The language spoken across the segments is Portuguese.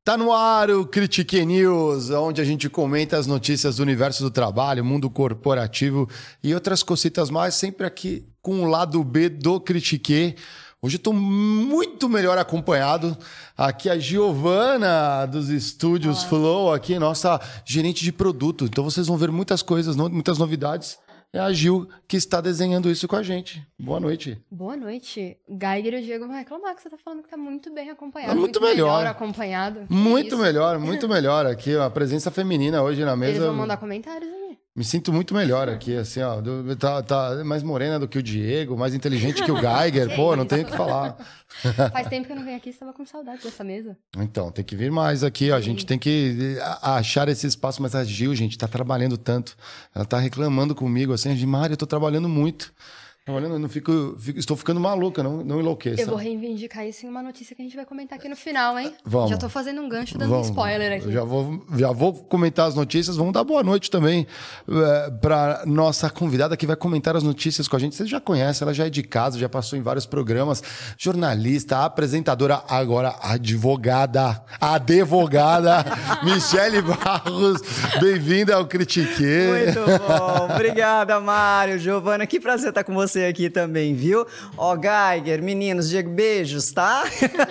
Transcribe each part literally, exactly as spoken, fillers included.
Tá no ar o Critique News, onde a gente comenta as notícias do universo do trabalho, mundo corporativo e outras cositas mais, sempre aqui com o lado B do Critique. Hoje eu estou muito melhor acompanhado. Aqui a Giovana dos estúdios Olá. Flow, aqui nossa gerente de produto. Então vocês vão ver muitas coisas, muitas novidades. É a Gil que está desenhando isso com a gente. Boa noite. Boa noite. Geiger e o Diego vão reclamar que você está falando que está muito bem acompanhado. É muito, muito melhor. melhor acompanhado. Muito isso? melhor, muito melhor aqui. A presença feminina hoje na mesa. Eles vão mandar comentários ali. Me sinto muito melhor aqui, assim, ó. Tá, tá mais morena do que o Diego, mais inteligente que o Geiger. Pô, não tenho o que falar. Faz tempo que eu não venho aqui, estava com saudade dessa mesa. Então, tem que vir mais aqui, ó. A gente tem que achar esse espaço. Mas a Gil, gente, tá trabalhando tanto. Ela tá reclamando comigo, assim, de Mário, eu tô trabalhando muito. Trabalhando, eu não fico, fico, estou ficando maluca, não, não enlouqueça. Eu vou reivindicar isso em uma notícia que a gente vai comentar aqui no final, hein? Vamos. Já tô fazendo um gancho dando Vamos. um spoiler aqui. Já vou, já vou comentar as notícias. Vamos dar boa noite também é, para nossa convidada que vai comentar as notícias com a gente. Vocês já conhecem, ela já é de casa, já passou em vários programas. Jornalista, apresentadora, agora advogada, advogada, Michele Barros. Bem-vinda ao Critique. Muito bom. Obrigada, Mário, Giovana. Que prazer estar com você aqui também, viu? Ó, Geiger, meninos, Diego, beijos, tá?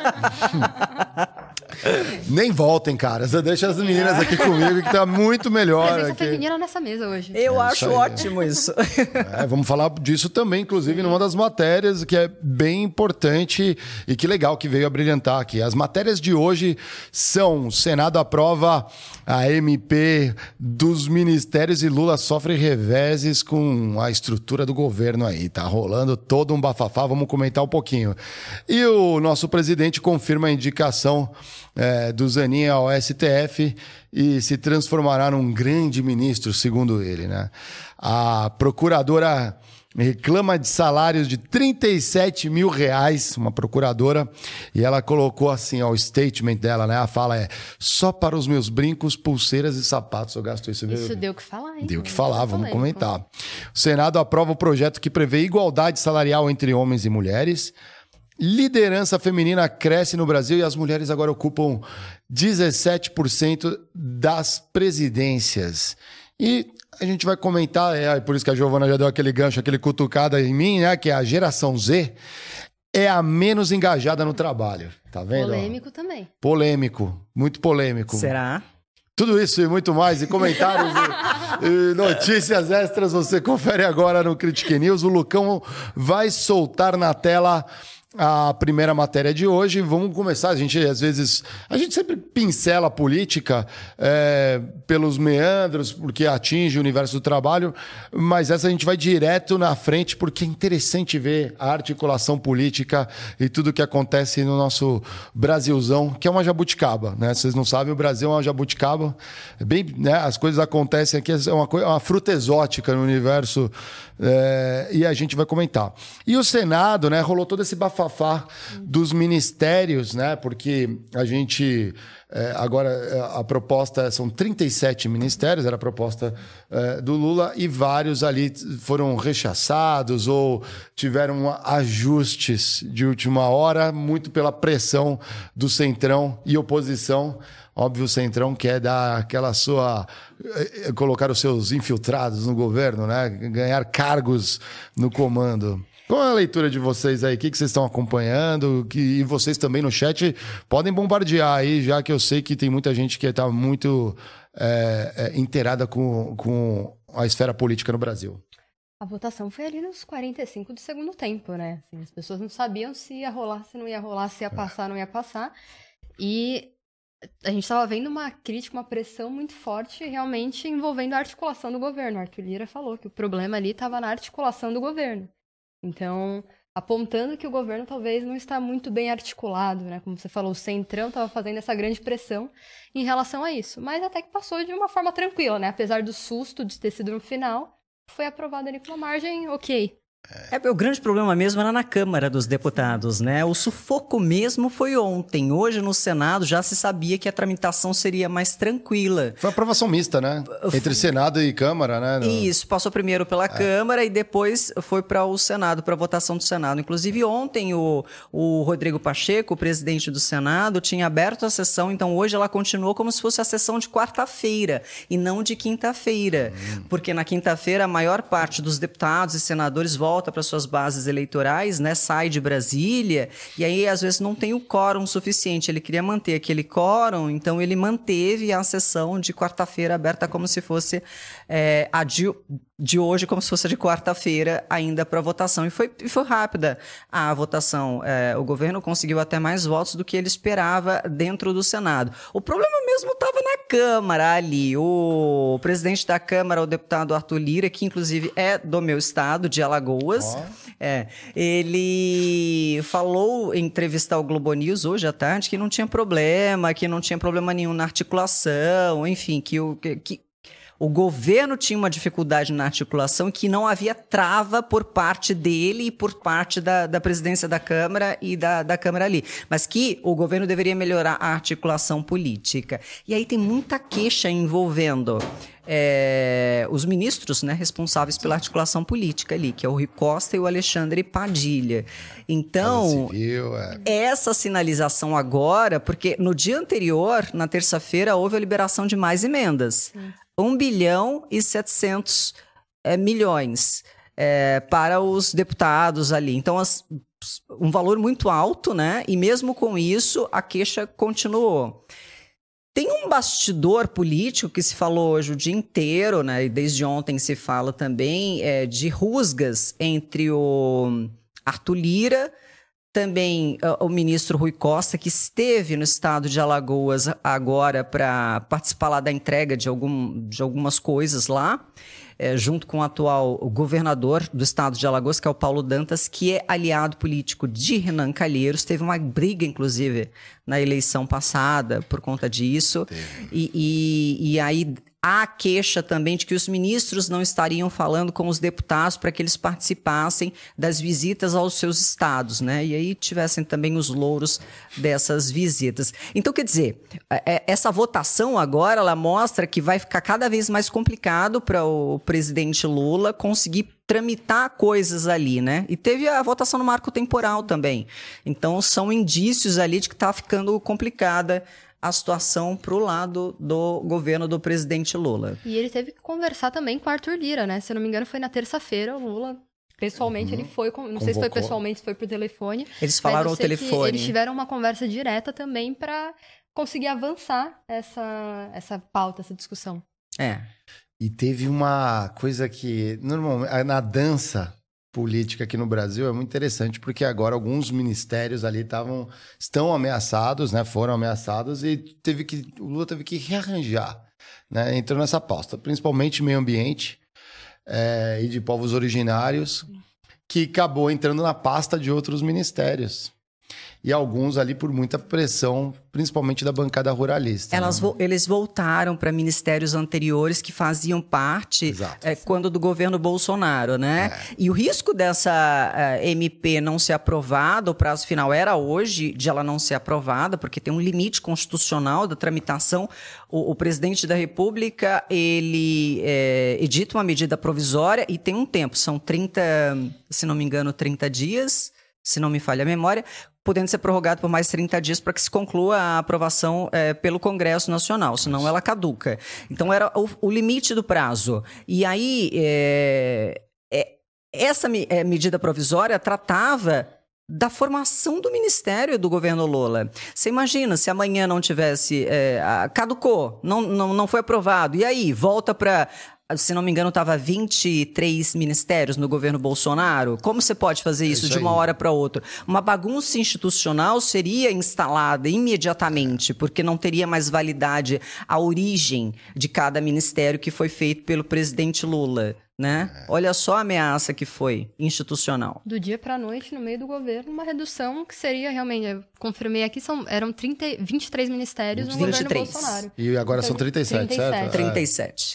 Nem voltem, cara. Você deixa as meninas aqui comigo, que tá muito melhor. Presença aqui. feminina nessa mesa hoje. Eu é, acho isso ótimo isso. É, vamos falar disso também, inclusive, numa das matérias que é bem importante e que legal que veio a brilhantar aqui. As matérias de hoje são: o Senado aprova a M P dos ministérios e Lula sofre reveses com a estrutura do governo aí. Tá rolando todo um bafafá, vamos comentar um pouquinho. E o nosso presidente confirma a indicação é, do Zanin ao S T F e se transformará num grande ministro, segundo ele, né? A procuradora reclama de salários de trinta e sete mil reais, uma procuradora, e ela colocou assim, ó, o statement dela, né? A fala é: só para os meus brincos, pulseiras e sapatos eu gasto isso. Isso deu o que falar, hein? Deu o que falar, vamos comentar. O Senado aprova o projeto que prevê igualdade salarial entre homens e mulheres. Liderança feminina cresce no Brasil e as mulheres agora ocupam dezessete por cento das presidências. E a gente vai comentar, é por isso que a Giovana já deu aquele gancho, aquele cutucada em mim, né? Que a geração Z é a menos engajada no trabalho. Tá vendo? Polêmico também. Polêmico, muito polêmico. Será? Tudo isso e muito mais, e comentários e, e notícias extras você confere agora no Critique News. O Lucão vai soltar na tela a primeira matéria de hoje. Vamos começar. A gente, às vezes, a gente sempre pincela a política é, pelos meandros, porque atinge o universo do trabalho, mas essa a gente vai direto na frente, porque é interessante ver a articulação política e tudo que acontece no nosso Brasilzão, que é uma jabuticaba, né? Vocês não sabem, o Brasil é uma jabuticaba. Bem, né? As coisas acontecem aqui, é uma, uma fruta exótica no universo, é, e a gente vai comentar. E o Senado, né? Rolou todo esse bafafá dos ministérios, né? Porque a gente é, agora a proposta são trinta e sete ministérios, era a proposta é, do Lula, e vários ali foram rechaçados ou tiveram ajustes de última hora, muito pela pressão do Centrão e oposição. Óbvio, o Centrão quer dar aquela sua... colocar os seus infiltrados no governo, né? Ganhar cargos no comando. Qual é a leitura de vocês aí? O que, que vocês estão acompanhando? Que, e vocês também no chat podem bombardear aí, já que eu sei que tem muita gente que está muito é, é, inteirada com, com a esfera política no Brasil. A votação foi ali nos quarenta e cinco do segundo tempo, né? Assim, as pessoas não sabiam se ia rolar, se não ia rolar, se ia passar, não ia passar. E a gente estava vendo uma crítica, uma pressão muito forte realmente envolvendo a articulação do governo. O Arthur Lira falou que o problema ali estava na articulação do governo. Então, apontando que o governo talvez não está muito bem articulado, né? Como você falou, o Centrão estava fazendo essa grande pressão em relação a isso. Mas até que passou de uma forma tranquila, né? Apesar do susto de ter sido no final, foi aprovado ali com uma margem ok. É, o grande problema mesmo era na Câmara dos Deputados, né? O sufoco mesmo foi ontem. Hoje, no Senado, já se sabia que a tramitação seria mais tranquila. Foi aprovação mista, né? Entre Senado e Câmara, né? No... Isso, passou primeiro pela é. Câmara e depois foi para o Senado, para a votação do Senado. Inclusive, ontem, o, o Rodrigo Pacheco, o presidente do Senado, tinha aberto a sessão, então hoje ela continuou como se fosse a sessão de quarta-feira e não de quinta-feira. Hum. Porque na quinta-feira, a maior parte dos deputados e senadores volta volta para suas bases eleitorais, né, sai de Brasília, e aí às vezes não tem o quórum suficiente. Ele queria manter aquele quórum, então ele manteve a sessão de quarta-feira aberta como se fosse é, a de, de hoje, como se fosse de quarta-feira ainda para votação. E foi, e foi rápida a votação. É, o governo conseguiu até mais votos do que ele esperava dentro do Senado. O problema mesmo estava na Câmara ali. O presidente da Câmara, o deputado Arthur Lira, que inclusive é do meu estado, de Alagoas, Oh. É, ele falou em entrevista ao Globo News hoje à tarde que não tinha problema, que não tinha problema nenhum na articulação, enfim, que o, que, que o governo tinha uma dificuldade na articulação, que não havia trava por parte dele e por parte da, da presidência da Câmara e da, da Câmara ali, mas que o governo deveria melhorar a articulação política. E aí tem muita queixa envolvendo... É, os ministros, né, responsáveis pela articulação política ali, que é o Rui Costa e o Alexandre Padilha. Então, civil, é. essa sinalização agora, porque no dia anterior, na terça-feira, houve a liberação de mais emendas. Sim. um bilhão e setecentos é, milhões é, para os deputados ali. Então, as, um valor muito alto, né? E mesmo com isso, a queixa continuou. Tem um bastidor político que se falou hoje o dia inteiro, né? E desde ontem se fala também é, de rusgas entre o Arthur Lira, também uh, o ministro Rui Costa, que esteve no estado de Alagoas agora para participar lá da entrega de, algum, de algumas coisas lá, é, junto com o atual governador do estado de Alagoas, que é o Paulo Dantas, que é aliado político de Renan Calheiros. Teve uma briga, inclusive, na eleição passada por conta disso. E, e, e aí há queixa também de que os ministros não estariam falando com os deputados para que eles participassem das visitas aos seus estados, né? E aí tivessem também os louros dessas visitas. Então, quer dizer, essa votação agora, ela mostra que vai ficar cada vez mais complicado para o presidente Lula conseguir tramitar coisas ali, né? E teve a votação no marco temporal também. Então, são indícios ali de que está ficando complicada a situação para o lado do governo do presidente Lula. E ele teve que conversar também com o Arthur Lira, né? Se eu não me engano, foi na terça-feira, o Lula, pessoalmente, uhum. ele foi, não Convocou. sei se foi pessoalmente, se foi por telefone. Eles falaram ao telefone. Eles tiveram uma conversa direta também para conseguir avançar essa, essa pauta, essa discussão. É. E teve uma coisa que, normalmente, na dança política aqui no Brasil é muito interessante, porque agora alguns ministérios ali estavam, estão ameaçados, né? Foram ameaçados e teve que, o Lula teve que rearranjar, né? Entrou nessa pauta, principalmente meio ambiente é, e de povos originários, que acabou entrando na pasta de outros ministérios. E alguns ali por muita pressão, principalmente da bancada ruralista. Elas, né? Eles voltaram para ministérios anteriores que faziam parte é, quando do governo Bolsonaro, né? É. E o risco dessa uh, M P não ser aprovada, o prazo final era hoje de ela não ser aprovada, porque tem um limite constitucional da tramitação. O, o presidente da República, ele é, edita uma medida provisória e tem um tempo, são trinta, se não me engano, trinta dias, se não me falha a memória, podendo ser prorrogado por mais trinta dias para que se conclua a aprovação é, pelo Congresso Nacional, senão ela caduca. Então, era o, o limite do prazo. E aí, é, é, essa me, é, medida provisória tratava da formação do ministério do governo Lula. Você imagina se amanhã não tivesse... É, caducou, não, não, não foi aprovado. E aí, volta para... Se não me engano, estava vinte e três ministérios no governo Bolsonaro. Como você pode fazer isso, é isso de uma aí. hora para outra? Uma bagunça institucional seria instalada imediatamente, porque não teria mais validade a origem de cada ministério que foi feito pelo presidente Lula, né? É. Olha só a ameaça que foi institucional. Do dia para a noite, no meio do governo, uma redução que seria realmente, eu confirmei aqui, são, eram trinta, vinte e três ministérios no vinte e três. governo Bolsonaro. E agora então, são trinta e sete, trinta e sete, certo? trinta e sete.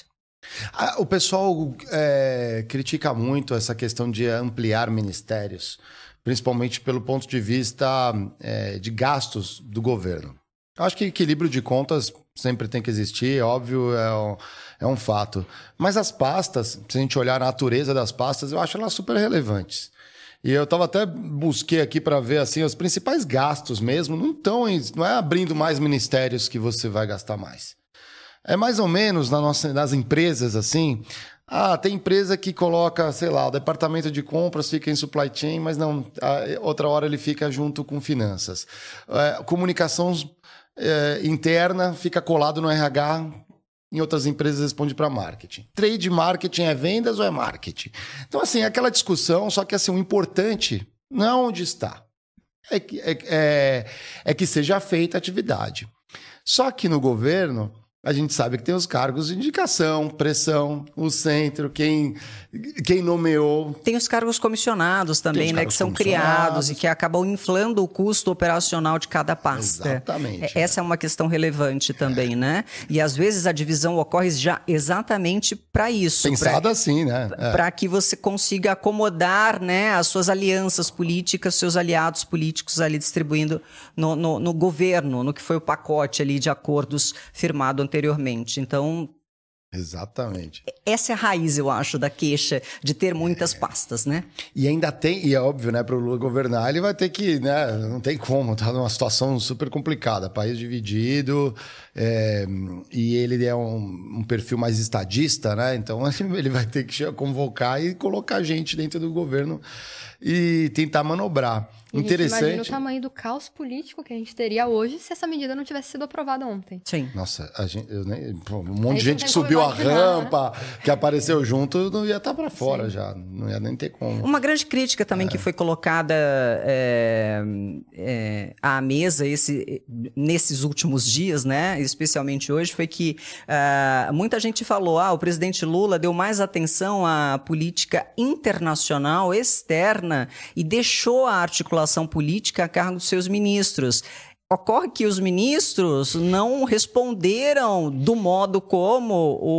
Ah, o pessoal é, critica muito essa questão de ampliar ministérios, principalmente pelo ponto de vista é, de gastos do governo. Eu acho que equilíbrio de contas sempre tem que existir, óbvio, é um, é um fato. Mas as pastas, se a gente olhar a natureza das pastas, eu acho elas super relevantes. E eu tava até busquei aqui para ver assim os principais gastos mesmo, não estão, não é abrindo mais ministérios que você vai gastar mais. É mais ou menos na nossa, nas empresas assim. Ah, tem empresa que coloca, sei lá, o departamento de compras fica em supply chain, mas não, outra hora ele fica junto com finanças. É, comunicação é, interna fica colado no R H. Em outras empresas responde para marketing. Trade marketing é vendas ou é marketing? Então, assim, é aquela discussão, só que assim, o importante não é onde está. É que, é, é, é que seja feita a atividade. Só que no governo, a gente sabe que tem os cargos de indicação, pressão, o centro, quem, quem nomeou. Tem os cargos comissionados também, né? Que são criados e que acabam inflando o custo operacional de cada pasta. Exatamente. Essa é uma questão relevante também, é. né? E às vezes a divisão ocorre já exatamente para isso. Pensada pra, assim, né? É. Para que você consiga acomodar, né, as suas alianças políticas, seus aliados políticos ali distribuindo no, no, no governo, no que foi o pacote ali de acordos firmado anteriormente. Então, exatamente. Essa é a raiz, eu acho, da queixa de ter muitas é. pastas, né? E ainda tem, e é óbvio, né, para o Lula governar, ele vai ter que, né, não tem como, tá numa situação super complicada, país dividido, é, e ele é um, um perfil mais estadista, né, então ele vai ter que convocar e colocar gente dentro do governo e tentar manobrar. E interessante. Imagina o tamanho do caos político que a gente teria hoje se essa medida não tivesse sido aprovada ontem. Sim. Nossa, a gente, eu nem, pô, um monte de gente que subiu a rampa, né? Que apareceu junto, não ia estar para fora. Sim. Já. Não ia nem ter como. Uma grande crítica também é. que foi colocada é, é, à mesa esse, nesses últimos dias, né? Especialmente hoje, foi que uh, muita gente falou: ah, o presidente Lula deu mais atenção à política internacional, externa, e deixou a articulação política a cargo dos seus ministros. Ocorre que os ministros não responderam do modo como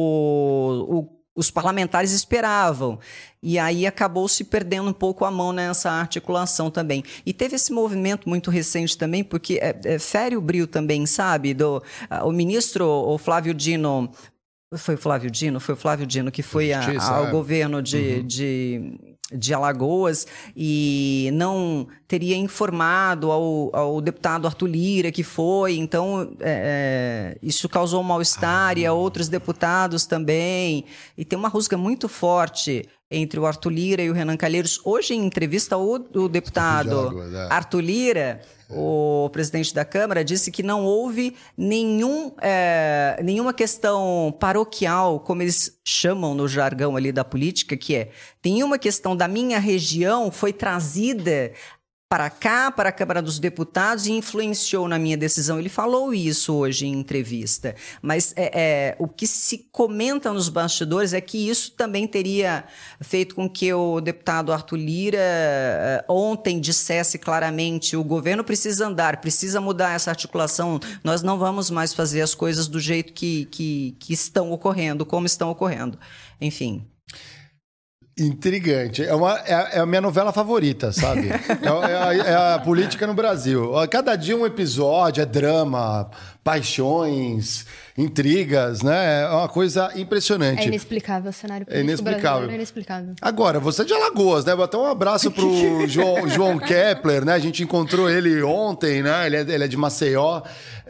o, o, os parlamentares esperavam. E aí acabou se perdendo um pouco a mão nessa articulação também. E teve esse movimento muito recente também, porque é, é, fere o brio também, sabe? Do, a, o ministro o Flávio Dino... Foi o Flávio Dino? Foi o Flávio Dino que foi Justiça, a, ao é. governo de... Uhum. de de Alagoas e não teria informado ao, ao deputado Arthur Lira que foi, então é, isso causou um mal-estar ah, e a outros deputados também, e tem uma rusga muito forte entre o Arthur Lira e o Renan Calheiros. Hoje, em entrevista, o, o deputado água, é. Arthur Lira, o presidente da Câmara, disse que não houve nenhum, é, nenhuma questão paroquial, como eles chamam no jargão ali da política, que é, nenhuma questão da minha região foi trazida para cá, para a Câmara dos Deputados, e influenciou na minha decisão. Ele falou isso hoje em entrevista. Mas é, é, o que se comenta nos bastidores é que isso também teria feito com que o deputado Arthur Lira é, ontem dissesse claramente: o governo precisa andar, precisa mudar essa articulação, nós não vamos mais fazer as coisas do jeito que, que, que estão ocorrendo, como estão ocorrendo. Enfim... Intrigante. É, uma, é, é a minha novela favorita, sabe? É, é, a, é a política no Brasil. Cada dia um episódio, é drama, paixões, intrigas, né? É uma coisa impressionante. É inexplicável o cenário político é inexplicável. É inexplicável. Agora, você é de Alagoas, né? Até um abraço pro João, João Kepler, né? A gente encontrou ele ontem, né? Ele é, ele é de Maceió.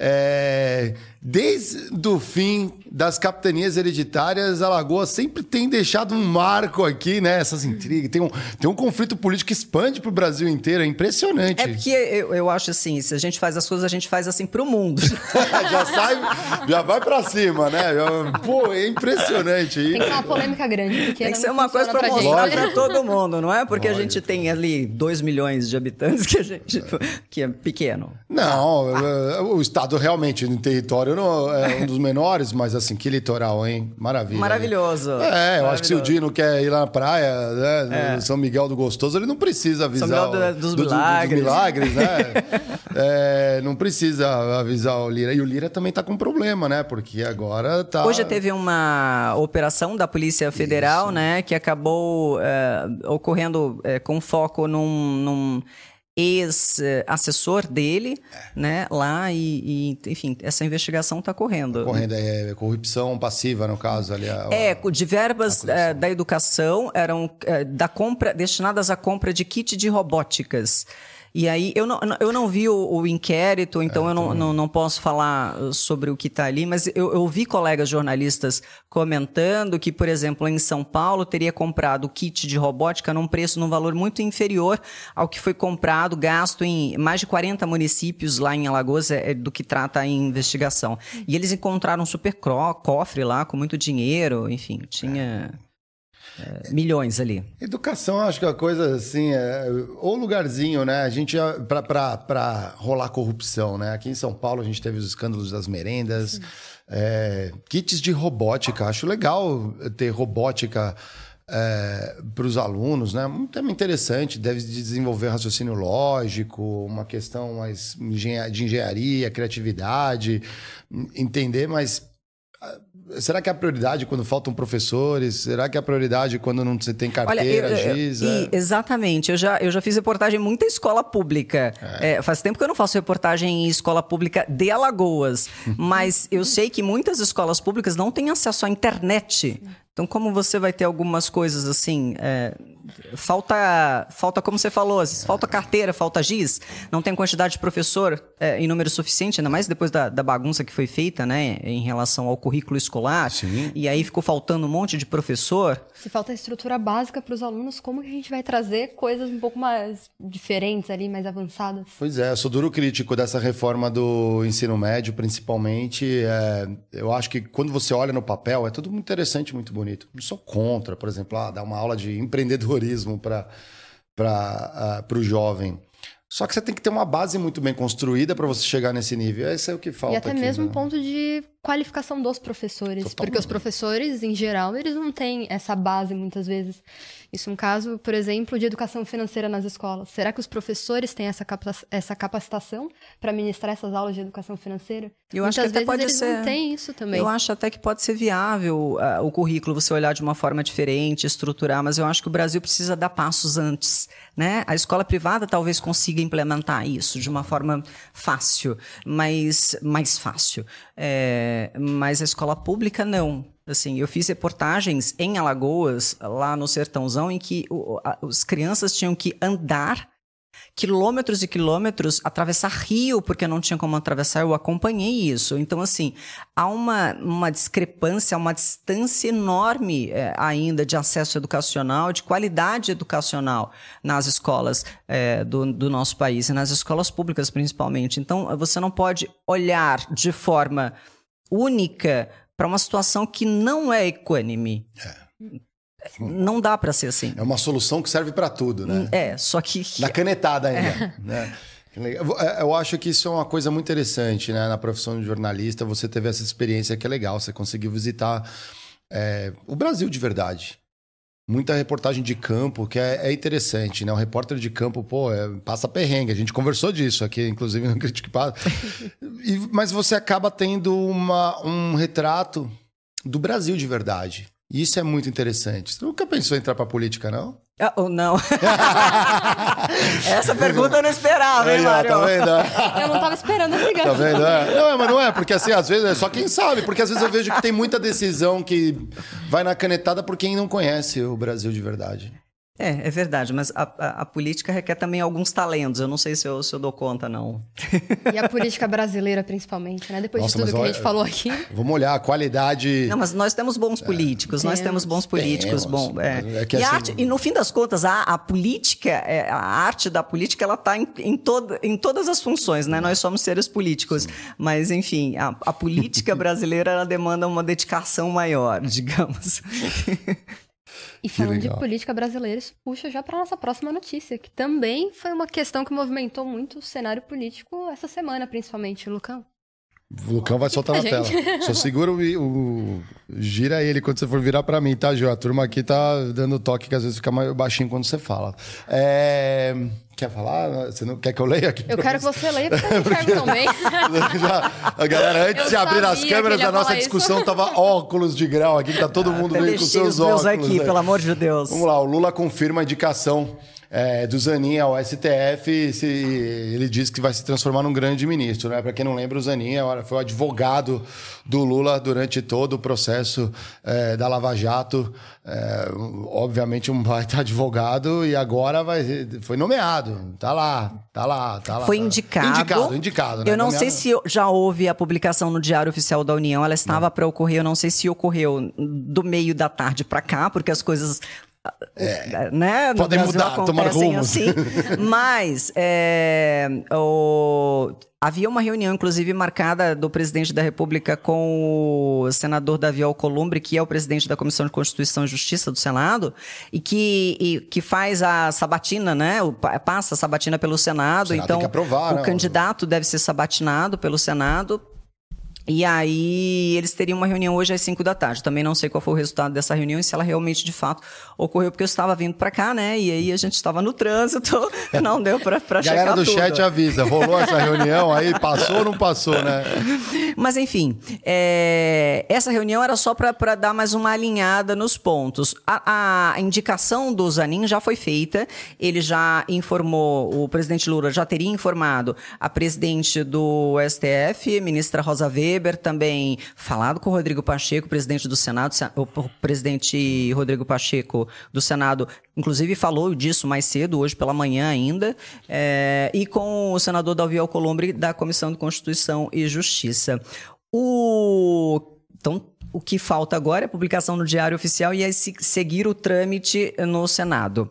É... Desde o fim das capitanias hereditárias, Alagoas sempre tem deixado um marco aqui, né? Essas intrigas. Tem um, tem um conflito político que expande para o Brasil inteiro. É impressionante. É porque eu, eu acho assim, se a gente faz as coisas, a gente faz assim pro mundo. já sai, já vai para cima, né? Pô, é impressionante. Tem que ser uma polêmica grande. Porque tem que ser uma coisa para mostrar para todo mundo, não é? Porque Lógico. a gente tem ali dois milhões de habitantes que a gente... que é pequeno. Não, ah. o Estado realmente, no território, Tubarão é um dos menores, mas assim, que litoral, hein? Maravilha. Maravilhoso. É, eu Maravilhoso. acho que se o Dino quer ir lá na praia, né, é. São Miguel do Gostoso, ele não precisa avisar... São Miguel do, dos do, Milagres. Do, dos milagres, né? é, não precisa avisar o Lira. E o Lira também tá com problema, né? Porque agora tá... Hoje teve uma operação da Polícia Federal, Isso. né? Que acabou é, ocorrendo é, com foco num... num ex-assessor dele, é. né, lá e, e, enfim, essa investigação está correndo. Tá correndo, é corrupção passiva, no caso. Ali, a, é, de verbas é, da educação eram é, da compra, destinadas à compra de kit de robóticas. E aí, eu não, eu não vi o, o inquérito, então é, eu não, não, não posso falar sobre o que está ali, mas eu, eu vi colegas jornalistas comentando que, por exemplo, em São Paulo, teria comprado o kit de robótica num preço, num valor muito inferior ao que foi comprado, gasto em mais de quarenta municípios lá em Alagoas, é, do que trata a investigação. E eles encontraram um super cofre lá, com muito dinheiro, enfim, tinha... É, milhões ali. Educação, acho que é uma coisa assim, é, ou lugarzinho, né? A gente, para rolar corrupção, né? Aqui em São Paulo a gente teve os escândalos das merendas, é, kits de robótica. Acho legal ter robótica é, para os alunos, né? Um tema interessante, deve desenvolver raciocínio lógico, uma questão mais de engenharia, criatividade, entender, mas... Será que é a prioridade quando faltam professores? Será que é a prioridade quando não se tem carteira, Olha, eu, giz? Eu, é? Exatamente. Eu já, eu já fiz reportagem em muita escola pública. É. É, faz tempo que eu não faço reportagem em escola pública de Alagoas. Mas eu sei que muitas escolas públicas não têm acesso à internet. Então, como você vai ter algumas coisas assim... É, falta, falta, como você falou, falta carteira, falta giz, não tem quantidade de professor é, em número suficiente, ainda mais depois da, da bagunça que foi feita, né, em relação ao currículo escolar. Sim. E aí ficou faltando um monte de professor. Se falta estrutura básica para os alunos, como que a gente vai trazer coisas um pouco mais diferentes ali, mais avançadas? Pois é, eu sou duro crítico dessa reforma do ensino médio, principalmente. É, eu acho que quando você olha no papel, é tudo muito interessante, muito bonito. Não sou contra, por exemplo, ah, dar uma aula de empreendedorismo para uh, o jovem. Só que você tem que ter uma base muito bem construída para você chegar nesse nível. Esse é o que falta. E até aqui, mesmo né? um ponto de qualificação dos professores. Totalmente. Porque os professores, em geral, eles não têm essa base muitas vezes. Isso é um caso, por exemplo, de educação financeira nas escolas. Será que os professores têm essa, capa essa capacitação para ministrar essas aulas de educação financeira? Eu muitas acho que até vezes pode eles ser... não têm isso também. Eu acho até que pode ser viável uh, o currículo, você olhar de uma forma diferente, estruturar, mas eu acho que o Brasil precisa dar passos antes, né? A escola privada talvez consiga implementar isso de uma forma fácil, mas mais fácil. É, mas a escola pública não. Assim, eu fiz reportagens em Alagoas, lá no Sertãozão, em que o, a, as crianças tinham que andar quilômetros e quilômetros, atravessar rio, porque não tinha como atravessar, eu acompanhei isso. Então, assim, há uma, uma discrepância, uma distância enorme é, ainda de acesso educacional, de qualidade educacional nas escolas é, do, do nosso país, e nas escolas públicas principalmente. Então, você não pode olhar de forma única para uma situação que não é equânime. É. Não dá para ser assim. É uma solução que serve para tudo, né? É, só que... Na canetada ainda. É. Né? Eu acho que isso é uma coisa muito interessante, né? Na profissão de jornalista, você teve essa experiência que é legal. Você conseguiu visitar é, o Brasil de verdade. Muita reportagem de campo, que é, é interessante, né? O repórter de campo, pô, é, passa perrengue. A gente conversou disso aqui, inclusive no Critique Passa. E, mas você acaba tendo uma, um retrato do Brasil de verdade. E isso é muito interessante. Você nunca pensou em entrar pra política, não? Ah, oh, não. Essa pergunta eu não esperava, hein, aí, Mário? Tá vendo? Eu não tava esperando esse gancho. Tá vendo? É. Não, mas não é, porque assim, às vezes é só quem sabe. Porque às vezes eu vejo que tem muita decisão que vai na canetada por quem não conhece o Brasil de verdade. É, é verdade, mas a, a, a política requer também alguns talentos. Eu não sei se eu, se eu dou conta, não. E a política brasileira, principalmente, né? Depois Nossa, de tudo que olha, a gente falou aqui. Vamos olhar a qualidade... Não, mas nós temos bons políticos, é, nós temos bons políticos. Bom, é. É que e, assim... arte, e no fim das contas, a, a política, é, a arte da política, ela está em, em, todo, em todas as funções, né? Nós somos seres políticos. Sim. Mas, enfim, a, a política brasileira, ela demanda uma dedicação maior, digamos. E falando de política brasileira, isso puxa já para nossa próxima notícia, que também foi uma questão que movimentou muito o cenário político essa semana, principalmente, Lucão. O Lucão vai soltar na tela. Só segura o, o... Gira ele quando você for virar pra mim, tá, Gil? A turma aqui tá dando toque que às vezes fica mais baixinho quando você fala. É... Quer falar? Você não quer que eu leia aqui? Eu quero você? que você leia porque eu enxergo também. Já, a galera, antes eu de abrir as câmeras, a nossa discussão isso. tava óculos de grau aqui, tá todo mundo veio com seus óculos. Aqui, né? Pelo amor de Deus. Vamos lá, o Lula confirma a indicação É, do Zanin ao S T F, se, ele diz que vai se transformar num grande ministro, né? Para quem não lembra, o Zanin foi o advogado do Lula durante todo o processo é, da Lava Jato, é, obviamente um baita advogado, e agora vai, foi nomeado, tá lá, tá lá, tá lá. Foi tá indicado. Indicado, indicado. Né? Eu não nomeado. sei se já houve a publicação no Diário Oficial da União, ela estava para ocorrer, eu não sei se ocorreu do meio da tarde para cá, porque as coisas... É, né? No podem Brasil mudar, tomar rumos. Assim, mas é, o, havia uma reunião, inclusive, marcada do presidente da República com o senador Davi Alcolumbre, que é o presidente da Comissão de Constituição e Justiça do Senado, e que, e, que faz a sabatina, né? O, passa a sabatina pelo Senado. O Senado então, tem que aprovar, o né? candidato deve ser sabatinado pelo Senado. E aí, eles teriam uma reunião hoje às cinco da tarde. Também não sei qual foi o resultado dessa reunião e se ela realmente, de fato, ocorreu, porque eu estava vindo para cá, né? E aí a gente estava no trânsito, não deu para checar tudo. Galera do chat avisa, rolou essa reunião aí, passou ou não passou, né? Mas, enfim, é... essa reunião era só para dar mais uma alinhada nos pontos. A, a indicação do Zanin já foi feita, ele já informou, o presidente Lula já teria informado a presidente do S T F, ministra Rosa Weber, também falado com o Rodrigo Pacheco, presidente do Senado, o presidente Rodrigo Pacheco do Senado, inclusive falou disso mais cedo, hoje pela manhã ainda, é, e com o senador Davi Alcolumbre da Comissão de Constituição e Justiça. O... Então, o que falta agora é a publicação no Diário Oficial e é seguir o trâmite no Senado.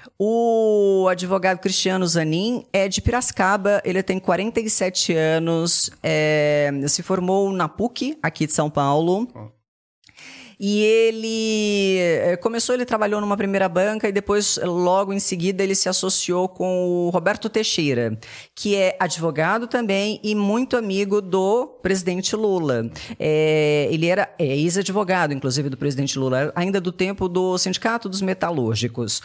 O advogado Cristiano Zanin é de Piracicaba, ele tem quarenta e sete anos, é, se formou na P U C, aqui de São Paulo. E ele começou, ele trabalhou numa primeira banca e depois, logo em seguida, ele se associou com o Roberto Teixeira, que é advogado também e muito amigo do presidente Lula. É, ele era é, ex-advogado, inclusive, do presidente Lula, ainda do tempo do Sindicato dos Metalúrgicos.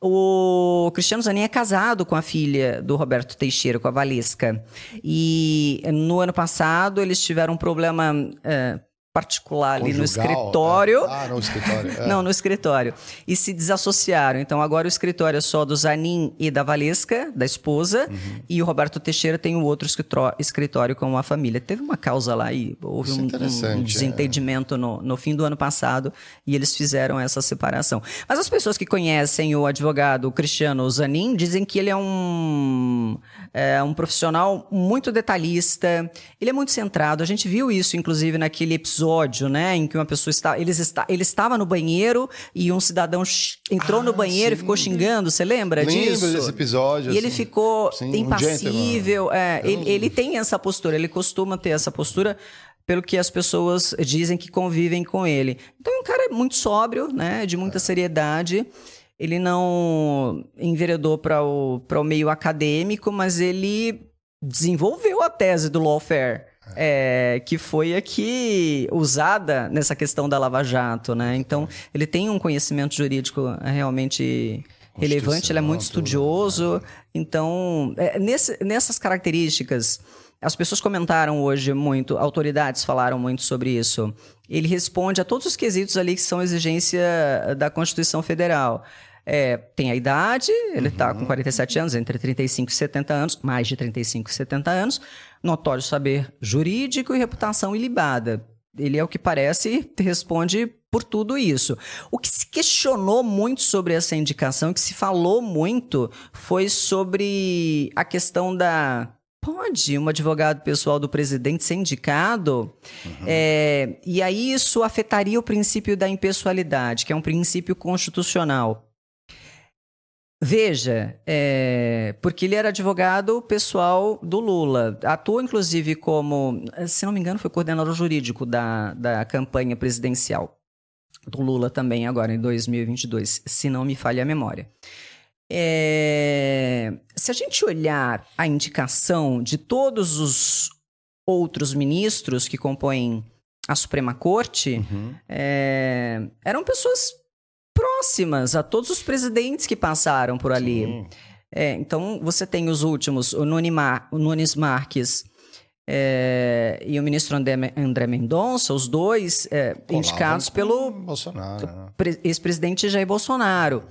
O Cristiano Zanin é casado com a filha do Roberto Teixeira, com a Valesca. E no ano passado eles tiveram um problema é, particular ali Conjugal, no escritório. É. Ah, no escritório. É. Não, no escritório. E se desassociaram. Então agora o escritório é só do Zanin e da Valesca, da esposa, uhum. E o Roberto Teixeira tem o outro escritório com a família. Teve uma causa lá e houve um, um desentendimento é. no, no fim do ano passado e eles fizeram essa separação. Mas as pessoas que conhecem o advogado Cristiano Zanin dizem que ele é um, é um profissional muito detalhista, ele é muito centrado. A gente viu isso, inclusive, naquele episódio, né, em que uma pessoa está, eles está, ele estava no banheiro e um cidadão entrou ah, no banheiro sim. e ficou xingando. Você lembra Lembro disso? Lembro desse episódio. E ele assim, ficou sim, impassível. Um é, ele, ele tem essa postura, ele costuma ter essa postura pelo que as pessoas dizem que convivem com ele. Então é um cara muito sóbrio, né, de muita é. seriedade. Ele não enveredou para o, para o meio acadêmico, mas ele desenvolveu a tese do lawfare. É, que foi aqui usada nessa questão da Lava Jato, né? Então, ele tem um conhecimento jurídico realmente relevante, ele é muito estudioso. Então, é, nesse, nessas características, as pessoas comentaram hoje muito, autoridades falaram muito sobre isso. Ele responde a todos os quesitos ali que são exigência da Constituição Federal. É, tem a idade, ele está uhum. com quarenta e sete anos, entre trinta e cinco e setenta anos, mais de trinta e cinco e setenta anos, notório saber jurídico e reputação ilibada. Ele é o que parece, responde por tudo isso. O que se questionou muito sobre essa indicação, que se falou muito, foi sobre a questão da... Pode um advogado pessoal do presidente ser indicado? Uhum. É, e aí isso afetaria o princípio da impessoalidade, que é um princípio constitucional. Veja, é, porque ele era advogado pessoal do Lula. Atuou, inclusive, como, se não me engano, foi coordenador jurídico da, da campanha presidencial do Lula também, agora em dois mil e vinte e dois, se não me falha a memória. É, se a gente olhar a indicação de todos os outros ministros que compõem a Suprema Corte, uhum. é, eram pessoas próximas a todos os presidentes que passaram por ali. É, então, você tem os últimos, o, Nunimar, o Nunes Marques é, e o ministro André, André Mendonça, os dois é, indicados pelo Bolsonaro, ex-presidente Jair Bolsonaro.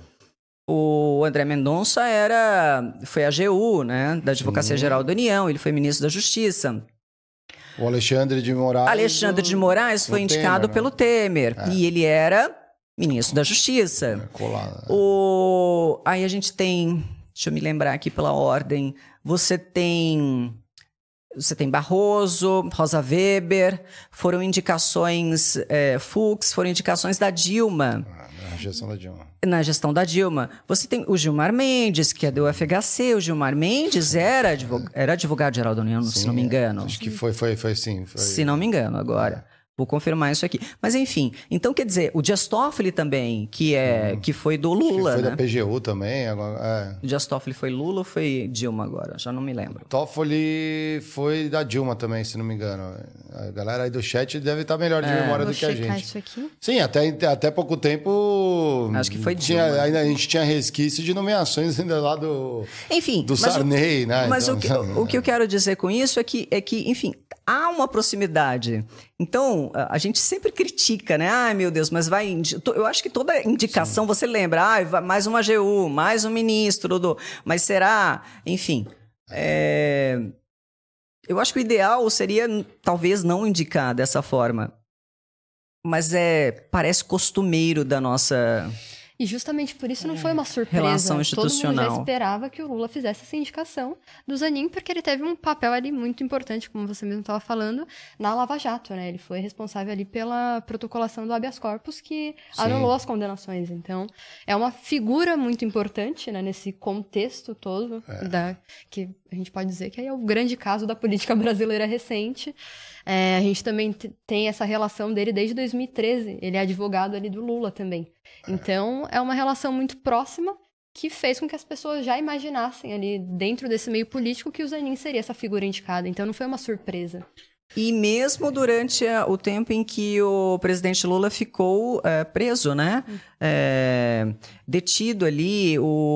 O André Mendonça era, foi a G U, né, da Advocacia Sim. Geral da União, ele foi ministro da Justiça. O Alexandre de Moraes... Alexandre de Moraes foi indicado Temer, né? pelo Temer, é. e ele era ministro da Justiça. É, colado, é. O... Aí a gente tem, deixa eu me lembrar aqui pela ordem, você tem... Você tem Barroso, Rosa Weber, foram indicações, é, Fux, foram indicações da Dilma. Na gestão da Dilma. Na gestão da Dilma. Você tem o Gilmar Mendes, que é do F H C. O Gilmar Mendes era, advog... era advogado-geral da União, sim, se não me engano. Acho que foi, foi, foi sim. Foi... Se não me engano, agora. É. Vou confirmar isso aqui. Mas, enfim, então quer dizer, o Dias Toffoli também, que, é, hum. que foi do Lula, que foi né? da P G U também. Agora, é. O Dias Toffoli foi Lula ou foi Dilma agora? Já não me lembro. Toffoli foi da Dilma também, se não me engano. A galera aí do chat deve estar melhor de é. memória Vou do que a gente. Isso aqui. Sim, até, até pouco tempo... Acho que foi tinha, Dilma. ainda, a gente tinha resquício de nomeações ainda lá do, enfim, do Sarney, o, né? Mas então, o, que, o que eu quero dizer com isso é que, é que enfim, há uma proximidade. Então, a gente sempre critica, né? Ai, meu Deus, mas vai... Eu acho que toda indicação, Sim. você lembra, ah, mais uma G U, mais um ministro, do... mas será... Enfim, é... eu acho que o ideal seria, talvez, não indicar dessa forma. Mas é, parece costumeiro da nossa... E justamente por isso não foi uma surpresa. Relação institucional. Todo mundo já esperava que o Lula fizesse essa indicação do Zanin, porque ele teve um papel ali muito importante, como você mesmo estava falando, na Lava Jato, né? Ele foi responsável ali pela protocolação do habeas corpus, que Sim. anulou as condenações. Então, é uma figura muito importante, né, nesse contexto todo, é. da, que a gente pode dizer que é o grande caso da política brasileira recente. É, a gente também t- tem essa relação dele desde dois mil e treze. Ele é advogado ali do Lula também. Então, é uma relação muito próxima que fez com que as pessoas já imaginassem ali dentro desse meio político que o Zanin seria essa figura indicada. Então, não foi uma surpresa. E mesmo durante o tempo em que o presidente Lula ficou é, preso, né? É, detido ali,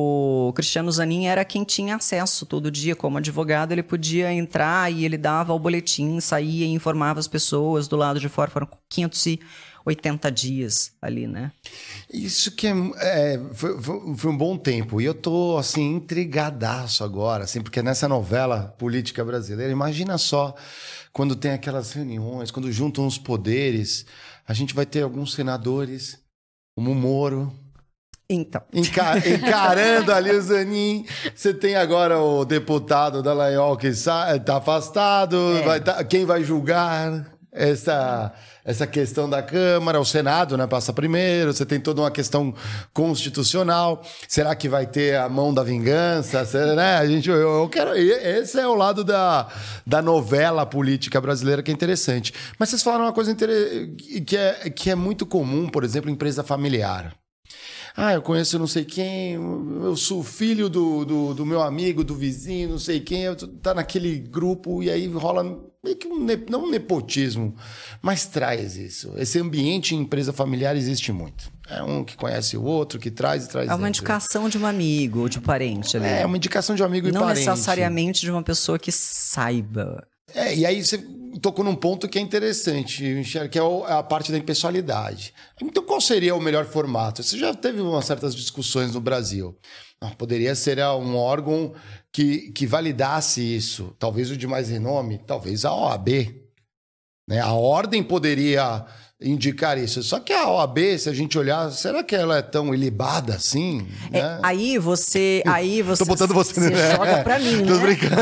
o Cristiano Zanin era quem tinha acesso todo dia. Como advogado, ele podia entrar e ele dava o boletim, saía e informava as pessoas do lado de fora. Foram quinhentos e oitenta dias ali, né? Isso que é, é foi, foi um bom tempo. E eu tô, assim, intrigadaço agora, assim, porque nessa novela política brasileira, imagina só... Quando tem aquelas reuniões, quando juntam os poderes, a gente vai ter alguns senadores, como o Moro, então. enca- encarando ali o Zanin. Você tem agora o deputado Dallagnol que está afastado. É. Vai tá, quem vai julgar essa, essa questão da Câmara? O Senado, né, passa primeiro. Você tem toda uma questão constitucional. Será que vai ter a mão da vingança? Será, né? A gente, eu, eu quero, esse é o lado da, da novela política brasileira que é interessante. Mas vocês falaram uma coisa inter... que, é, que é muito comum, por exemplo, empresa familiar. Ah, eu conheço não sei quem, eu sou filho do, do, do meu amigo, do vizinho, não sei quem, eu tá naquele grupo e aí rola meio que um, ne, não um nepotismo, mas traz isso. Esse ambiente em empresa familiar existe muito. É um que conhece o outro, que traz e traz. É uma dentro. indicação de um amigo ou de um parente ali. É, uma indicação de um amigo e não parente. Não necessariamente de uma pessoa que saiba. É, e aí você tocou num ponto que é interessante, que é a parte da impessoalidade. Então, qual seria o melhor formato? Você já teve umas certas discussões no Brasil. Poderia ser um órgão que, que validasse isso. Talvez o de mais renome, talvez a O A B. Né? A ordem poderia indicar isso. Só que a O A B, se a gente olhar, será que ela é tão ilibada assim? É, né? Aí você... Aí você Tô botando você... Você né? joga pra mim, Tô né? brincando.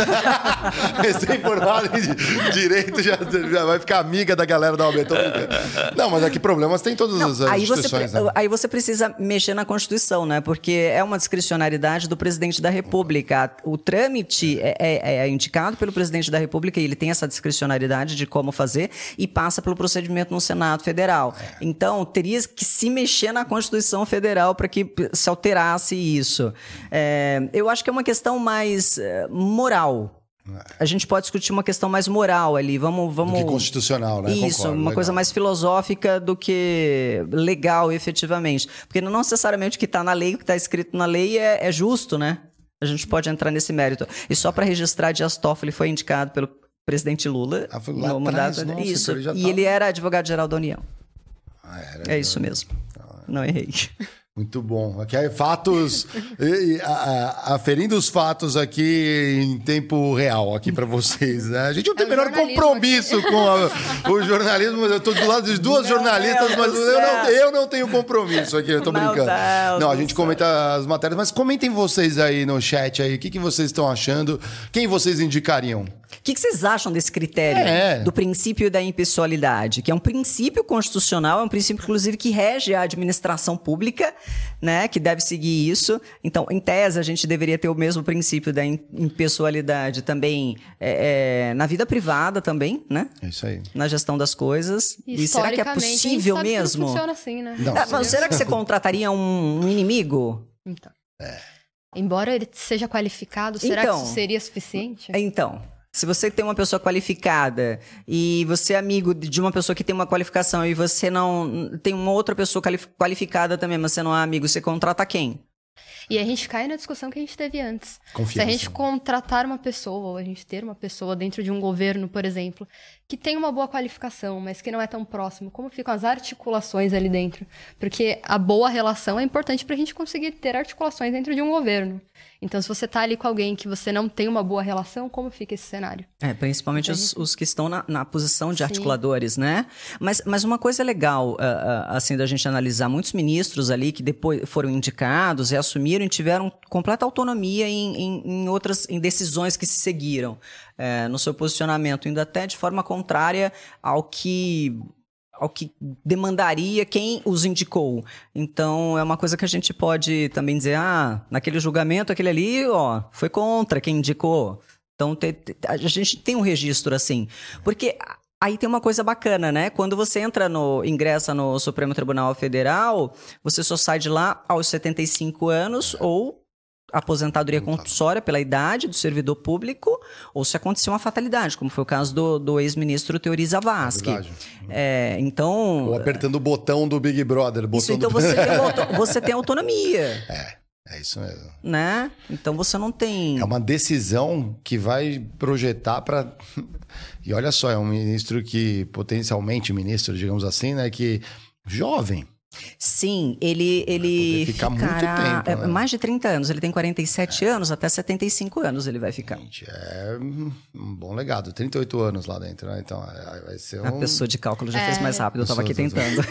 Recém-formado em direito já, já vai ficar amiga da galera da O A B. Tô brincando. Não, mas aqui problemas tem todas Não, as aí instituições. Você, né? Aí você precisa mexer na Constituição, né? Porque é uma discricionariedade do presidente da República. O trâmite é, é, é indicado pelo presidente da República e ele tem essa discricionariedade de como fazer e passa pelo procedimento no Senado Federal. É. Então, teria que se mexer na Constituição Federal para que se alterasse isso. É, eu acho que é uma questão mais moral. A gente pode discutir uma questão mais moral ali, vamos... vamos... Do que constitucional, né? Isso, Concordo, uma legal. coisa mais filosófica do que legal, efetivamente. Porque não necessariamente o que está na lei, o que está escrito na lei é, é justo, né? A gente pode entrar nesse mérito. E só para registrar, Dias Toffoli foi indicado pelo presidente Lula. Ah, foi lá no atrás, mandato... nossa, Isso, ele já e tava... ele era advogado-geral da União. Ah, era, É isso mesmo. Não errei. Muito bom. Aqui é fatos, e, a, a, aferindo os fatos aqui em tempo real aqui para vocês. Né? A gente não tem o É o menor jornalismo compromisso aqui. com a, o jornalismo, mas eu estou do lado de duas Meu jornalistas, Deus mas do eu não, céu. eu não tenho compromisso aqui, eu tô Meu brincando. Deus Não, a do gente céu. comenta as matérias, mas comentem vocês aí no chat aí, o que, que vocês estão achando, quem vocês indicariam? O que, que vocês acham desse critério É. do princípio da impessoalidade? Que é um princípio constitucional, é um princípio, inclusive, que rege a administração pública, né? Que deve seguir isso. Então, em tese, a gente deveria ter o mesmo princípio da im- impessoalidade também é, é, na vida privada também, né? É isso aí. Na gestão das coisas. E será que é Historicamente, a gente possível sabe que não mesmo? funciona assim, né? Não, Ah, mas será que você contrataria um, um inimigo? Então. Embora ele seja qualificado, será Então. que isso seria suficiente? Então, se você tem uma pessoa qualificada e você é amigo de uma pessoa que tem uma qualificação e você não tem uma outra pessoa quali- qualificada também, mas você não é amigo, você contrata quem? E a gente cai na discussão que a gente teve antes. Confiança. Se a gente contratar uma pessoa, ou a gente ter uma pessoa dentro de um governo, por exemplo, que tem uma boa qualificação, mas que não é tão próximo, como ficam as articulações ali dentro? Porque a boa relação é importante para a gente conseguir ter articulações dentro de um governo. Então, se você tá ali com alguém que você não tem uma boa relação, como fica esse cenário? É, principalmente os, os que estão na, na posição de Sim. articuladores, né? Mas, mas uma coisa legal, ah, ah, assim, da gente analisar, muitos ministros ali que depois foram indicados e assumiram e tiveram completa autonomia em, em, em outras em decisões que se seguiram eh, no seu posicionamento, indo até de forma contrária ao que ao que demandaria quem os indicou. Então, é uma coisa que a gente pode também dizer, ah, naquele julgamento, aquele ali, ó, foi contra quem indicou. Então, te, te, a gente tem um registro assim. Porque aí tem uma coisa bacana, né? Quando você entra no, ingressa no Supremo Tribunal Federal, você só sai de lá aos setenta e cinco anos ou aposentadoria compulsória pela idade do servidor público, ou se acontecer uma fatalidade, como foi o caso do, do ex-ministro Teori Zavascki. É verdade. É, então... Ou apertando o botão do Big Brother. Botão Isso, então do... você, tem, auto- você tem autonomia, É isso mesmo. né? Então você não tem... É uma decisão que vai projetar para. E olha só, é um ministro que, potencialmente ministro, digamos assim, né? Que jovem. Sim, ele, ele poder ficar muito ficará tempo, é, né? mais de trinta anos. Ele tem quarenta e sete anos, até setenta e cinco anos ele vai ficar. Gente, é um bom legado. trinta e oito anos lá dentro, né? Então é, vai ser um. A pessoa de cálculo já fez É. mais rápido, eu estava aqui Pessoa- tentando.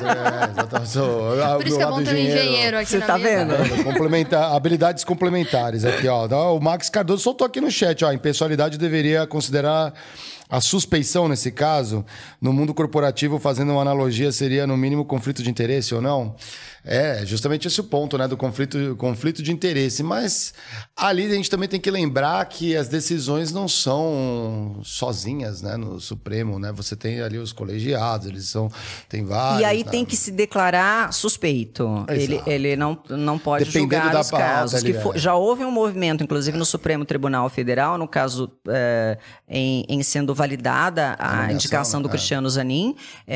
É, exatamente. Sou- ah, Por isso meu que é lado bom ter um engenheiro aqui Você na tá mesa. vendo? É, complementa- habilidades complementares aqui, ó. O Max Cardoso soltou aqui no chat, ó. A impessoalidade deveria considerar a suspeição nesse caso. No mundo corporativo, fazendo uma analogia, seria no mínimo conflito de interesse ou não? É, justamente esse o ponto, né? Do conflito, conflito de interesse. Mas ali a gente também tem que lembrar que as decisões não são sozinhas, né? No Supremo, né? Você tem ali os colegiados, eles são... Tem vários... E aí né? tem que se declarar suspeito. Ele, Exato. ele não, não pode Dependendo julgar da os pauta, casos. ele Que é. for- já houve um movimento, inclusive no Supremo Tribunal Federal, no caso, é, em, em sendo validada a nomeação, indicação do é. Cristiano Zanin,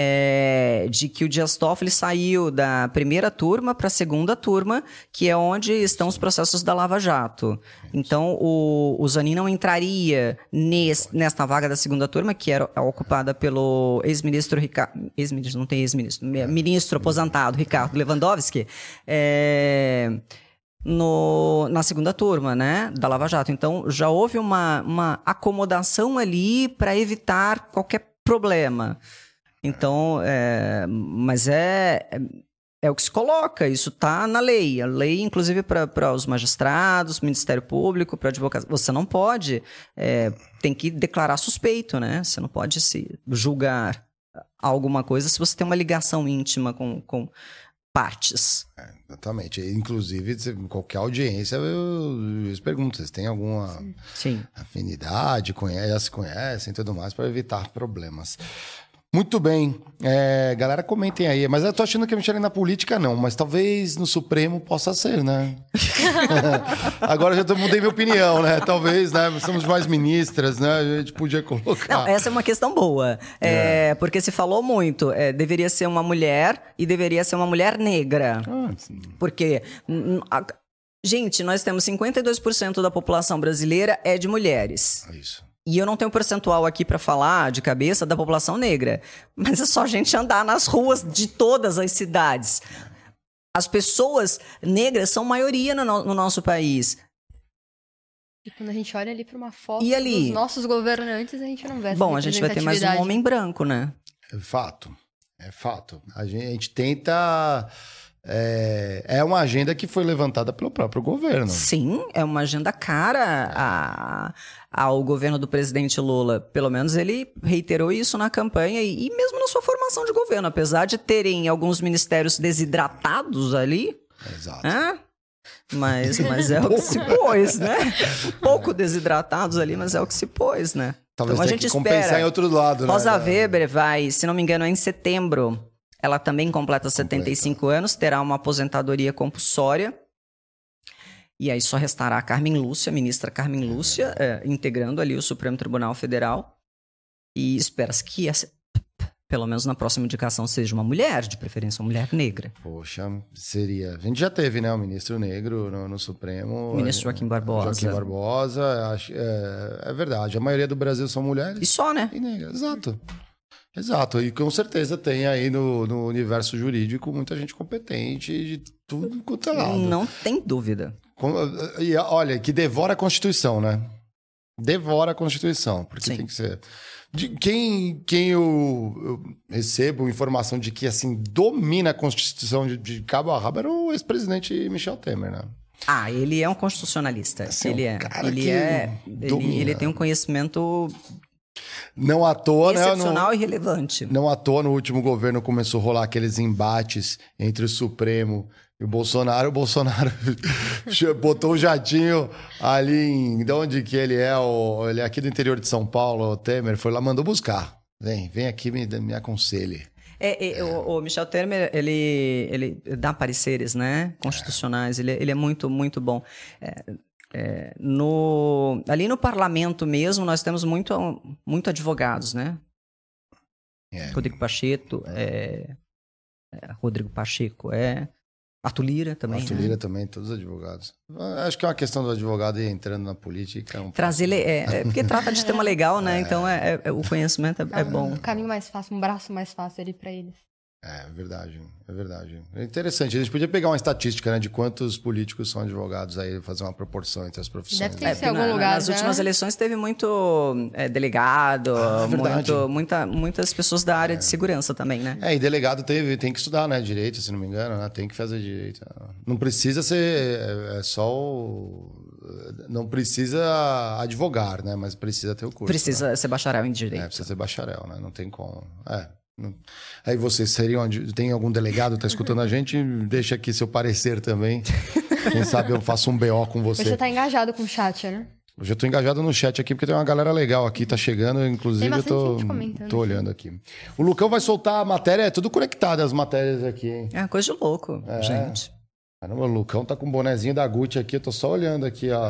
é, de que o Dias Toffoli saiu da primeira turma para a segunda turma, que é onde estão os processos da Lava Jato. Então, o, o Zanin não entraria nes, nesta vaga da segunda turma, que era ocupada pelo ex-ministro Ricardo... Ex-ministro, não tem ex-ministro. Ministro aposentado, Ricardo Lewandowski. É... No, na segunda turma, né, da Lava Jato. Então, já houve uma, uma acomodação ali para evitar qualquer problema. Então, é, mas é, é, é o que se coloca, isso está na lei. A lei, inclusive, para os magistrados, Ministério Público, para advogados. Você não pode, é, tem que declarar suspeito, né? Você não pode se julgar alguma coisa se você tem uma ligação íntima com... com partes. É, exatamente. Inclusive, se- qualquer audiência, eu, eu pergunto, vocês têm alguma Sim. afinidade, conhece, já se conhecem e tudo mais, para evitar problemas. Muito bem. É, galera, comentem aí. Mas eu tô achando que a Michelle na política não, mas talvez no Supremo possa ser, né? Agora já mudei minha opinião, né? Talvez, né? Somos mais ministras, né? A gente podia colocar. Não, essa é uma questão boa. É, é. Porque se falou muito, é, deveria ser uma mulher e deveria ser uma mulher negra. Ah, sim. Porque... A, gente, nós temos cinquenta e dois por cento da população brasileira é de mulheres. É isso. E eu não tenho percentual aqui para falar de cabeça da população negra. Mas é só a gente andar nas ruas de todas as cidades. As pessoas negras são maioria no, no nosso país. E quando a gente olha ali para uma foto e ali? dos nossos governantes, a gente não vê essa Bom, a gente vai ter mais um homem branco, né? É fato. É fato. A gente, a gente tenta... É, é uma agenda que foi levantada pelo próprio governo. Sim, é uma agenda cara a, ao governo do presidente Lula. Pelo menos ele reiterou isso na campanha e, e mesmo na sua formação de governo. Apesar de terem alguns ministérios desidratados ali. Exato. É? Mas, mas é o que se pôs, né? Um pouco desidratados ali, mas é o que se pôs, né? Talvez então, a tenha gente que compensar espera. em outro lado, né? Rosa Weber vai, se não me engano, é em setembro. Ela também completa setenta e cinco Completa. anos, terá uma aposentadoria compulsória. E aí só restará a Carmen Lúcia, a ministra Carmen Lúcia, é, integrando ali o Supremo Tribunal Federal. E espera-se que, essa, pelo menos na próxima indicação, seja uma mulher, de preferência uma mulher negra. Poxa, seria... A gente já teve, né, o ministro negro no, no Supremo. O ministro Joaquim Barbosa. Joaquim Barbosa, acho, é, é verdade. A maioria do Brasil são mulheres. E só, né? E negras, exato. Exato, e com certeza tem aí no, no universo jurídico muita gente competente de tudo quanto é lado. Não tem dúvida. E olha, que devora a Constituição, né? Devora a Constituição, porque Sim. tem que ser... De quem quem eu, eu recebo informação de que, assim, domina a Constituição de, de cabo a rabo era o ex-presidente Michel Temer, né? Ah, ele é um constitucionalista. Assim, ele um é. cara Ele que é. Ele, domina. ele tem um conhecimento Não à toa, né? excepcional Não, e relevante. não à toa, no último governo começou a rolar aqueles embates entre o Supremo e o Bolsonaro. O Bolsonaro botou o jatinho ali em... De onde que ele é? O, ele é aqui do interior de São Paulo, o Temer. Foi lá, mandou buscar. Vem, vem aqui, me, me aconselhe. É, é, é. O, o Michel Temer, ele, ele dá pareceres, né? Constitucionais. É. Ele, ele é muito, muito bom. É, é, no, ali no parlamento mesmo, nós temos muito, muito advogados, né? É. Rodrigo Pacheco, é, é, Rodrigo Pacheco, é... Arthur Lira também, Arthur né? Lira também, todos os advogados. Acho que é uma questão do advogado ir entrando na política. Um Trazer, é, é, porque trata de tema legal, né? É. Então é, é, o conhecimento é, é bom. Um caminho mais fácil, um braço mais fácil ali pra eles. É verdade, é verdade. É interessante. A gente podia pegar uma estatística, né, de quantos políticos são advogados aí, fazer uma proporção entre as profissões. Deve ter né? isso em algum na, lugar. Nas já. últimas eleições teve muito é, delegado, Ah, verdade. muito, muita, muitas pessoas da área É. de segurança também, né? É, e delegado teve, tem que estudar, né, direito, se não me engano, né? Tem que fazer direito. Não precisa ser é, é só o... Não precisa advogar, né, mas precisa ter o curso. Precisa né? ser bacharel em direito. É, precisa ser bacharel, né? Não tem como. É. Não... Aí vocês seriam. Tem algum delegado que tá escutando a gente? Deixa aqui seu parecer também. Quem sabe eu faço um B O com você. Você tá engajado com o chat, né? Hoje eu tô engajado no chat aqui, porque tem uma galera legal aqui, tá chegando, inclusive Tem eu tô, bastante gente comentando tô olhando aqui. O Lucão vai soltar a matéria, é tudo conectado as matérias aqui, hein? É uma coisa de louco, É. gente. Caramba, o Lucão tá com o bonezinho da Gucci aqui, eu tô só olhando aqui, ó.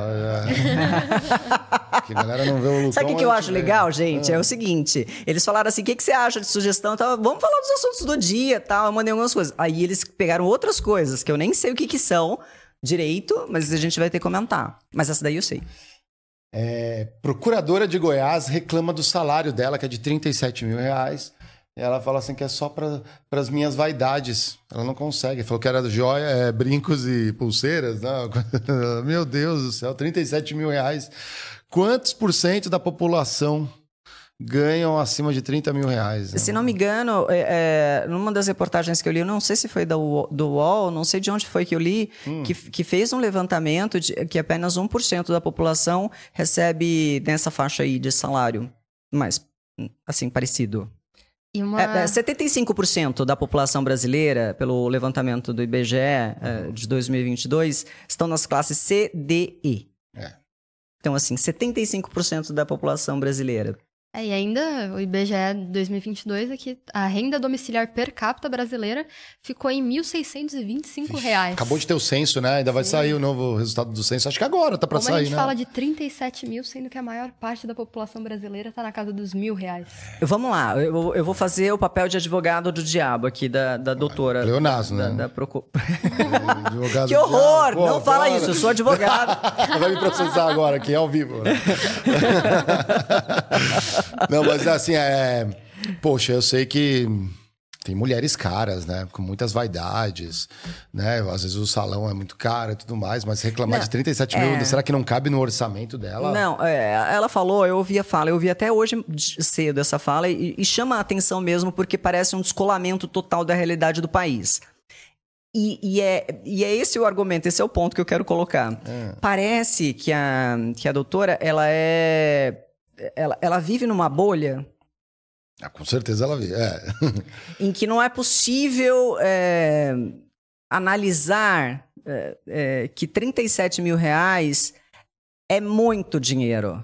É... que a galera não vê o Lucão. Sabe o que, que eu mas acho vê. legal, gente? Ah. É o seguinte, eles falaram assim, o que, que você acha de sugestão? Tal? Vamos falar dos assuntos do dia, tal. Eu mandei algumas coisas. Aí eles pegaram outras coisas, que eu nem sei o que, que são direito, mas a gente vai ter que comentar. Mas essa daí eu sei. É, procuradora de Goiás reclama do salário dela, que é de trinta e sete mil reais. E ela fala assim que é só para as minhas vaidades. Ela não consegue. Falou que era joia, é, brincos e pulseiras. Não. Meu Deus do céu, trinta e sete mil reais. Quantos por cento da população ganham acima de trinta mil reais? Né? Se não me engano, é, é, numa das reportagens que eu li, eu não sei se foi da U- do U O L, não sei de onde foi que eu li, Hum. que, que fez um levantamento de que apenas um por cento da população recebe nessa faixa aí de salário. Mas, assim, parecido. E uma... É, é, setenta e cinco por cento da população brasileira, pelo levantamento do I B G E é, de dois mil e vinte e dois, estão nas classes C, D, E. É. Então, assim, setenta e cinco por cento da população brasileira. É, e ainda o I B G E dois mil e vinte e dois é que a renda domiciliar per capita brasileira ficou em mil seiscentos e vinte e cinco reais. Acabou de ter o censo, né? Ainda vai Sim. sair o novo resultado do censo. Acho que agora tá para sair, né? A gente né? fala de trinta e sete mil, sendo que a maior parte da população brasileira tá na casa dos mil reais. Vamos lá, eu, eu vou fazer o papel de advogado do diabo aqui, da, da doutora. Leonaso, da, né? Da, da Procu... que horror! Pô, não fala cara. isso, eu sou advogado. Vai me processar agora, aqui ao vivo. Né? Não, mas assim, é... Poxa, eu sei que tem mulheres caras, né? Com muitas vaidades, né? Às vezes o salão é muito caro e tudo mais, mas reclamar não, de trinta e sete mil, é... será que não cabe no orçamento dela? Não, é, ela falou, eu ouvi a fala, eu ouvi até hoje cedo essa fala e, e chama a atenção mesmo porque parece um descolamento total da realidade do país. E, e, é, e é esse o argumento, esse é o ponto que eu quero colocar. É. Parece que a, que a doutora, ela é... Ela, ela vive numa bolha... Ah, com certeza ela vive, é. em que não é possível é, analisar é, é, que trinta e sete mil reais é muito dinheiro.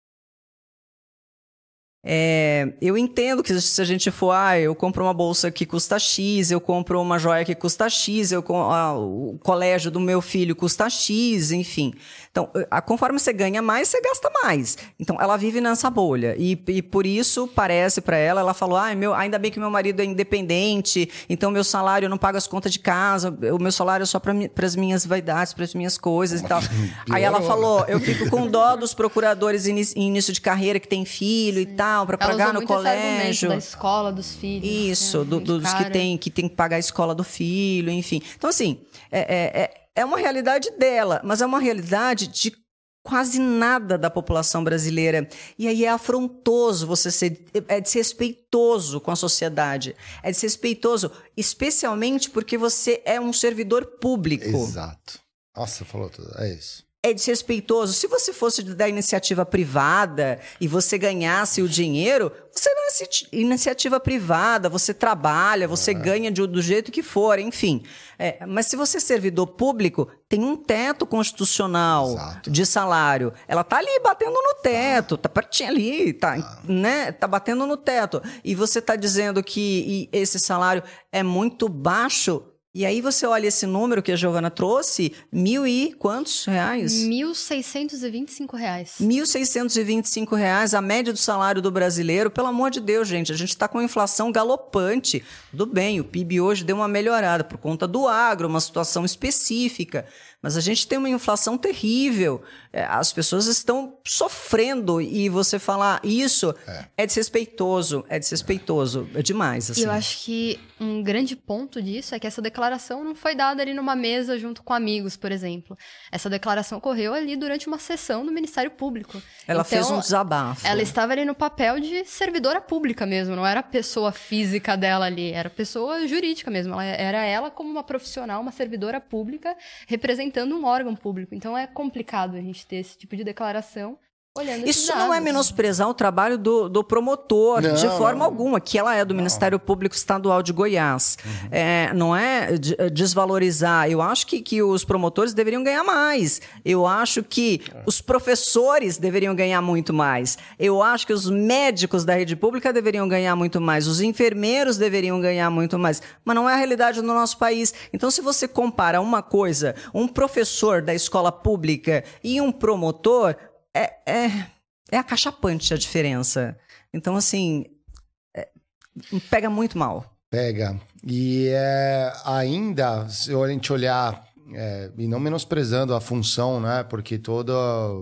É, eu entendo que se a gente for, ah, eu compro uma bolsa que custa X, eu compro uma joia que custa X, eu, ah, o colégio do meu filho custa X, enfim. Então, a, conforme você ganha mais, você gasta mais. Então, ela vive nessa bolha. E, e por isso, parece para ela, ela falou, ah, meu, ainda bem que meu marido é independente, então meu salário, eu não pago as contas de casa, o meu salário é só para as minhas vaidades, para as minhas coisas e tal. Aí ela falou, eu fico com dó dos procuradores em início de carreira que tem filho Sim. e tal, para pagar no colégio da escola dos filhos, isso né? do, dos que tem que tem que pagar a escola do filho, enfim. Então assim é, é, é uma realidade dela, mas é uma realidade de quase nada da população brasileira. E aí é afrontoso você ser, é desrespeitoso com a sociedade, é desrespeitoso, especialmente porque você é um servidor público. Exato. Nossa, falou tudo. É isso. É desrespeitoso. Se você fosse da iniciativa privada e você ganhasse o dinheiro, você é uma iniciativa privada, você trabalha, você é. ganha de, do jeito que for, enfim. É, mas se você é servidor público, tem um teto constitucional Exato. de salário. Ela tá ali batendo no teto, tá pertinho ali, tá, ah. né? Tá batendo no teto. E você tá dizendo que esse salário é muito baixo. E aí você olha esse número que a Giovana trouxe, mil e quantos reais? mil seiscentos e vinte e cinco reais. mil seiscentos e vinte e cinco reais, a média do salário do brasileiro. Pelo amor de Deus, gente, a gente está com inflação galopante. Tudo bem, o P I B hoje deu uma melhorada por conta do agro, uma situação específica. Mas a gente tem uma inflação terrível. As pessoas estão sofrendo e você falar isso é, é desrespeitoso, é desrespeitoso, é demais. Assim. Eu acho que um grande ponto disso é que essa declaração não foi dada ali numa mesa junto com amigos, por exemplo. Essa declaração ocorreu ali durante uma sessão do Ministério Público. Ela então, fez um desabafo. Ela estava ali no papel de servidora pública mesmo, não era a pessoa física dela ali, era a pessoa jurídica mesmo. Ela, era ela como uma profissional, uma servidora pública, representando um órgão público. Então é complicado a gente ter esse tipo de declaração olhando esses Isso dados. não é menosprezar o trabalho do, do promotor, não, de forma não. alguma, que ela é do não. Ministério Público Estadual de Goiás. Uhum. É, não é desvalorizar. Eu acho que, que os promotores deveriam ganhar mais. Eu acho que é. os professores deveriam ganhar muito mais. Eu acho que os médicos da rede pública deveriam ganhar muito mais. Os enfermeiros deveriam ganhar muito mais. Mas não é a realidade do nosso país. Então, se você compara uma coisa, um professor da escola pública e um promotor... É, é, é acachapante a diferença. Então, assim, é, pega muito mal. Pega. E é, ainda, se a gente olhar, é, e não menosprezando a função, né? Porque toda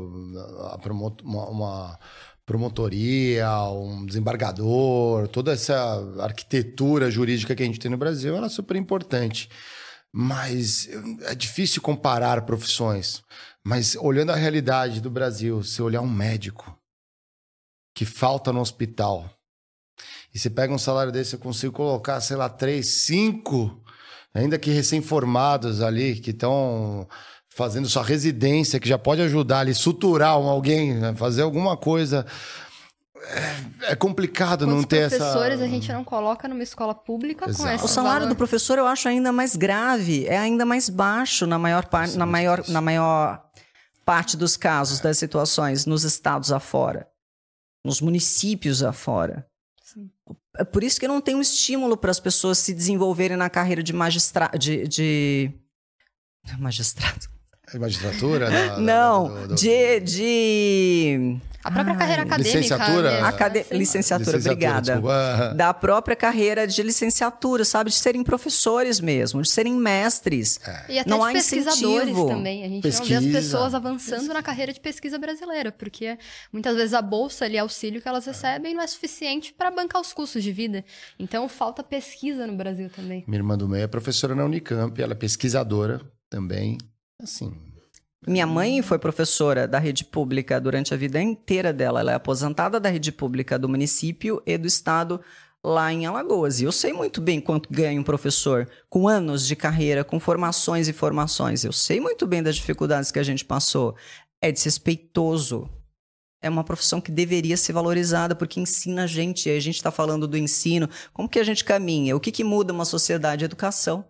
a promotor, uma, uma promotoria, um desembargador, toda essa arquitetura jurídica que a gente tem no Brasil, ela é super importante. Mas é difícil comparar profissões. Mas olhando a realidade do Brasil, se olhar um médico que falta no hospital e você pega um salário desse, eu consigo colocar, sei lá, três, cinco, ainda que recém-formados ali, que estão fazendo sua residência, que já pode ajudar ali, suturar um, alguém, né? Fazer alguma coisa. É, é complicado Quantos não ter essa... professores a gente não coloca numa escola pública Exato. com essa... O salário valor. do professor eu acho ainda mais grave, é ainda mais baixo na maior, par... na maior, na maior parte dos casos, das situações, nos estados afora. nos municípios afora. Sim. É por isso que não tem um estímulo para as pessoas se desenvolverem na carreira de magistrado. De, de... Magistrado. Magistratura? Da, não, da, do, do... de... de... A própria Ai, carreira acadêmica. Licenciatura? Né? Acad... Licenciatura, licenciatura, obrigada. Da própria carreira de licenciatura, sabe? De serem professores mesmo, de serem mestres. É. E até não de há pesquisadores incentivo. Também. A gente pesquisa. não vê as pessoas avançando na carreira de pesquisa brasileira, porque muitas vezes a bolsa ali, auxílio que elas recebem não é suficiente para bancar os custos de vida. Então falta pesquisa no Brasil também. Minha irmã do meio é professora na Unicamp, ela é pesquisadora também, assim... Minha mãe foi professora da rede pública durante a vida inteira dela. Ela é aposentada da rede pública do município e do estado lá em Alagoas. E eu sei muito bem quanto ganha um professor com anos de carreira, com formações e formações. Eu sei muito bem das dificuldades que a gente passou. É desrespeitoso. É uma profissão que deveria ser valorizada porque ensina a gente. E a gente está falando do ensino. Como que a gente caminha? O que, que muda uma sociedade? Educação.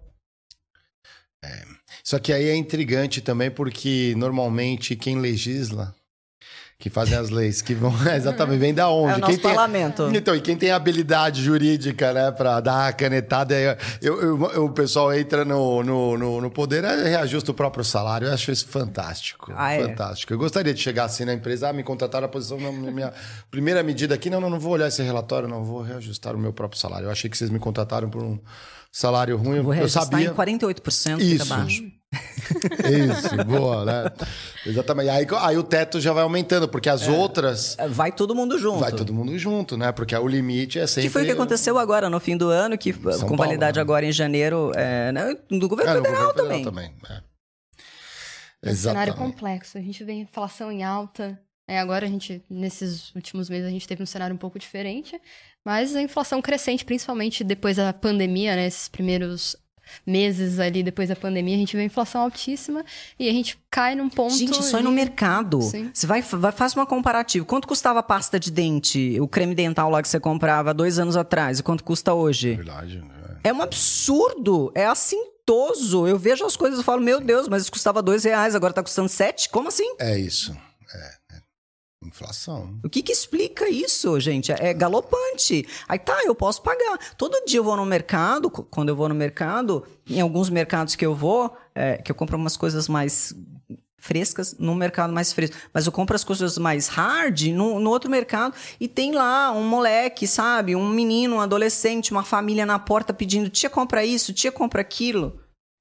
É... Só que aí é intrigante também, porque normalmente quem legisla, que fazem as leis, que vão exatamente, vem da onde? É o nosso quem tem, parlamento. Então, e quem tem habilidade jurídica, né, pra dar a canetada, eu, eu, eu, o pessoal entra no, no, no, no poder e reajusta o próprio salário. Eu acho isso fantástico. Ah, é? Fantástico. Eu gostaria de chegar assim na empresa, ah, me contrataram a posição, na minha primeira medida aqui, não, não, não vou olhar esse relatório, não, vou reajustar o meu próprio salário. Eu achei que vocês me contrataram por um salário ruim, eu, eu sabia. Em quarenta e oito por cento isso. Fica baixo. Isso, boa, né? Exatamente. Aí, aí o teto já vai aumentando, porque as é, outras... Vai todo mundo junto. Vai todo mundo junto, né? Porque o limite é sempre... Que foi o que aconteceu agora, no fim do ano, que São com Paulo, validade né? agora em janeiro, é, né? do governo é, federal governo também. também é. É um cenário complexo. A gente vê inflação em alta. É, agora a gente, nesses últimos meses, a gente teve um cenário um pouco diferente. Mas a inflação crescente, principalmente depois da pandemia, né? Esses primeiros... meses ali depois da pandemia, a gente vê a inflação altíssima e a gente cai num ponto... Gente, só de... ir no mercado. Sim. Você vai, vai, faz uma comparativa. Quanto custava a pasta de dente, o creme dental lá que você comprava dois anos atrás e quanto custa hoje? Verdade. É, é um absurdo. É assintoso. Eu vejo as coisas e falo, meu Deus, mas isso custava dois reais, agora tá custando sete? Como assim? É isso. É. Inflação. O que que explica isso, gente? É galopante. Aí tá, eu posso pagar. Todo dia eu vou no mercado, quando eu vou no mercado, em alguns mercados que eu vou, é, que eu compro umas coisas mais frescas num mercado mais fresco. Mas eu compro as coisas mais hard no, no outro mercado e tem lá um moleque, sabe? Um menino, um adolescente, uma família na porta pedindo, tia, compra isso, tia, compra aquilo.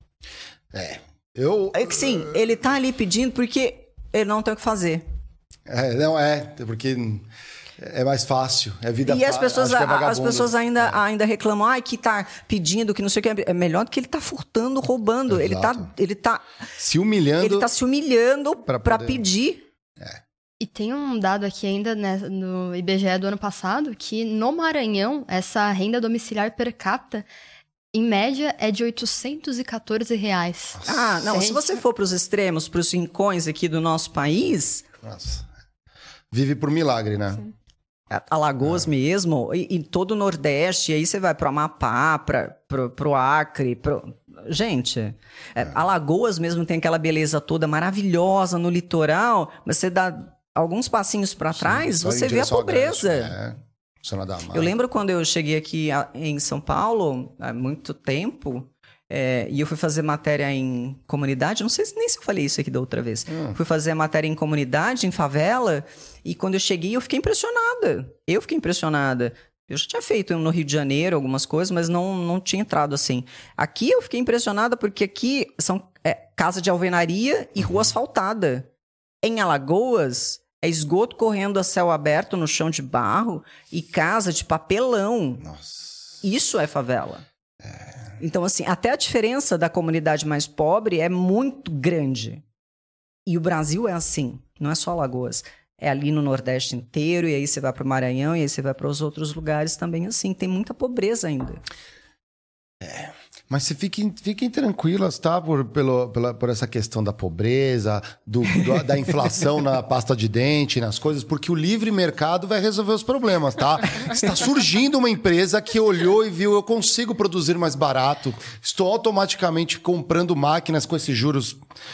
É, eu... É que sim, ele tá ali pedindo porque ele não tem o que fazer. É, não é, porque é mais fácil, é vida fácil. E as pessoas, é as pessoas ainda, é. ainda reclamam, ai, que tá pedindo, que não sei o que. É melhor do que ele tá furtando, roubando. Ele tá, ele tá se humilhando. Ele tá se humilhando pra, pra poder... pedir. É. E tem um dado aqui ainda né, no I B G E do ano passado, que no Maranhão, essa renda domiciliar per capita, em média, é de oitocentos e quatorze reais. Nossa. Ah, não, se, se você for pros extremos, pros rincões aqui do nosso país... Nossa. Vive por milagre, né? Sim. Alagoas é. mesmo, e, e todo o Nordeste, e aí você vai pro Amapá, pra, pro, pro Acre, pro... Gente, é. É, Alagoas mesmo tem aquela beleza toda maravilhosa no litoral, mas você dá alguns passinhos para trás, você vê a pobreza. É. Eu lembro quando eu cheguei aqui em São Paulo, há muito tempo... É, e eu fui fazer matéria em comunidade, não sei nem se eu falei isso aqui da outra vez. Hum. Fui fazer matéria em comunidade, em favela, e quando eu cheguei eu fiquei impressionada. Eu fiquei impressionada. Eu já tinha feito no Rio de Janeiro algumas coisas, mas não, não tinha entrado assim. Aqui eu fiquei impressionada porque aqui são é, casa de alvenaria e rua asfaltada. Em Alagoas, é esgoto correndo a céu aberto no chão de barro e casa de papelão. Nossa. Isso é favela. É... Então, assim, até a diferença da comunidade mais pobre é muito grande. E o Brasil é assim, não é só Alagoas. É ali no Nordeste inteiro, e aí você vai para o Maranhão, e aí você vai para os outros lugares também assim. Tem muita pobreza ainda. É. Mas se fiquem, fiquem tranquilas, tá? Por, pelo, pela, por essa questão da pobreza, do, do, da inflação na pasta de dente, nas coisas, porque o livre mercado vai resolver os problemas, tá? Está surgindo uma empresa que olhou e viu, eu consigo produzir mais barato, estou automaticamente comprando máquinas com esses juros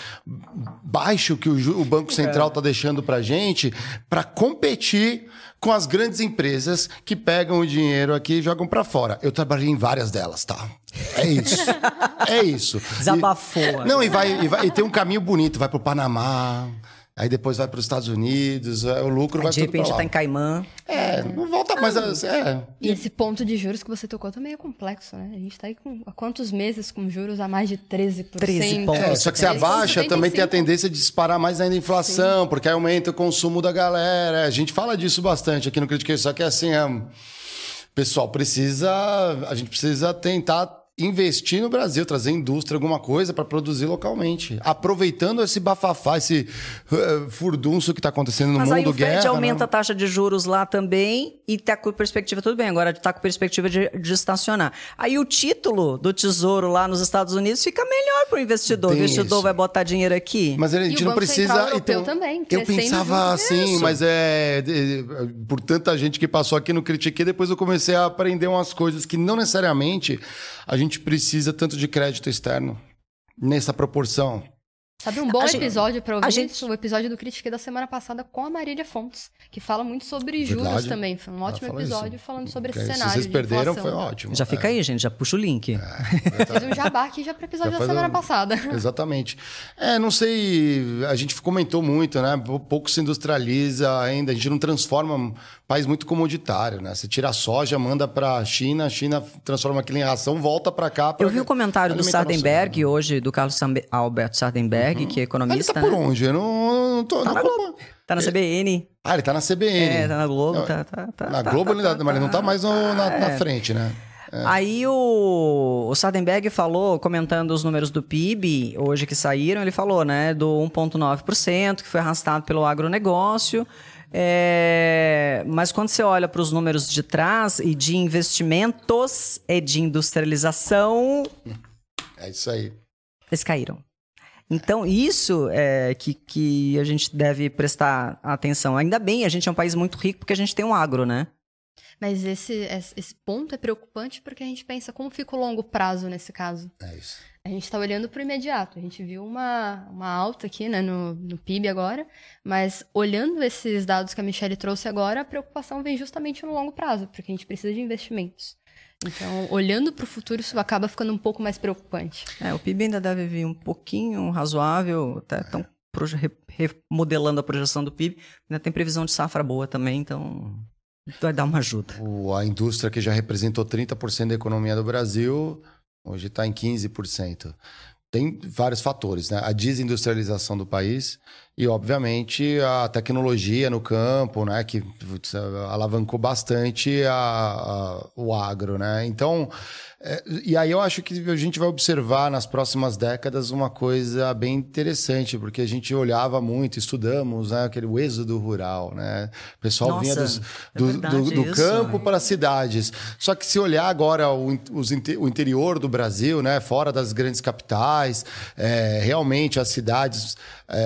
baixos que o, o Banco Central está deixando pra gente, para competir com as grandes empresas que pegam o dinheiro aqui e jogam para fora. Eu trabalhei em várias delas, tá? É isso. É isso. Desabafou. E, não, e, vai, e, vai, e tem um caminho bonito. Vai pro Panamá, aí depois vai para os Estados Unidos, o lucro aí vai de tudo pra repente lá. tá em Caimã. É, não volta mais. É. E esse ponto de juros que você tocou também é complexo, né? A gente tá aí com há quantos meses com juros a mais de treze por cento? treze pontos. É, só que se abaixa, também tem a tendência de disparar mais ainda a inflação, sim, porque aí aumenta o consumo da galera. A gente fala disso bastante aqui no Critiquei, só que assim, é, o pessoal precisa, a gente precisa tentar investir no Brasil, trazer indústria, alguma coisa para produzir localmente. Aproveitando esse bafafá, esse uh, furdunço que está acontecendo no Mas mundo, aí o Fed guerra, aumenta né? a taxa de juros lá também e tá com perspectiva, tudo bem, agora tá com perspectiva de, de estacionar. Aí o título do Tesouro lá nos Estados Unidos fica melhor para o investidor. Tem o investidor isso. vai botar dinheiro aqui. Mas a gente E o não Banco precisa... Central Europeu também, eu crescendo pensava junto. assim, Isso. mas é... de- por tanta gente que passou aqui no Critiquei, depois eu comecei a aprender umas coisas que não necessariamente a gente precisa tanto de crédito externo nessa proporção. Sabe um bom A gente- episódio para ouvir a gente- isso? O episódio do Critiquei da semana passada com a Marília Fontes, que fala muito sobre juros Verdade. também. Foi um Ela ótimo fala episódio isso. falando sobre esse Se cenário vocês de perderam, inflação. foi ótimo. Já fica É. aí, gente, já puxa o link. Fiz um jabá aqui já para o episódio Já da faz semana um- passada. Exatamente. É, não sei, a gente comentou muito, né? Pouco se industrializa ainda, a gente não transforma um país muito comoditário, né? Você tira a soja, manda para a China, a China transforma aquilo em ração, volta para cá. Pra Eu vi o comentário do alimentar nosso- Sardenberg hoje, do Carlos Sambe- Alberto Sardenberg, que é Ele economista, tá por né? onde? Eu não, não tô... Tá não na como- Globo. Tá na C B N. Ah, ele tá na C B N. É, tá na Globo, Não, tá, tá, tá. Na tá, Globo, tá, ele, tá, tá, mas ele não tá mais no- na, na é. frente, né? Aí o, o Sardenberg falou, comentando os números do P I B, hoje que saíram, ele falou, né, do um vírgula nove por cento, que foi arrastado pelo agronegócio. É, mas quando você olha para os números de trás e de investimentos e de industrialização, É isso aí. eles caíram. Então, isso é que, que a gente deve prestar atenção. Ainda bem, a gente é um país muito rico porque a gente tem um agro, né? Mas esse, esse ponto é preocupante porque a gente pensa como fica o longo prazo nesse caso. É isso. A gente está olhando para o imediato. A gente viu uma, uma alta aqui, né, no, no P I B agora, mas olhando esses dados que a Michelle trouxe agora, a preocupação vem justamente no longo prazo, porque a gente precisa de investimentos. Então, olhando para o futuro, isso acaba ficando um pouco mais preocupante. É, o P I B ainda deve vir um pouquinho razoável, até estão remodelando a projeção do P I B. Ainda tem previsão de safra boa também, então vai dar uma ajuda. O- a indústria que já representou trinta por cento da economia do Brasil, hoje está em quinze por cento. Tem vários fatores, né? A desindustrialização do país e, obviamente, a tecnologia no campo, né? Que putz, alavancou bastante a, a- o agro, né? Então, é, e aí eu acho que a gente vai observar nas próximas décadas uma coisa bem interessante, porque a gente olhava muito, estudamos, né? Aquele o êxodo rural, né? O pessoal Nossa, vinha dos, é do, verdade do- do isso. campo para as cidades. Só que se olhar agora o, in- os inte- o interior do Brasil, né, fora das grandes capitais, é, realmente as cidades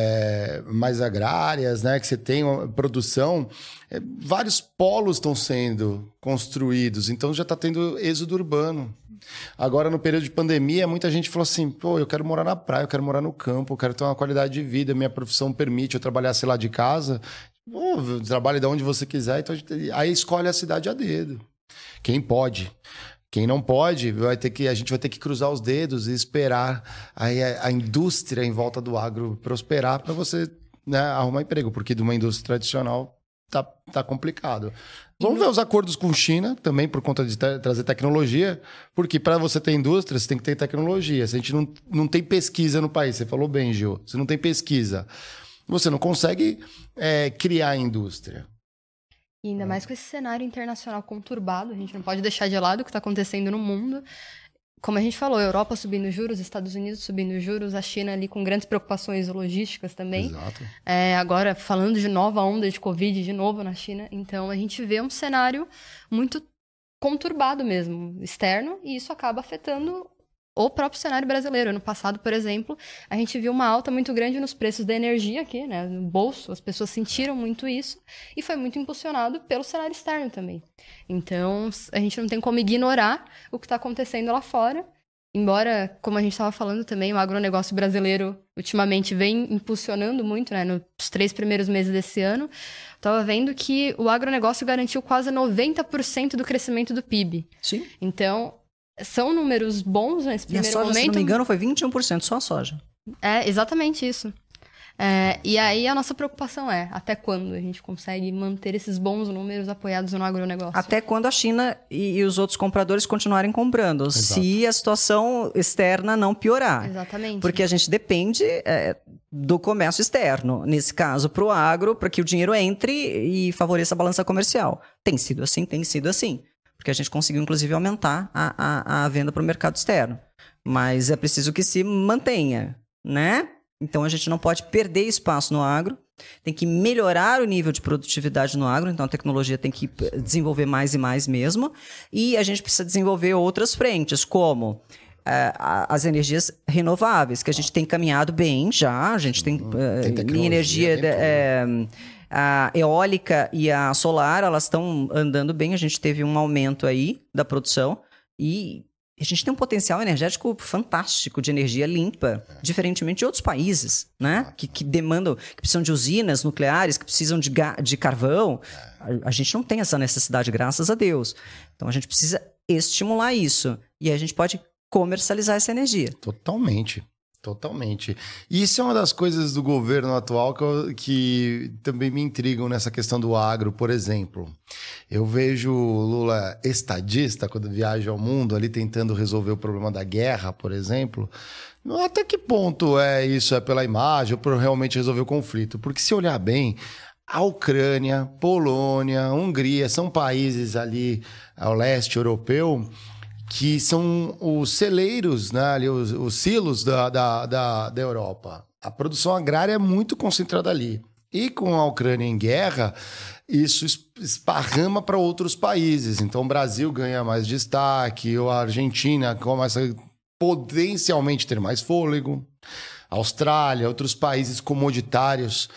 é, mais agrárias, né, que você tem uma produção, é, vários polos estão sendo construídos, então já está tendo êxodo urbano. Agora, no período de pandemia, muita gente falou assim, pô, eu quero morar na praia, eu quero morar no campo, eu quero ter uma qualidade de vida, minha profissão permite eu trabalhar, sei lá, de casa. Pô, trabalhe de onde você quiser, então a gente- aí escolhe a cidade a dedo. Quem pode. Quem não pode, vai ter que, a gente vai ter que cruzar os dedos e esperar aí a, a indústria em volta do agro prosperar para você, né, arrumar emprego, porque de uma indústria tradicional tá, tá complicado. Vamos ver os acordos com China também por conta de tra- trazer tecnologia, porque para você ter indústria, você tem que ter tecnologia. Se a gente não, não tem pesquisa no país, você falou bem, Gil, você não tem pesquisa, você não consegue é, criar indústria. E ainda mais com esse cenário internacional conturbado, a gente não pode deixar de lado o que está acontecendo no mundo. Como a gente falou, a Europa subindo juros, Estados Unidos subindo juros, a China ali com grandes preocupações logísticas também. Exato. É, agora falando de nova onda de Covid de novo na China. Então a gente vê um cenário muito conturbado mesmo, externo, e isso acaba afetando o próprio cenário brasileiro. Ano passado, por exemplo, a gente viu uma alta muito grande nos preços da energia aqui, né, no bolso, as pessoas sentiram muito isso, e foi muito impulsionado pelo cenário externo também. Então, a gente não tem como ignorar o que está acontecendo lá fora, embora, como a gente estava falando também, o agronegócio brasileiro ultimamente vem impulsionando muito, né, nos três primeiros meses desse ano. Estava vendo que o agronegócio garantiu quase noventa por cento do crescimento do P I B. Sim. Então, são números bons nesse primeiro e a soja, momento. se não me engano, foi vinte e um por cento só a soja. É, exatamente isso. É, e aí a nossa preocupação é, até quando a gente consegue manter esses bons números apoiados no agronegócio? Até quando a China e, e os outros compradores continuarem comprando, Exato. Se a situação externa não piorar. Exatamente. Porque a gente depende é, do comércio externo, nesse caso para o agro, para que o dinheiro entre e favoreça a balança comercial. Tem sido assim, tem sido assim. Porque a gente conseguiu, inclusive, aumentar a, a, a venda para o mercado externo. Mas é preciso que se mantenha, né? Então, a gente não pode perder espaço no agro, tem que melhorar o nível de produtividade no agro, então a tecnologia tem que desenvolver mais e mais mesmo, e a gente precisa desenvolver outras frentes, como é, as energias renováveis, que a gente tem caminhado bem já, a gente tem, tem uh, energia... Tem é, a eólica e a solar, elas estão andando bem, a gente teve um aumento aí da produção, e... a gente tem um potencial energético fantástico de energia limpa, é. diferentemente de outros países, né? Que, que demandam, que precisam de usinas nucleares, que precisam de, ga- de carvão. É. A, a gente não tem essa necessidade, graças a Deus. Então, a gente precisa estimular isso. E aí a gente pode comercializar essa energia. Totalmente. Totalmente. E isso é uma das coisas do governo atual que, eu, que também me intrigam nessa questão do agro, por exemplo. Eu vejo Lula estadista quando viaja ao mundo, ali tentando resolver o problema da guerra, por exemplo. Até que ponto é isso? É pela imagem ou por realmente resolver o conflito? Porque se olhar bem, a Ucrânia, Polônia, Hungria, são países ali ao leste europeu que são os celeiros, né, ali, os, os silos da, da, da, da Europa. A produção agrária é muito concentrada ali. E com a Ucrânia em guerra, isso esparrama para outros países. Então, o Brasil ganha mais destaque, ou a Argentina começa a potencialmente ter mais fôlego. A Austrália, outros países comoditários,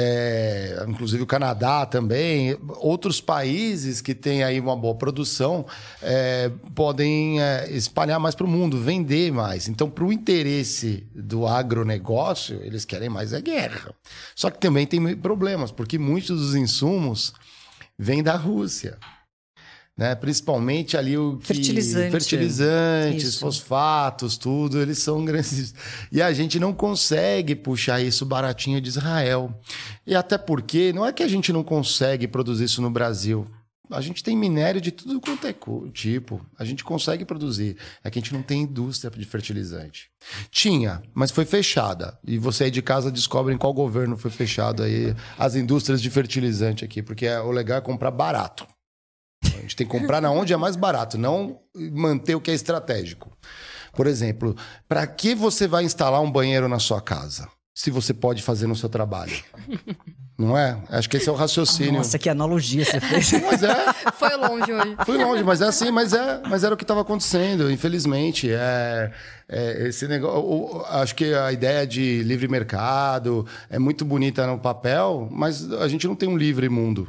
é, inclusive o Canadá também, outros países que têm aí uma boa produção, é, podem é, espalhar mais para o mundo, vender mais. Então, para o interesse do agronegócio, eles querem mais é guerra. Só que também tem problemas, porque muitos dos insumos vêm da Rússia. Né? Principalmente ali o que... Fertilizante. Fertilizantes, isso. Fosfatos, tudo, eles são grandes. E a gente não consegue puxar isso baratinho de Israel. E até porque não é que a gente não consegue produzir isso no Brasil. A gente tem minério de tudo quanto é tipo. A gente consegue produzir. É que a gente não tem indústria de fertilizante. Tinha, mas foi fechada. E você aí de casa descobre em qual governo foi fechado aí as indústrias de fertilizante aqui. Porque o legal é comprar barato. A gente tem que comprar na onde é mais barato, não manter o que é estratégico. Por exemplo, para que você vai instalar um banheiro na sua casa, se você pode fazer no seu trabalho? Não é? Acho que esse é o raciocínio. Nossa, que analogia você fez. Mas é. Foi longe hoje. Foi longe, mas é assim, mas, é, mas era o que estava acontecendo, infelizmente. É, é, esse negócio, acho que a ideia de livre mercado é muito bonita no papel, mas a gente não tem um livre mundo.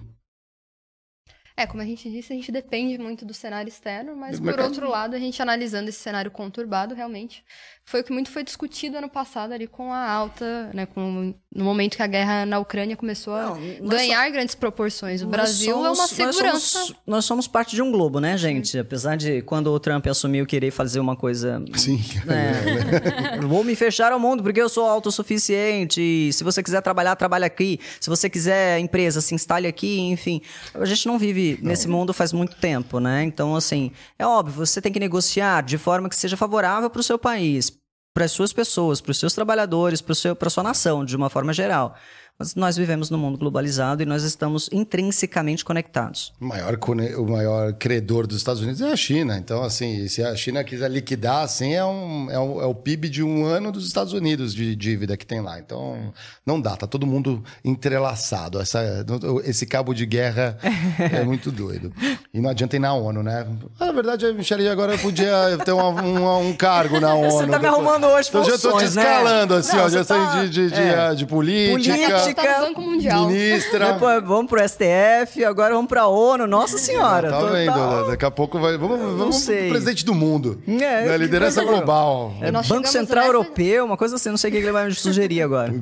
É, como a gente disse, a gente depende muito do cenário externo, mas Do por mercado. outro lado, a gente analisando esse cenário conturbado, realmente, foi o que muito foi discutido ano passado ali com a alta, né, com, no momento que a guerra na Ucrânia começou a Não, ganhar so... grandes proporções. O nós Brasil somos, é uma segurança. Nós somos, nós somos parte de um globo, né, gente? Apesar de quando o Trump assumiu querer fazer uma coisa... Sim. É, vou me fechar ao mundo porque eu sou autossuficiente. Se você quiser trabalhar, trabalha aqui. Se você quiser empresa, se instale aqui, enfim. A gente não vive não. nesse mundo faz muito tempo, né? Então, assim, é óbvio, você tem que negociar de forma que seja favorável para o seu país, para as suas pessoas, para os seus trabalhadores, para a sua nação, de uma forma geral. Mas nós vivemos num mundo globalizado e nós estamos intrinsecamente conectados. O maior, o maior credor dos Estados Unidos é a China. Então, assim, se a China quiser liquidar, assim, é, um, é, um, é o P I B de um ano dos Estados Unidos de dívida que tem lá. Então, não dá. Tá todo mundo entrelaçado. Essa, esse cabo de guerra é muito doido. E não adianta ir na ONU, né? Na verdade, a Michelle agora podia ter uma, uma, um cargo na ONU. Você tá me arrumando hoje então, funções, já tô te escalando, né? assim, Não, ó. Já tá... sei de, de, é. de, de política. Política. Tá no Banco Mundial. Ministra. Depois vamos pro S T F, agora vamos pra ONU. Nossa Senhora. Tá total... vendo? Daqui a pouco vai... Vamos, vamos pro presidente do mundo. É, né? Liderança global. É, Banco Central nessa... Europeu, uma coisa assim. Não sei o que ele vai me sugerir agora.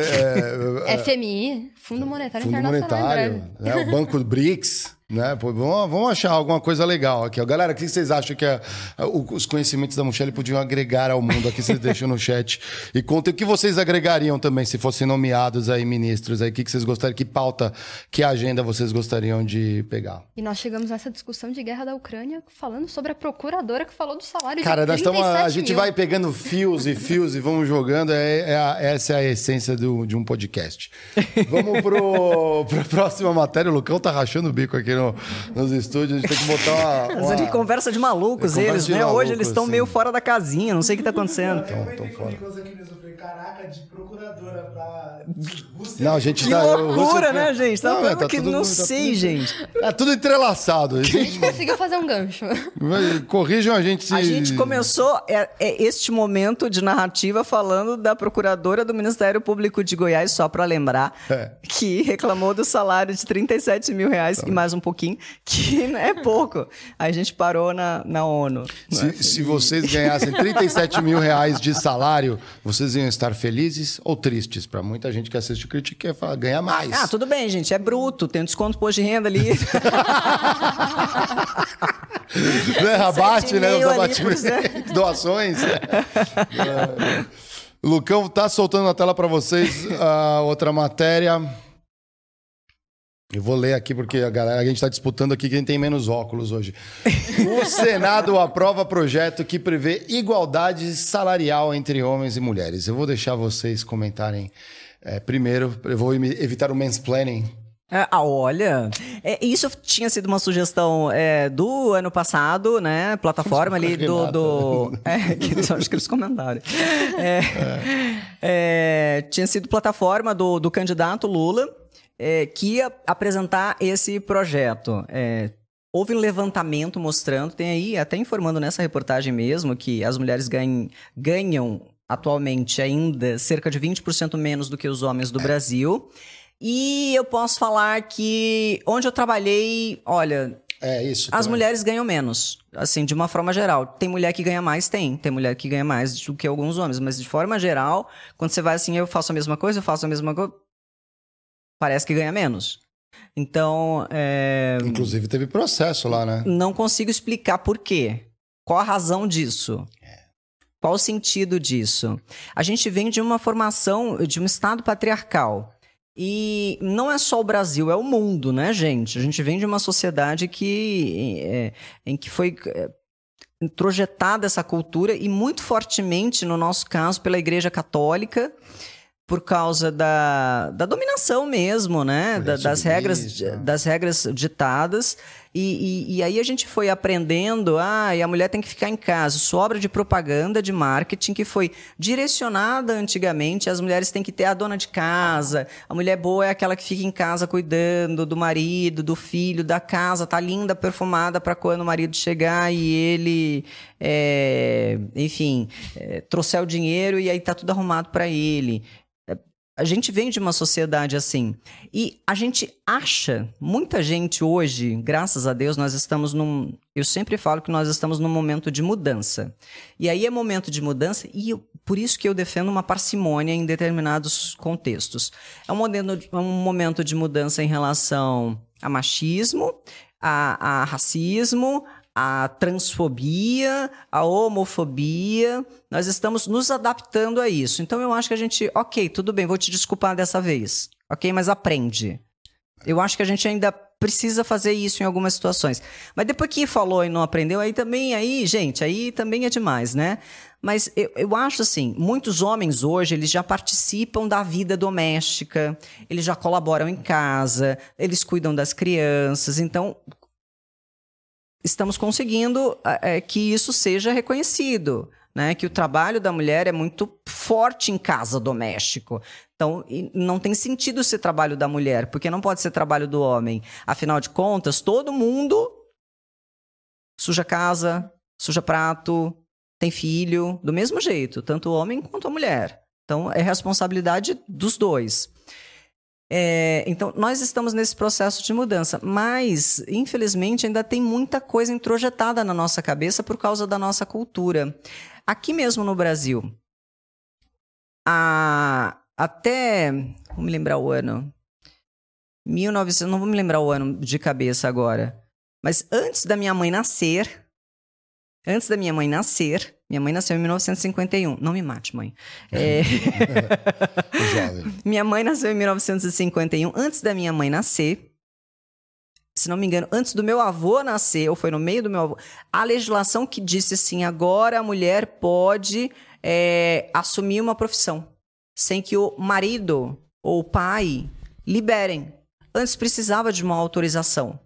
É, é, F M I, Fundo Monetário Fundo Internacional. Monetário, né? O Banco BRICS. Né? Pô, vamos, vamos achar alguma coisa legal aqui. Galera, o que vocês acham que a, a, os conhecimentos da Michelle podiam agregar ao mundo? Aqui vocês deixam no chat. E contem o que vocês agregariam também, se fossem nomeados aí ministros. Aí, o que vocês gostariam, que pauta, que agenda vocês gostariam de pegar? E nós chegamos nessa discussão de guerra da Ucrânia falando sobre a procuradora que falou do salário Cara, de nós estamos, a gente mil. vai pegando fios e fios e vamos jogando. É, é a, essa é a essência do, de um podcast. Vamos pro, pro próxima matéria. O Lucão tá rachando o bico aqui no, nos estúdios, a gente tem que botar uma... uma... Essa conversa de malucos, é eles, de né? Maluco, Hoje eles estão assim. meio fora da casinha, não sei o que tá acontecendo. Então, então, fora. Caraca, de procuradora pra... Não, a gente que tá... loucura, né, gente? Tá não, é, tá que tudo, não tá sei, tudo... gente. É tudo entrelaçado. A A gente, gente conseguiu fazer um gancho. corrijam a gente se... A gente começou é, é este momento de narrativa falando da procuradora do Ministério Público de Goiás, só pra lembrar, é. que reclamou do salário de trinta e sete mil reais tá. e mais um pouquinho, que não é pouco. A gente parou na, na ONU. Se, é se vocês ganhassem trinta e sete mil reais de salário, vocês iam estar felizes ou tristes? Pra muita gente que assiste o Critique quer falar, ganhar mais. Ah, tudo bem, gente. É bruto. Tem um desconto por de renda ali. né? Abate, né? Os abatimentos, né? doações. é. Lucão tá soltando na tela para vocês a outra matéria. Eu vou ler aqui porque a galera, a gente está disputando aqui quem tem menos óculos hoje. O Senado aprova projeto que prevê igualdade salarial entre homens e mulheres. Eu vou deixar vocês comentarem é, primeiro. Eu vou evitar o mansplaining. Ah, olha, é, isso tinha sido uma sugestão é, do ano passado, né? Plataforma ali do... do é, que eles, acho que eles comentaram. É, é. É, tinha sido plataforma do, do candidato Lula, é, que ia apresentar esse projeto. É, houve um levantamento mostrando, tem aí, até informando nessa reportagem mesmo, que as mulheres ganham, ganham atualmente ainda cerca de vinte por cento menos do que os homens do Brasil. E eu posso falar que onde eu trabalhei, olha, é isso, as também. mulheres ganham menos, assim, de uma forma geral. Tem mulher que ganha mais? Tem. Tem mulher que ganha mais do que alguns homens, mas de forma geral, quando você vai assim, eu faço a mesma coisa, eu faço a mesma coisa, parece que ganha menos. Então, é... Inclusive teve processo lá, né? Não consigo explicar por quê. Qual a razão disso? Qual o sentido disso? A gente vem de uma formação, de um estado patriarcal. E não é só o Brasil, é o mundo, né, gente? A gente vem de uma sociedade que, é, em que foi é, introjetada essa cultura e muito fortemente, no nosso caso, pela Igreja Católica, por causa da, da dominação mesmo, né? Da, das, regras, das regras ditadas. E, e, e aí a gente foi aprendendo, ah, e a mulher tem que ficar em casa. Isso obra de propaganda, de marketing, que foi direcionada antigamente. As mulheres têm que ter a dona de casa. A mulher boa é aquela que fica em casa cuidando do marido, do filho, da casa. Tá linda, perfumada para quando o marido chegar e ele, é, enfim, é, trouxer o dinheiro e aí tá tudo arrumado para ele. A gente vem de uma sociedade assim. E a gente acha, muita gente hoje, graças a Deus, nós estamos num... Eu sempre falo que nós estamos num momento de mudança. E aí é momento de mudança e eu, por isso que eu defendo uma parcimônia em determinados contextos. É um momento, um momento de mudança em relação a machismo, a, a racismo, a transfobia, a homofobia, nós estamos nos adaptando a isso. Então eu acho que a gente, ok, tudo bem, vou te desculpar dessa vez, ok, mas aprende. Eu acho que a gente ainda precisa fazer isso em algumas situações. Mas depois que falou e não aprendeu, aí também, aí, gente, aí também é demais, né? Mas eu, eu acho assim, muitos homens hoje, eles já participam da vida doméstica, eles já colaboram em casa, eles cuidam das crianças, então estamos conseguindo é, que isso seja reconhecido, né? Que o trabalho da mulher é muito forte em casa doméstico. Então, não tem sentido ser trabalho da mulher, porque não pode ser trabalho do homem. Afinal de contas, todo mundo suja casa, suja prato, tem filho, do mesmo jeito, tanto o homem quanto a mulher. Então, é responsabilidade dos dois. É, então, nós estamos nesse processo de mudança, mas, infelizmente, ainda tem muita coisa introjetada na nossa cabeça por causa da nossa cultura. Aqui mesmo no Brasil, a, até, vou me lembrar o ano, mil e novecentos, não vou me lembrar o ano de cabeça agora, mas antes da minha mãe nascer, antes da minha mãe nascer, minha mãe nasceu em mil novecentos e cinquenta e um. Não me mate, mãe. É... minha mãe nasceu em mil novecentos e cinquenta e um. Antes da minha mãe nascer, se não me engano, antes do meu avô nascer, ou foi no meio do meu avô, a legislação que disse assim, agora a mulher pode é, assumir uma profissão, sem que o marido ou o pai liberem. Antes precisava de uma autorização.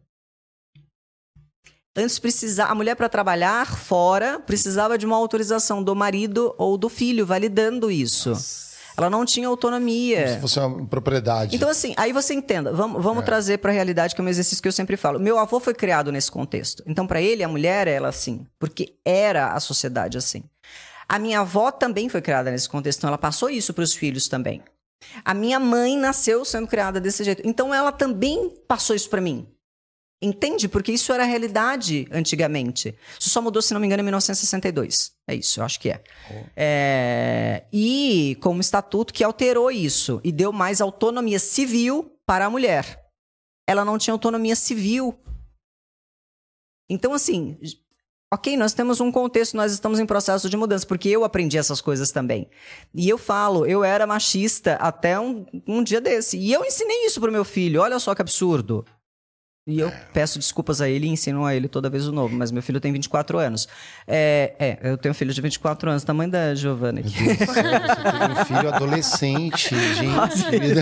Antes precisava, a mulher para trabalhar fora precisava de uma autorização do marido ou do filho validando isso. Nossa. Ela não tinha autonomia. Como se fosse uma propriedade. Então assim, aí você entenda, vamos, vamos é. trazer para a realidade, que é um exercício que eu sempre falo. Meu avô foi criado nesse contexto. Então para ele a mulher ela assim, porque era a sociedade assim. A minha avó também foi criada nesse contexto, então ela passou isso para os filhos também. A minha mãe nasceu sendo criada desse jeito. Então ela também passou isso para mim. Entende? Porque isso era a realidade antigamente. Isso só mudou, se não me engano, em mil novecentos e sessenta e dois. É isso, eu acho que é. Oh. é. E como estatuto que alterou isso e deu mais autonomia civil para a mulher. Ela não tinha autonomia civil. Então, assim, ok, nós temos um contexto, nós estamos em processo de mudança, porque eu aprendi essas coisas também. E eu falo, eu era machista até um, um dia desse. E eu ensinei isso para o meu filho, olha só que absurdo. E eu peço desculpas a ele e ensino a ele toda vez o novo, mas meu filho tem vinte e quatro anos. É, é eu tenho um filho de vinte e quatro anos, tamanho da Giovana aqui. Meu Deus do céu, você tem um filho adolescente, gente.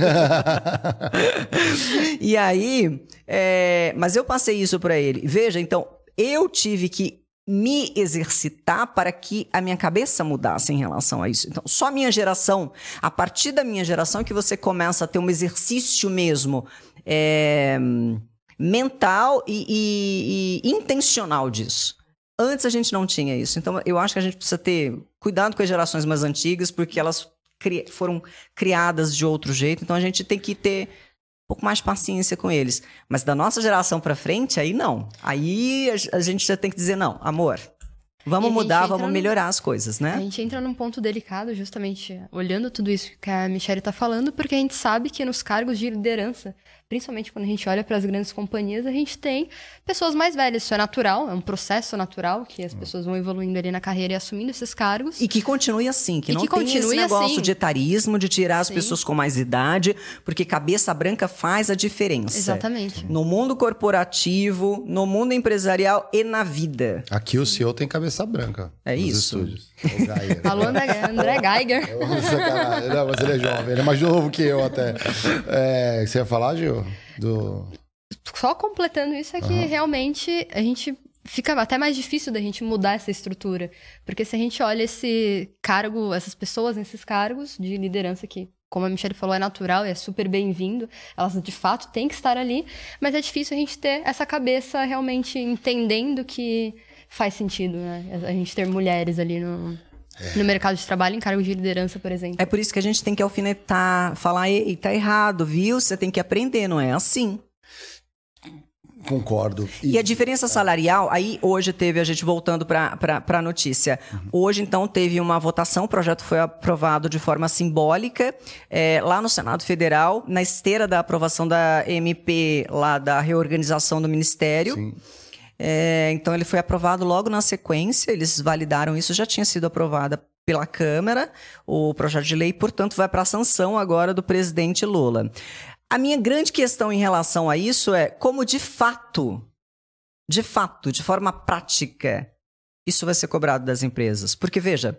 E aí, é, mas eu passei isso para ele. Veja, então, eu tive que me exercitar para que a minha cabeça mudasse em relação a isso. Então, só a minha geração, a partir da minha geração, que você começa a ter um exercício mesmo... É, mental e, e, e intencional disso. Antes a gente não tinha isso. Então, eu acho que a gente precisa ter cuidado com as gerações mais antigas, porque elas cri- foram criadas de outro jeito. Então, a gente tem que ter um pouco mais de paciência com eles. Mas da nossa geração para frente, aí não. Aí a, a gente já tem que dizer, não, amor, vamos mudar, vamos melhorar no... as coisas, né? A gente entra num ponto delicado, justamente olhando tudo isso que a Michelle está falando, porque a gente sabe que nos cargos de liderança, principalmente quando a gente olha para as grandes companhias, a gente tem pessoas mais velhas. Isso é natural, é um processo natural que as pessoas vão evoluindo ali na carreira e assumindo esses cargos. E que continue assim, que e não que tem esse negócio assim. de etarismo, de tirar as Sim. pessoas com mais idade, porque cabeça branca faz a diferença. Exatamente. No mundo corporativo, no mundo empresarial e na vida. Aqui o C E O tem cabeça branca. É nos isso. Estúdios. O Geiger. Alô, André Geiger. Não, mas ele é jovem, ele é mais novo que eu até. É, você ia falar, Gil? Do... Só completando isso é que uhum. realmente a gente fica até mais difícil da gente mudar essa estrutura. Porque se a gente olha esse cargo, essas pessoas nesses cargos de liderança que, como a Michelle falou, é natural e é super bem-vindo, elas de fato têm que estar ali, mas é difícil a gente ter essa cabeça realmente entendendo que faz sentido, né? A gente ter mulheres ali no... É. No mercado de trabalho, em cargo de liderança, por exemplo. É por isso que a gente tem que alfinetar, falar, ei, tá errado, viu? Você tem que aprender, não é assim. Concordo. E, e a diferença salarial, aí hoje teve, a gente voltando para a notícia, uhum. hoje então teve uma votação, o projeto foi aprovado de forma simbólica, é, lá no Senado Federal, na esteira da aprovação da M P, lá da reorganização do Ministério. Sim. É, então ele foi aprovado logo na sequência, eles validaram isso, já tinha sido aprovada pela Câmara, o projeto de lei, portanto vai para a sanção agora do presidente Lula. A minha grande questão em relação a isso é como de fato, de fato, de forma prática, isso vai ser cobrado das empresas. Porque, veja,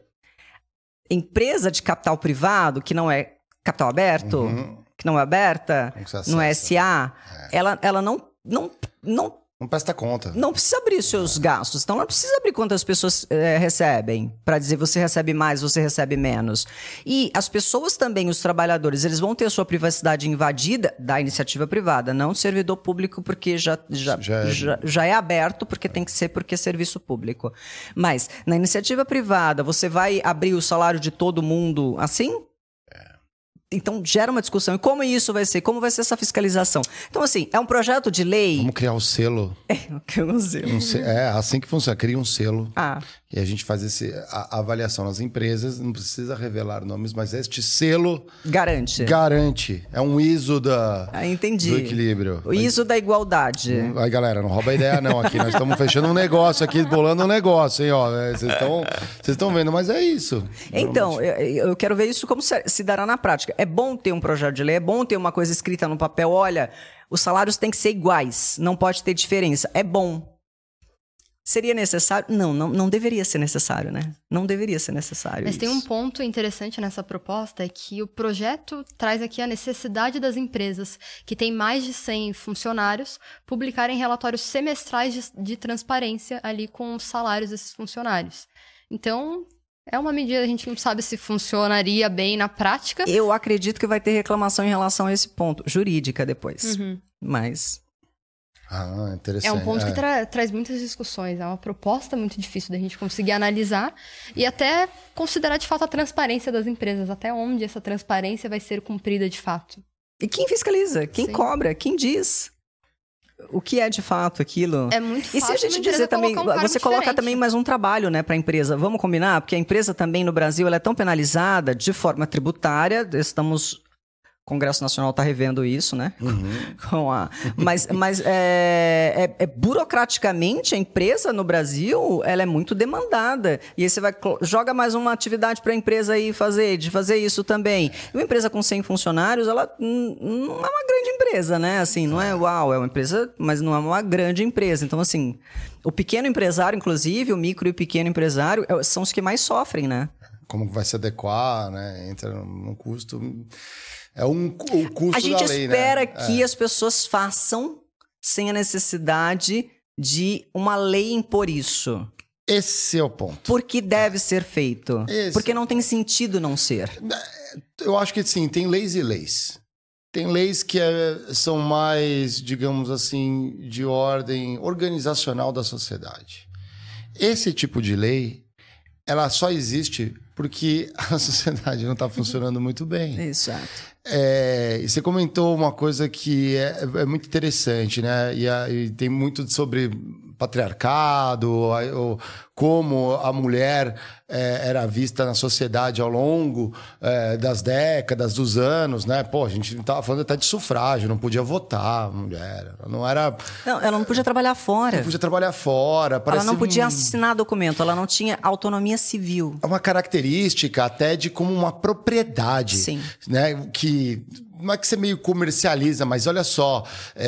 empresa de capital privado, que não é capital aberto, uhum. que não é aberta, não é S A, é. ela, ela não, não, não Não presta conta. Não precisa abrir os seus gastos. Então, não precisa abrir quantas pessoas é, recebem. Para dizer você recebe mais, você recebe menos. E as pessoas também, os trabalhadores, eles vão ter a sua privacidade invadida da iniciativa privada. Não do servidor público, porque já, já, já, é... Já, já é aberto, porque tem que ser porque é serviço público. Mas, na iniciativa privada, você vai abrir o salário de todo mundo assim? Então, gera uma discussão. E como isso vai ser? Como vai ser essa fiscalização? Então, assim, é um projeto de lei... Vamos criar o selo. É, criar um selo. Um se... É, assim que funciona. Cria um selo. Ah. E a gente faz esse, a, a avaliação nas empresas. Não precisa revelar nomes, mas este selo... Garante. Garante. É um I S O da, ah, entendi. do equilíbrio. O I S O da igualdade. Aí, galera, não rouba a ideia não aqui. Nós estamos fechando um negócio aqui, bolando um negócio, hein? Ó, vocês estão vocês estão vendo, mas é isso. Então, eu, eu quero ver isso como se, se dará na prática. É bom ter um projeto de lei, é bom ter uma coisa escrita no papel. Olha, os salários têm que ser iguais, não pode ter diferença. É bom. Seria necessário? Não, não, não deveria ser necessário, né? Não deveria ser necessário. Mas isso. tem um ponto interessante nessa proposta, é que o projeto traz aqui a necessidade das empresas que têm mais de cem funcionários publicarem relatórios semestrais de, de transparência ali com os salários desses funcionários. Então, é uma medida, a gente não sabe se funcionaria bem na prática. Eu acredito que vai ter reclamação em relação a esse ponto, jurídica depois. Uhum. Mas... Ah, interessante. É um ponto é. que tra- traz muitas discussões. É uma proposta muito difícil da gente conseguir analisar e até considerar de fato a transparência das empresas. Até onde essa transparência vai ser cumprida de fato. E quem fiscaliza? Quem Sim. cobra? Quem diz? O que é de fato aquilo? É muito fácil. E se a gente dizer também, um você coloca diferente. também mais um trabalho, né, para a empresa. Vamos combinar? Porque a empresa também no Brasil ela é tão penalizada de forma tributária. Estamos... O Congresso Nacional está revendo isso, né? Uhum. Com a... Mas, mas é, é, é, burocraticamente, a empresa no Brasil, ela é muito demandada. E aí você vai, joga mais uma atividade para a empresa aí fazer, de fazer isso também. E uma empresa com cem funcionários, ela não é uma grande empresa, né? Assim, não é uau, é uma empresa, mas não é uma grande empresa. Então, assim, o pequeno empresário, inclusive, o micro e o pequeno empresário, são os que mais sofrem, né? Como vai se adequar, né? Entra no custo... É um, o custo a gente da lei, espera né? que é. as pessoas façam sem a necessidade de uma lei impor isso. Esse é o ponto. Porque deve é. ser feito. Esse Porque é não tem sentido não ser. Eu acho que sim, tem leis e leis. Tem leis que é, são mais, digamos assim, de ordem organizacional da sociedade. Esse tipo de lei, ela só existe porque a sociedade não está funcionando muito bem. Exato. É, e você comentou uma coisa que é, é muito interessante, né? E, a, e tem muito sobre patriarcado, a, o, como a mulher é, era vista na sociedade ao longo é, das décadas, dos anos, né? Pô, a gente estava falando até de sufrágio, não podia votar a mulher. Ela não era... Não, ela não podia trabalhar fora. Não podia trabalhar fora. Ela não podia um... assinar documento, ela não tinha autonomia civil. É uma característica até de como uma propriedade. Sim. Né? Que não é que você meio comercializa, mas olha só,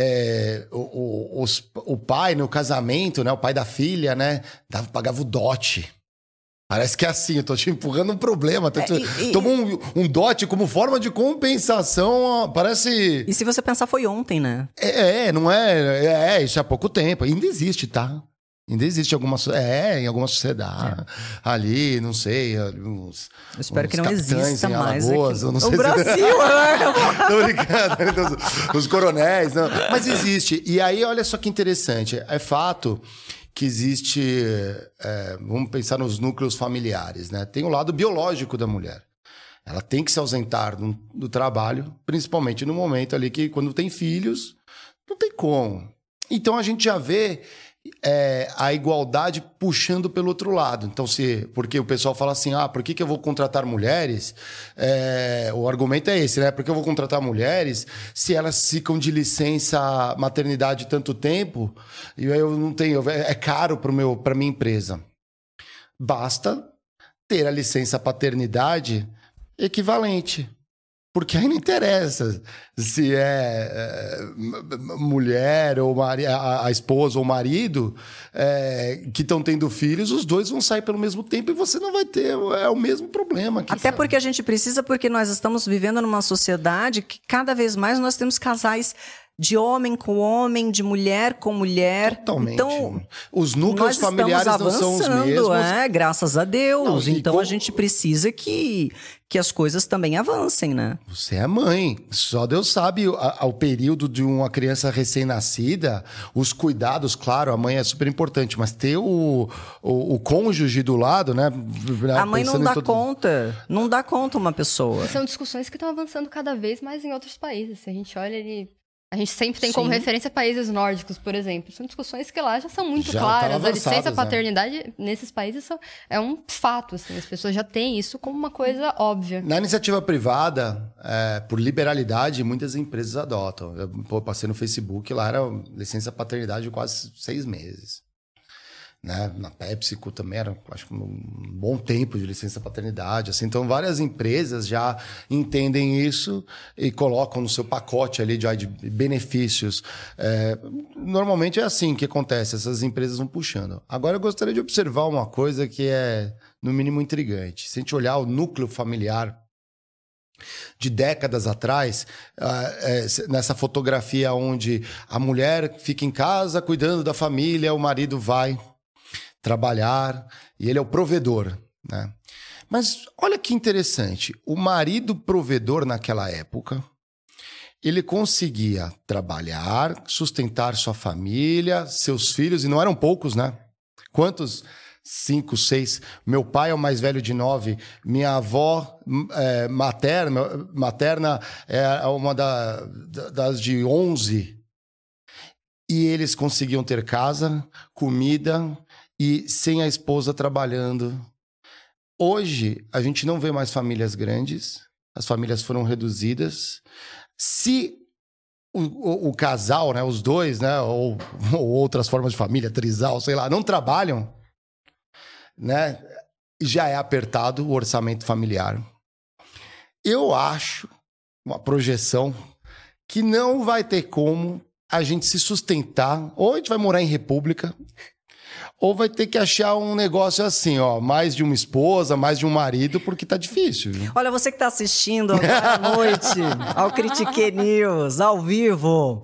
é, o, o, os, o pai no casamento, né, o pai da filha, né, dava, pagava o dote. Parece que é assim, eu tô te empurrando um problema. É, e, Toma um, um dote como forma de compensação, parece... E se você pensar, foi ontem, né? É, é não é, é... É, isso é há pouco tempo. Ainda existe, tá? Ainda existe alguma... É, em alguma sociedade. É. Ali, não sei... Uns, eu espero que não exista mais Alagoas, aqui. Não sei o Brasil, se... né? Tô brincando. Os, os coronéis, não. Mas existe. E aí, olha só que interessante. É fato que existe... É, vamos pensar nos núcleos familiares, né? Tem o lado biológico da mulher. Ela tem que se ausentar do, do trabalho, principalmente no momento ali que, quando tem filhos, não tem como. Então, a gente já vê... É, a igualdade puxando pelo outro lado. Então, se, porque o pessoal fala assim, ah, por que, que eu vou contratar mulheres? É, o argumento é esse, né? Por que eu vou contratar mulheres se elas ficam de licença maternidade tanto tempo e eu não tenho, é caro para a minha empresa. Basta ter a licença paternidade equivalente. Porque aí não interessa se é, é mulher ou mari, a, a esposa ou o marido é, que estão tendo filhos, os dois vão sair pelo mesmo tempo e você não vai ter é o mesmo problema. Até sabe? Porque a gente precisa, porque nós estamos vivendo numa sociedade que cada vez mais nós temos casais de homem com homem, de mulher com mulher. Totalmente. Então, os núcleos familiares não são os mesmos. É, graças a Deus. Não, então como... a gente precisa que, que as coisas também avancem, né? Você é mãe. Só Deus sabe o período de uma criança recém-nascida, os cuidados, claro, a mãe é super importante, mas ter o, o, o cônjuge do lado, né? A mãe não dá todo... conta. Não dá conta uma pessoa. E são discussões que estão avançando cada vez mais em outros países. Se a gente olha ali... A gente sempre tem como Sim. referência países nórdicos, por exemplo. São discussões que lá já são muito já claras. A licença paternidade né? nesses países são, é um fato. Assim, as pessoas já têm isso como uma coisa óbvia. Na iniciativa privada, é, por liberalidade, muitas empresas adotam. Eu pô, passei no Facebook, lá era licença paternidade de quase seis meses. Né? Na PepsiCo também era, acho que um bom tempo de licença paternidade. Assim. Então, várias empresas já entendem isso e colocam no seu pacote ali de, de benefícios. É, normalmente é assim que acontece, essas empresas vão puxando. Agora, eu gostaria de observar uma coisa que é, no mínimo, intrigante. Se a gente olhar o núcleo familiar de décadas atrás, nessa fotografia onde a mulher fica em casa cuidando da família, o marido vai trabalhar e ele é o provedor, né? Mas olha que interessante, o marido provedor naquela época, ele conseguia trabalhar, sustentar sua família, seus filhos, e não eram poucos, né? Quantos? Cinco, seis. Meu pai é o mais velho de nove. Minha avó é, materna, materna é uma da, das de onze. E eles conseguiam ter casa, comida e sem a esposa trabalhando. Hoje, a gente não vê mais famílias grandes. As famílias foram reduzidas. Se o, o, o casal, né, os dois, né, ou, ou outras formas de família, trisal, sei lá, não trabalham, né, já é apertado o orçamento familiar. Eu acho, uma projeção, que não vai ter como a gente se sustentar, ou a gente vai morar em república, ou vai ter que achar um negócio assim, ó, mais de uma esposa, mais de um marido, porque tá difícil. Viu? Olha, você que tá assistindo agora à noite ao Critique News, ao vivo...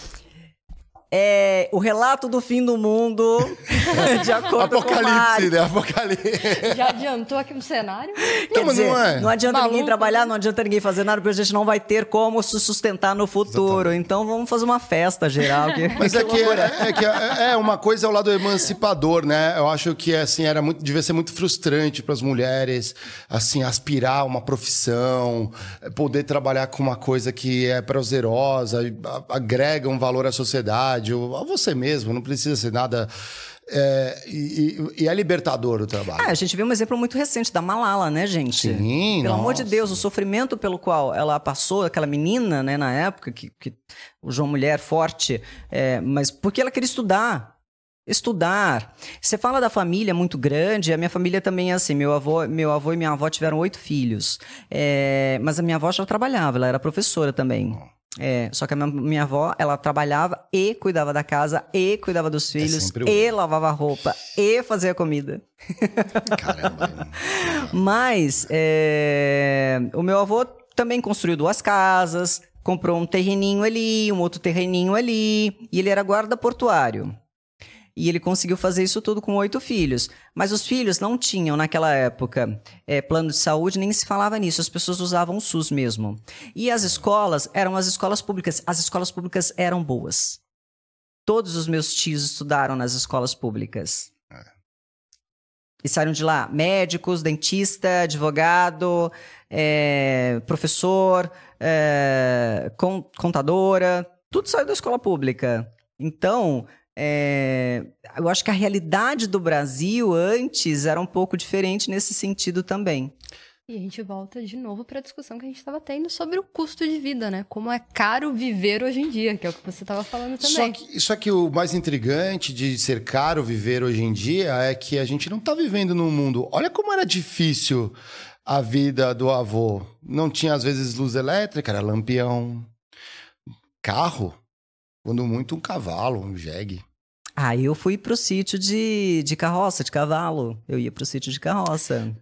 É o relato do fim do mundo, de acordo com o Mário. Né? Apocalipse, Já adiantou aqui no cenário? Quer não, dizer, não, é. não adianta Maluco. ninguém trabalhar, não adianta ninguém fazer nada, porque a gente não vai ter como se sustentar no futuro. Exatamente. Então vamos fazer uma festa geral. Que, Mas que é, que é, é que é, é uma coisa ao lado emancipador, né? Eu acho que assim, era muito, devia ser muito frustrante para as mulheres assim, aspirar a uma profissão, poder trabalhar com uma coisa que é prazerosa, agrega um valor à sociedade, a você mesmo, não precisa ser nada... É, e, e é libertador o trabalho. Ah, a gente vê um exemplo muito recente da Malala, né, gente? Sim, Pelo nossa. amor de Deus, o sofrimento pelo qual ela passou, aquela menina, né, na época, que, que o João Mulher forte, é, mas porque ela queria estudar. Estudar. Você fala da família muito grande, a minha família também é assim, meu avô, meu avô e minha avó tiveram oito filhos, é, mas a minha avó já trabalhava, ela era professora também. É, só que a minha, minha avó, ela trabalhava e cuidava da casa, e cuidava dos filhos, é e lavava a roupa, e fazia comida. Caramba. Mas é, o meu avô também construiu duas casas, comprou um terreninho ali, um outro terreninho ali, e ele era guarda portuário. E ele conseguiu fazer isso tudo com oito filhos. Mas os filhos não tinham, naquela época, é, plano de saúde, nem se falava nisso. As pessoas usavam o SUS mesmo. E as escolas eram as escolas públicas. As escolas públicas eram boas. Todos os meus tios estudaram nas escolas públicas. E saíram de lá médicos, dentista, advogado, é, professor, é, contadora. Tudo saiu da escola pública. Então... É, eu acho que a realidade do Brasil antes era um pouco diferente nesse sentido também. E a gente volta de novo para a discussão que a gente estava tendo sobre o custo de vida, né? Como é caro viver hoje em dia, que é o que você estava falando também. Só que, só que o mais intrigante de ser caro viver hoje em dia é que a gente não está vivendo num mundo... Olha como era difícil a vida do avô. Não tinha, às vezes, luz elétrica, era lampião. Carro, quando muito um cavalo, um jegue. Ah, eu fui pro sítio de, de carroça, de cavalo. Eu ia pro sítio de carroça.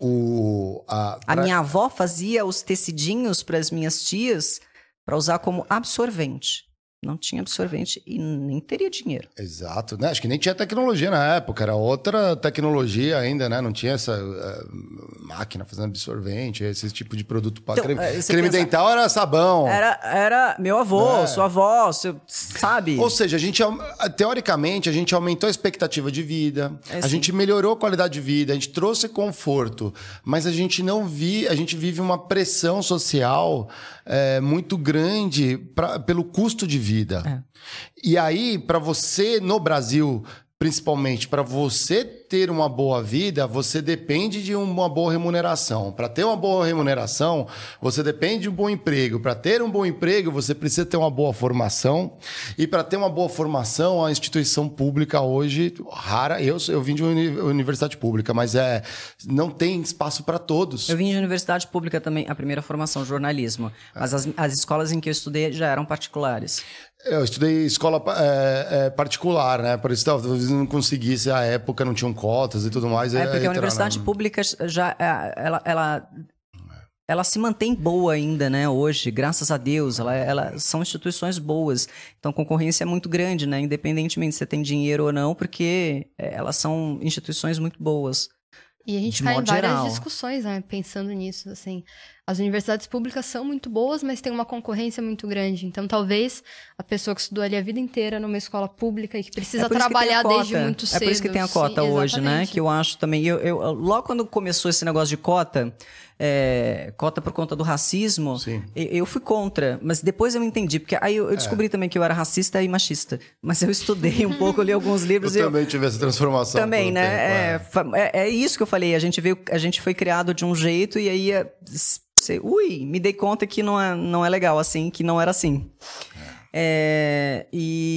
O, a A pra- minha avó fazia os tecidinhos para as minhas tias para usar como absorvente. Não tinha absorvente e nem teria dinheiro. Exato, né? Acho que nem tinha tecnologia na época, era outra tecnologia ainda, né? Não tinha essa eh, máquina fazendo absorvente, esse tipo de produto. Pra... Então, creme eh, você creme pensa- dental era sabão. Era, era meu avô, É. sua avó, seu, sabe? Ou seja, a gente, au- teoricamente, a gente aumentou a expectativa de vida, É, a sim. gente melhorou a qualidade de vida, a gente trouxe conforto, mas a gente não vi, a gente vive uma pressão social eh, muito grande pra, pelo custo de vida. É. E aí, para você, no Brasil, principalmente, para você ter uma boa vida, você depende de uma boa remuneração. Para ter uma boa remuneração, você depende de um bom emprego. Para ter um bom emprego, você precisa ter uma boa formação. E para ter uma boa formação, a instituição pública hoje, rara, eu, eu vim de uma uni- universidade pública, mas é, não tem espaço para todos. Eu vim de universidade pública também, a primeira formação, jornalismo. Mas as, as escolas em que eu estudei já eram particulares. Eu estudei escola é, é, particular, né? Por isso talvez não conseguisse, à época não tinham cotas e tudo mais. É porque a entrar universidade na- pública já é, ela, ela, ela se mantém boa ainda, né? Hoje, graças a Deus, ela, ela são instituições boas. Então, a concorrência é muito grande, né? Independentemente se você tem dinheiro ou não, porque é, elas são instituições muito boas. E a gente De cai em modo várias geral. discussões, né, pensando nisso, assim. As universidades públicas são muito boas, mas tem uma concorrência muito grande. Então, talvez a pessoa que estudou ali a vida inteira numa escola pública e que precisa É por isso que tem a trabalhar cota. desde muito cedo. É por isso que tem a sim, cota hoje, né? exatamente. Que eu acho também. Eu, eu, logo quando começou esse negócio de cota, é, cota por conta do racismo, Sim. eu, eu fui contra. Mas depois eu entendi, porque aí eu, eu descobri também que eu era racista e machista. Mas eu estudei um pouco, li alguns Eu livros e eu. também tive essa transformação. Também, por um né? tempo, É, fa- é, é isso que eu falei. A gente veio, a gente foi criado de um jeito e aí é, você, ui, me dei conta que não é, não é legal assim, que não era assim. É,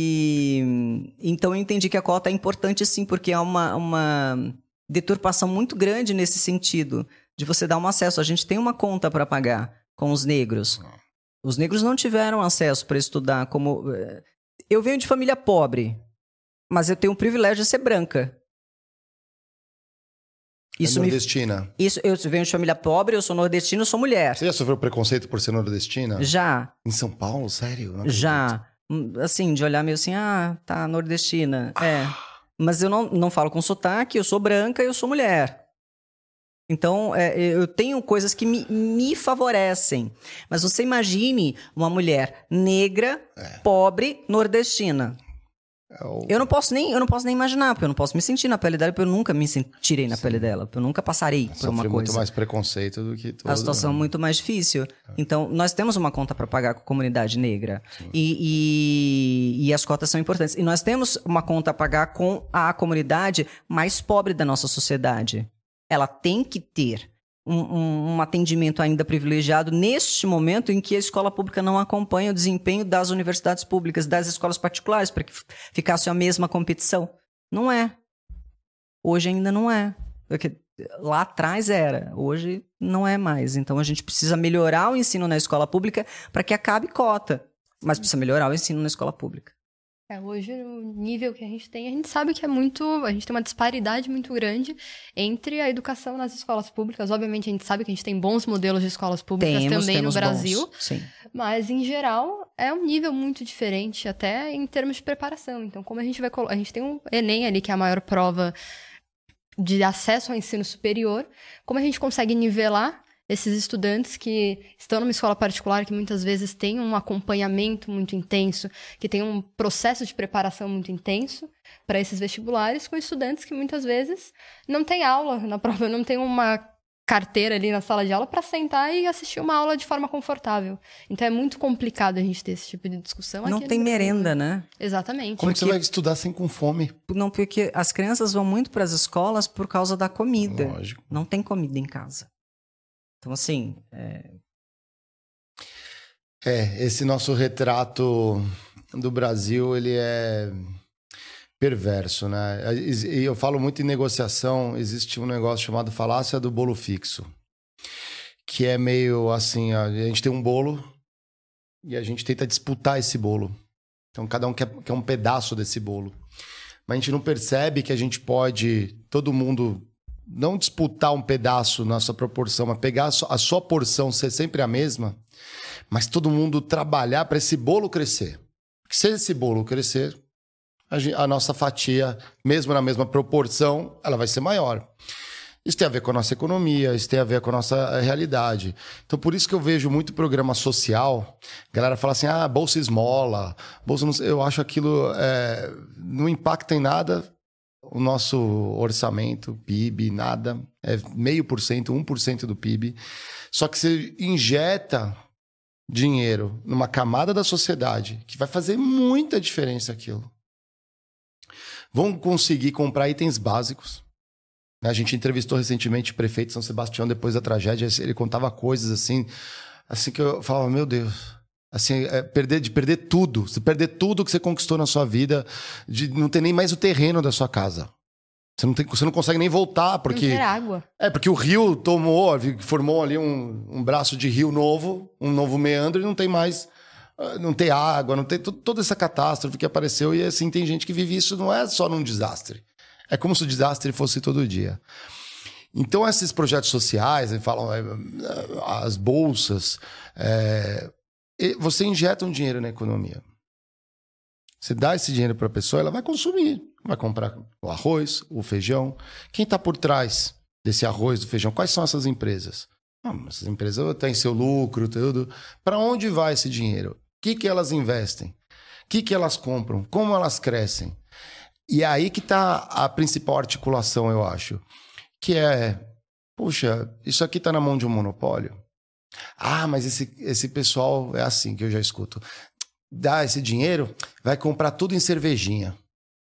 e então eu entendi que a cota é importante sim, porque é uma, uma deturpação muito grande nesse sentido de você dar um acesso. A gente tem uma conta para pagar com os negros. Os negros não tiveram acesso para estudar como. eh, Eu venho de família pobre, mas eu tenho o privilégio de ser branca. Isso Isso é me nordestina. Isso, eu venho de família pobre, eu sou nordestino, eu sou mulher. Você já sofreu preconceito por ser nordestina? Já, Em São Paulo? Sério? Não acredito. já. Hum, Assim, de olhar meio assim, ah, tá, nordestina. É. Mas eu não, não falo com sotaque, eu sou branca e eu sou mulher. Então, é, eu tenho coisas que me, me favorecem. Mas você imagine uma mulher negra, pobre, nordestina. É o- Eu não posso nem, eu não posso nem imaginar, porque eu não posso me sentir na pele dela, porque eu nunca me sentirei na pele dela, porque eu nunca passarei por Sofri uma muito coisa. mais preconceito do que todo. A situação é muito mais difícil. Então, nós temos uma conta para pagar com a comunidade negra. E, e, e as cotas são importantes. E nós temos uma conta a pagar com a comunidade mais pobre da nossa sociedade. Ela tem que ter um, um, um atendimento ainda privilegiado neste momento em que a escola pública não acompanha o desempenho das universidades públicas, das escolas particulares, para que f- ficasse a mesma competição. Não é. Hoje ainda não é. Porque lá atrás era, hoje não é mais. Então a gente precisa melhorar o ensino na escola pública para que acabe cota. Mas precisa melhorar o ensino na escola pública. É, hoje, o nível que a gente tem, a gente sabe que é muito. A gente tem uma disparidade muito grande entre a educação nas escolas públicas. Obviamente, a gente sabe que a gente tem bons modelos de escolas públicas Temos, também temos no Brasil. bons. Sim. Mas, em geral, é um nível muito diferente, até em termos de preparação. Então, como a gente vai colo- a gente tem o Enem ali, que é a maior prova de acesso ao ensino superior, como a gente consegue nivelar esses estudantes que estão numa escola particular, que muitas vezes tem um acompanhamento muito intenso, que tem um processo de preparação muito intenso para esses vestibulares, com estudantes que muitas vezes não têm aula na prova, não tem uma carteira ali na sala de aula para sentar e assistir uma aula de forma confortável. Então é muito complicado a gente ter esse tipo de discussão Não aqui tem no Brasil, merenda, né? né? Exatamente. Como é que você Porque- vai estudar sem com fome? Não, porque as crianças vão muito para as escolas por causa da comida. Lógico. Não tem comida em casa. Então, assim, é, É, esse nosso retrato do Brasil, ele é perverso, né? E eu falo muito em negociação, existe um negócio chamado falácia do bolo fixo. que é meio assim, a gente tem um bolo e a gente tenta disputar esse bolo. Então, cada um quer, quer um pedaço desse bolo. Mas a gente não percebe que a gente pode, todo mundo, não disputar um pedaço na sua proporção, mas pegar a sua, a sua porção ser sempre a mesma, mas todo mundo trabalhar para esse bolo crescer. Porque se esse bolo crescer, a, gente, a nossa fatia, mesmo na mesma proporção, ela vai ser maior. Isso tem a ver com a nossa economia, isso tem a ver com a nossa realidade. Então, por isso que eu vejo muito programa social. A galera fala assim, ah, bolsa esmola, bolsa não sei. Eu acho aquilo é, não impacta em nada o nosso orçamento, P I B, nada. É meio por cento, um por cento do P I B. Só que você injeta dinheiro numa camada da sociedade que vai fazer muita diferença aquilo. Vão conseguir comprar itens básicos. A gente entrevistou recentemente o prefeito de São Sebastião depois da tragédia. Ele contava coisas assim, assim que eu falava, meu Deus, assim, é perder, de perder tudo, você perder tudo que você conquistou na sua vida, de não ter nem mais o terreno da sua casa. Você não, tem, você não consegue nem voltar, porque... Não ter água. É, porque o rio tomou, formou ali um, um braço de rio novo, um novo meandro, e não tem mais... Não tem água, não tem toda essa catástrofe que apareceu. E assim, tem gente que vive isso, não é só num desastre. É como se o desastre fosse todo dia. Então, esses projetos sociais, falam as bolsas, é, você injeta um dinheiro na economia. Você dá esse dinheiro para a pessoa, ela vai consumir. Vai comprar o arroz, o feijão. Quem está por trás desse arroz, do feijão? Quais são essas empresas? Ah, essas empresas têm seu lucro, tudo. Para onde vai esse dinheiro? O que, que elas investem? O que, que elas compram? Como elas crescem? E é aí que está a principal articulação, eu acho. Que é, puxa, isso aqui está na mão de um monopólio? Ah, mas esse, esse pessoal é assim que eu já escuto. Dá esse dinheiro, vai comprar tudo em cervejinha.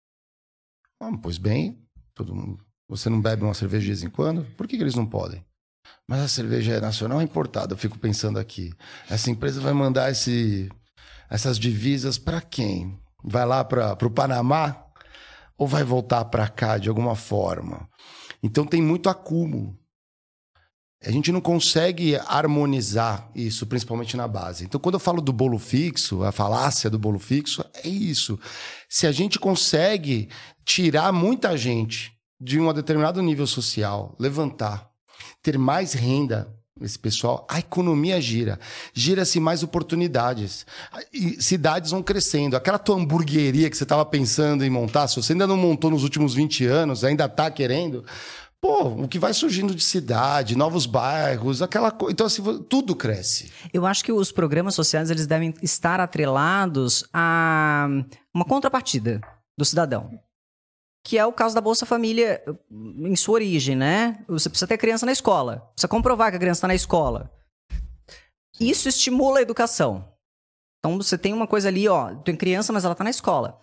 Ah, pois bem, todo mundo, você não bebe uma cerveja de vez em quando? Por que, que eles não podem? Mas a cerveja é nacional ou importada? Eu fico pensando aqui. Essa empresa vai mandar esse, essas divisas para quem? Vai lá para o Panamá? Ou vai voltar para cá de alguma forma? Então tem muito acúmulo. A gente não consegue harmonizar isso, principalmente na base. Então, quando eu falo do bolo fixo, a falácia do bolo fixo, é isso. Se a gente consegue tirar muita gente de um determinado nível social, levantar, ter mais renda, esse pessoal, a economia gira. Gira-se mais oportunidades. E cidades vão crescendo. Aquela tua hamburgueria que você estava pensando em montar, se você ainda não montou nos últimos vinte anos, ainda está querendo... Pô, o que vai surgindo de cidade, novos bairros, aquela coisa. Então, assim, tudo cresce. Eu acho que os programas sociais eles devem estar atrelados a uma contrapartida do cidadão. Que é o caso da Bolsa Família em sua origem, né? Você precisa ter criança na escola. Precisa comprovar que a criança está na escola. Isso estimula a educação. Então, você tem uma coisa ali, ó, tem criança, mas ela está na escola.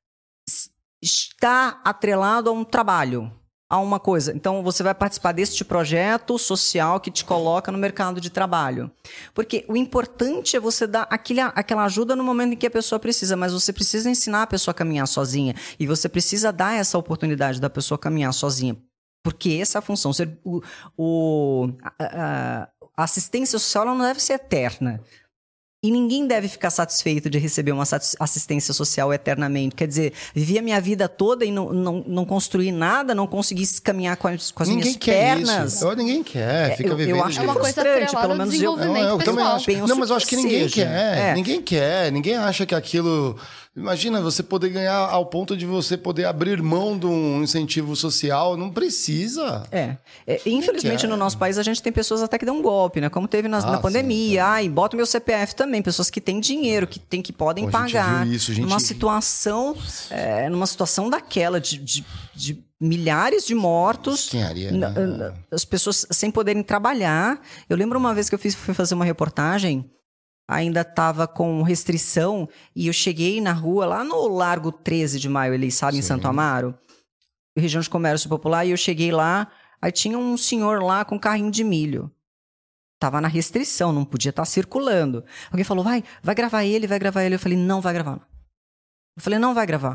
Está atrelado a um trabalho, a uma coisa. Então, você vai participar deste projeto social que te coloca no mercado de trabalho. Porque o importante é você dar aquele, aquela ajuda no momento em que a pessoa precisa, mas você precisa ensinar a pessoa a caminhar sozinha. E você precisa dar essa oportunidade da pessoa caminhar sozinha. Porque essa é a função. O, o, a, a assistência social ela não deve ser eterna. E ninguém deve ficar satisfeito de receber uma assistência social eternamente. Quer dizer, vivi a minha vida toda e não, não, não construí nada, não consegui caminhar com as, com as minhas pernas. Isso. Eu, ninguém quer, fica eu, vivendo. Eu acho é uma coisa frustrante, pelo menos eu, não, eu também acho. Penso Não, mas eu acho que, que ninguém seja. quer. É. Ninguém quer. Ninguém acha que aquilo... Imagina você poder ganhar ao ponto de você poder abrir mão de um incentivo social. Não precisa. É. é infelizmente, quer. No nosso país, a gente tem pessoas até que dão um golpe, né? Como teve na, ah, na pandemia. Sim, Ai, bota o meu C P F também. Pessoas que têm dinheiro, que, tem, que podem Pô, pagar. A gente viu isso, a gente... Numa situação, é, numa situação daquela, de, de, de milhares de mortos. Haria, né? As pessoas sem poderem trabalhar. Eu lembro uma vez que eu fiz, fui fazer uma reportagem, ainda estava com restrição, e eu cheguei na rua, lá no Largo treze de Maio, ali, sabe, Sim. em Santo Amaro, região de comércio popular, e eu cheguei lá, aí tinha um senhor lá com um carrinho de milho. Tava na restrição, não podia estar circulando. Alguém falou, vai, vai gravar ele, vai gravar ele. Eu falei, não vai gravar. Eu falei, não vai gravar.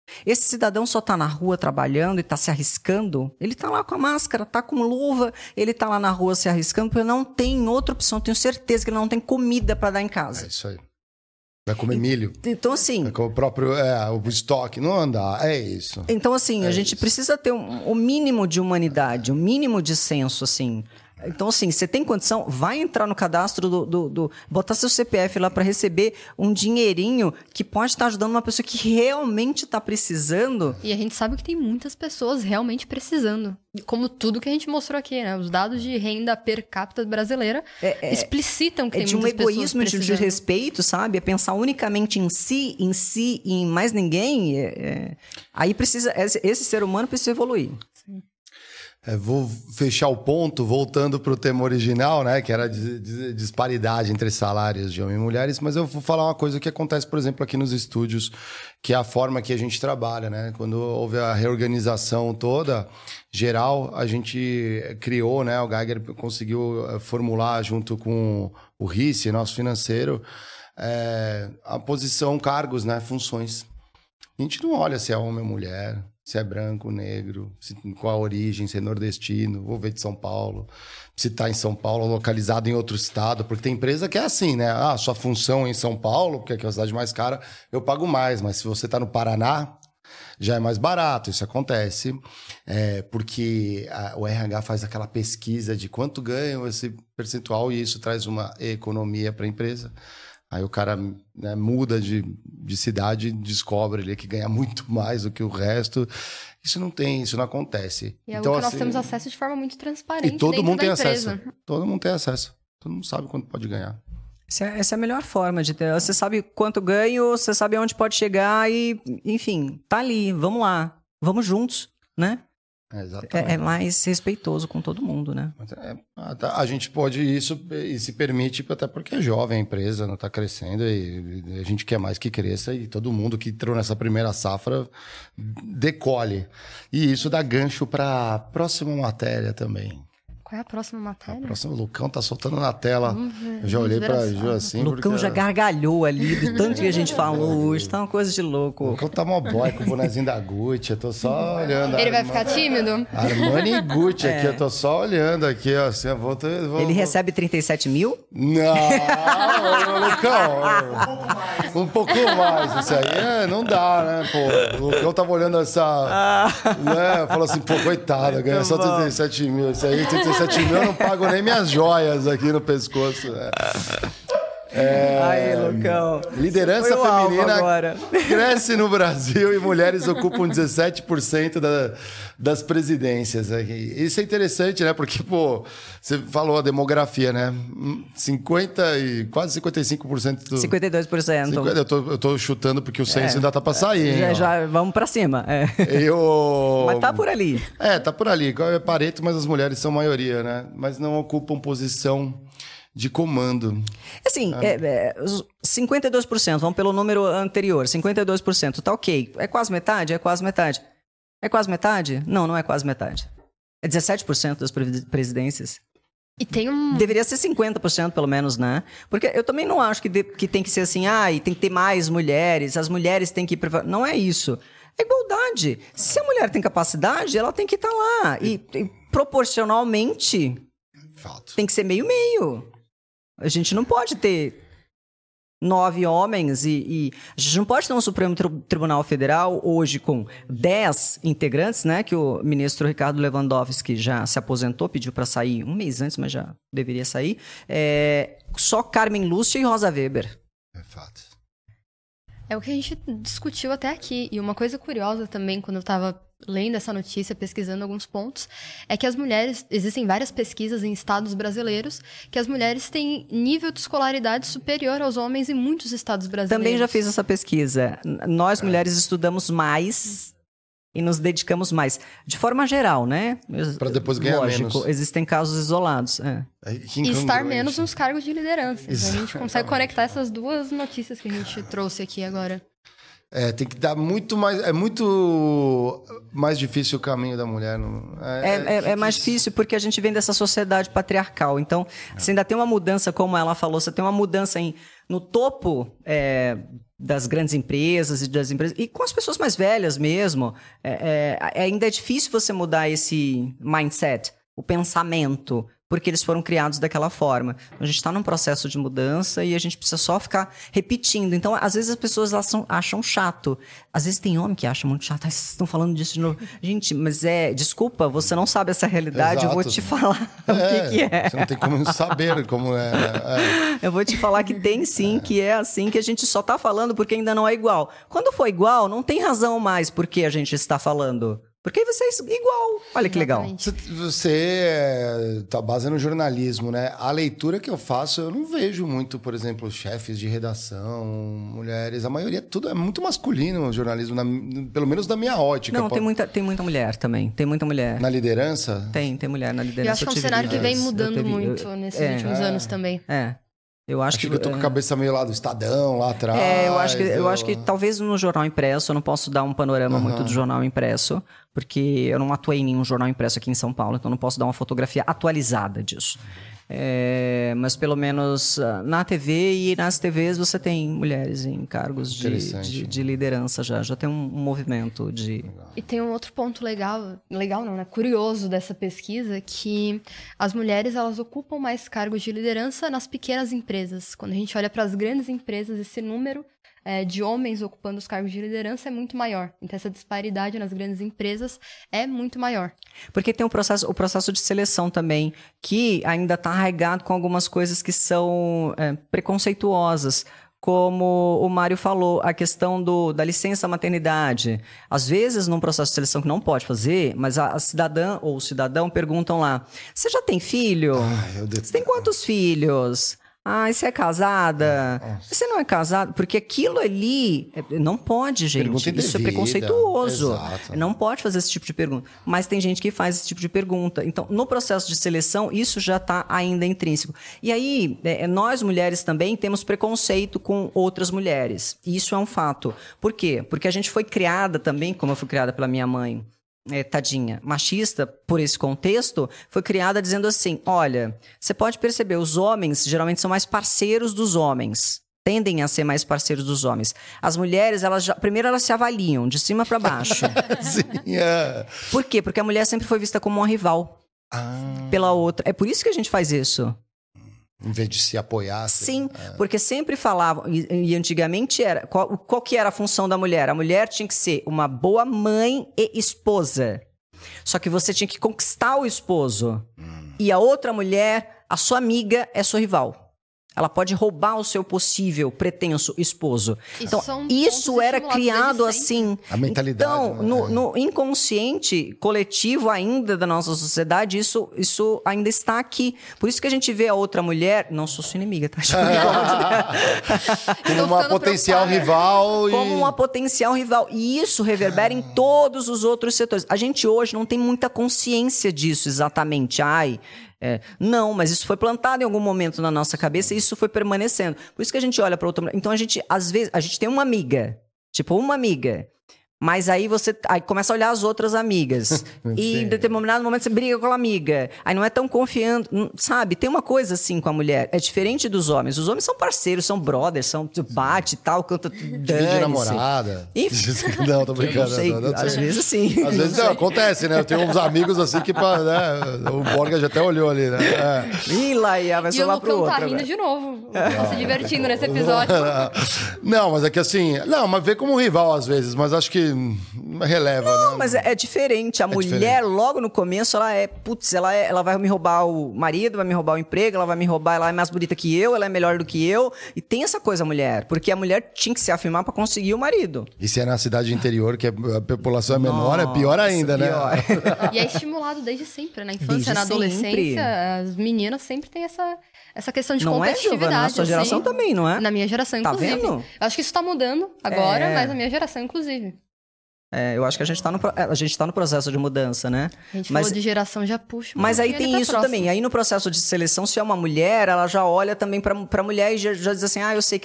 Esse cidadão só está na rua trabalhando e está se arriscando. Ele está lá com a máscara, está com luva, ele está lá na rua se arriscando porque não tem outra opção. Tenho certeza que ele não tem comida para dar em casa. É isso aí. Vai comer milho. Então, assim... Vai comer o próprio é, o estoque. Não andar. É isso. Então, assim, é a gente isso. precisa ter o um, um mínimo de humanidade, o um mínimo de senso, assim... Então, assim, você tem condição, vai entrar no cadastro do... do, do botar seu C P F lá para receber um dinheirinho que pode estar ajudando uma pessoa que realmente está precisando. E a gente sabe que tem muitas pessoas realmente precisando. Como tudo que a gente mostrou aqui, né? Os dados de renda per capita brasileira é, é, explicitam que é tem de um muitas pessoas egoísmo, de, de respeito, sabe? É pensar unicamente em si, em si e em mais ninguém. É, é... Aí precisa... Esse, esse ser humano precisa evoluir. Sim. É, vou fechar o ponto, voltando para o tema original, né, que era a disparidade entre salários de homens e mulheres, mas eu vou falar uma coisa que acontece, por exemplo, aqui nos estúdios, que é a forma que a gente trabalha, né? Quando houve a reorganização toda, geral, a gente criou, né, o Geiger conseguiu formular junto com o R I C, nosso financeiro, é, a posição, cargos, né, funções. A gente não olha se é homem ou mulher, se é branco, negro, se, qual a origem, se é nordestino, vou ver de São Paulo, se está em São Paulo, localizado em outro estado, porque tem empresa que é assim, né? Ah, sua função é em São Paulo, porque aqui é a cidade mais cara, eu pago mais, mas se você está no Paraná, já é mais barato, isso acontece, é, porque a, o R H faz aquela pesquisa de quanto ganha esse percentual e isso traz uma economia para a empresa. Aí o cara, né, muda de, de cidade e descobre ali que ganha muito mais do que o resto. Isso não tem, isso não acontece. E é então, algo que assim, nós temos acesso de forma muito transparente e todo dentro mundo da tem empresa. acesso. Todo mundo tem acesso. Todo mundo sabe quanto pode ganhar. Essa é, essa é a melhor forma de ter. Você sabe quanto ganho, você sabe aonde pode chegar e, enfim, tá ali. Vamos lá. Vamos juntos, né? É, exatamente. É, é mais respeitoso com todo mundo, né? É, a, a gente pode isso e se permite, até porque é jovem a empresa, não está crescendo e, e a gente quer mais que cresça e todo mundo que entrou nessa primeira safra decolhe. E isso dá gancho para a próxima matéria também. Qual é a próxima matéria? A próxima, o Lucão tá soltando na tela. Ver, eu já olhei pra Ju assim. O Lucão porque... já gargalhou ali do tanto que a gente falou hoje. Tá uma coisa de louco. O Lucão tá mó boy com o bonezinho da Gucci. Eu tô só olhando. Ele vai Armani... ficar tímido? Armani e Gucci É. aqui. Eu tô só olhando aqui, ó. Assim, eu vou, ter- vou- Ele vou- recebe trinta e sete mil? Não, Lucão. Um pouco mais. Isso aí é, não dá, né? Pô, o Lucão tava olhando essa. Né? Falou assim, pô, coitada, ganha só trinta e sete mil. Isso aí, trinta e sete mil, eu não pago nem minhas joias aqui no pescoço. Né? É, Aí, Lucão. liderança Foi o alvo feminina agora. cresce no Brasil e mulheres ocupam dezessete por cento da, das presidências. Aqui. Isso é interessante, né? Porque, pô, você falou a demografia, né? cinquenta e quase cinquenta e cinco por cento do... cinquenta e dois por cento. cinquenta, eu, tô, eu tô chutando porque o censo É. ainda tá pra sair, hein? Já, ó. já, vamos pra cima. É. Eu... Mas tá por ali. É, tá por ali. É Pareto, mas as mulheres são maioria, né? Mas não ocupam posição de comando. Assim, é, é, os cinquenta e dois por cento, vamos pelo número anterior, cinquenta e dois por cento, tá ok. É quase metade? É quase metade. É quase metade? Não, não é quase metade. É dezessete por cento das pre- presidências. E tem um... Deveria ser cinquenta por cento pelo menos, né? Porque eu também não acho que, de- que tem que ser assim, ah, e tem que ter mais mulheres, as mulheres têm que... preva- Não é isso. É igualdade. Se a mulher tem capacidade, ela tem que estar lá. E, e proporcionalmente, Fato. tem que ser meio-meio. A gente não pode ter nove homens e, e... A gente não pode ter um Supremo Tri- Tribunal Federal hoje com dez integrantes, né? Que o ministro Ricardo Lewandowski já se aposentou, pediu para sair um mês antes, mas já deveria sair. É, só Carmen Lúcia e Rosa Weber. É fato. É o que a gente discutiu até aqui. E uma coisa curiosa também, quando eu tava lendo essa notícia, pesquisando alguns pontos, é que as mulheres... Existem várias pesquisas em estados brasileiros que as mulheres têm nível de escolaridade superior aos homens em muitos estados brasileiros. Também já fiz essa pesquisa. N- Nós, mulheres, estudamos mais e nos dedicamos mais. De forma geral, né? Pra depois ganhar Lógico, menos. existem casos isolados. É. É que E estar incongruente. menos nos cargos de liderança. Então, a gente consegue Exatamente. conectar essas duas notícias que a gente trouxe aqui agora. É, tem que dar muito mais... É muito mais difícil o caminho da mulher. Não, é, é, é, é mais difícil porque a gente vem dessa sociedade patriarcal. Então, é. você ainda tem uma mudança, como ela falou, você tem uma mudança em, no topo é, das grandes empresas e das empresas... E com as pessoas mais velhas mesmo. É, é, ainda é difícil você mudar esse mindset, o pensamento... porque eles foram criados daquela forma. A gente está num processo de mudança e a gente precisa só ficar repetindo. Então, às vezes as pessoas acham, acham chato. Às vezes tem homem que acha muito chato. Ai, vocês estão falando disso de novo. Gente, mas é... Desculpa, você não sabe essa realidade. Exato. Eu vou te falar é, o que, que é. Você não tem como saber como é, é. Eu vou te falar que tem sim, é. que é assim, que a gente só está falando porque ainda não é igual. Quando for igual, não tem razão mais por que a gente está falando. Porque vocês igual. Olha que legal. Você, você tá base no jornalismo, né? A leitura que eu faço, eu não vejo muito, por exemplo, chefes de redação, mulheres. A maioria, tudo é muito masculino o jornalismo, na, pelo menos da minha ótica. Não, tem muita, tem muita mulher também. Tem muita mulher. Na liderança? Tem, tem mulher na liderança. Eu acho que é um cenário que vem mudando teve, muito eu, nesses é, últimos é, anos também. É. Eu acho, acho que, que eu tô com a cabeça meio lá do Estadão, lá atrás. É, eu acho que, eu... eu acho que talvez no jornal impresso, eu não posso dar um panorama uhum. muito do jornal impresso, porque eu não atuei em nenhum jornal impresso aqui em São Paulo, então não posso dar uma fotografia atualizada disso. É, mas pelo menos na T V e nas T Vs você tem mulheres em cargos de, de, de liderança já. Já tem um, um movimento de... E tem um outro ponto legal, legal não, né? Curioso dessa pesquisa, que as mulheres elas ocupam mais cargos de liderança nas pequenas empresas. Quando a gente olha para as grandes empresas, esse número é, de homens ocupando os cargos de liderança é muito maior. Então essa disparidade nas grandes empresas é muito maior. Porque tem o processo, o processo de seleção também, que ainda está arraigado com algumas coisas que são é, preconceituosas. Como o Mário falou, a questão do, da licença maternidade. Às vezes, num processo de seleção que não pode fazer, mas a, a cidadã ou o cidadão perguntam lá, você já tem filho? Ai, você tem quantos filhos? Ah, e você é casada? Nossa. Você não é casada? Porque aquilo ali não pode, gente. Pergunta indevida. Isso é preconceituoso. Exato. Não pode fazer esse tipo de pergunta. Mas tem gente que faz esse tipo de pergunta. Então, no processo de seleção, isso já está ainda intrínseco. E aí, é, nós mulheres também temos preconceito com outras mulheres. E isso é um fato. Por quê? Porque a gente foi criada também, como eu fui criada pela minha mãe, É, tadinha, machista, por esse contexto, foi criada dizendo assim, olha, você pode perceber, os homens geralmente são mais parceiros dos homens, tendem a ser mais parceiros dos homens. As mulheres, elas já, primeiro elas se avaliam, de cima para baixo. Sim, é. Por quê? Porque a mulher sempre foi vista como uma rival ah. pela outra. É por isso que a gente faz isso. Em vez de se apoiar. Sim, é. porque sempre falavam, e, e antigamente era, qual, qual que era a função da mulher? A mulher tinha que ser uma boa mãe e esposa. Só que você tinha que conquistar o esposo. Hum. E a outra mulher, a sua amiga, é sua rival. Ela pode roubar o seu possível pretenso esposo. Isso então, isso era criado assim. A mentalidade. Então, né? no, no inconsciente coletivo ainda da nossa sociedade, isso, isso ainda está aqui. Por isso que a gente vê a outra mulher... Não sou sua inimiga, tá? Como uma potencial rival. E... Como uma potencial rival. E isso reverbera em todos os outros setores. A gente hoje não tem muita consciência disso exatamente. Ai... É, não, mas isso foi plantado em algum momento na nossa cabeça e isso foi permanecendo. Por isso que a gente olha para outra mulher. Então a gente, às vezes, a gente tem uma amiga, tipo uma amiga, mas aí você aí começa a olhar as outras amigas e em determinado momento você briga com a amiga. Aí não é tão confiante, sabe? Tem uma coisa assim com a mulher, é diferente dos homens. Os homens são parceiros, são brothers, são bate e tal, canta de namorada. E... Não, tô brincando. Não sei, não, não às vezes sim. Às vezes não, acontece, né? Eu tenho uns amigos assim que, né? O Borga já até olhou ali, né? É. Ih, lá ia, vai ser lá pro outro. E o Lucão tá rindo de novo. Tá se divertindo nesse episódio. Não, mas é que assim... Não, mas vê como um rival às vezes, mas acho que releva, não, né? mas é, é diferente. A é mulher, diferente. Logo no começo, ela é... Putz, ela, é, ela vai me roubar o marido, vai me roubar o emprego, ela vai me roubar, ela é mais bonita que eu, ela é melhor do que eu. E tem essa coisa, mulher. Porque a mulher tinha que se afirmar pra conseguir o marido. E se é na cidade interior, que a população é menor, Nossa, é pior ainda, pior. né? E é estimulado desde sempre, na infância, desde na adolescência. Sempre. As meninas sempre têm essa... Essa questão de não competitividade. É, Giovana? Na sua assim, geração também, não é? Na minha geração, inclusive. Tá vendo? Eu acho que isso tá mudando agora, é. mas na minha geração, inclusive. É, eu acho que a gente tá no, a gente tá no processo de mudança, né? A gente mas, falou de geração, já puxa. Mas aí tem isso próxima. também. Aí no processo de seleção, se é uma mulher, ela já olha também pra, pra mulher e já, já diz assim, ah, eu sei que ela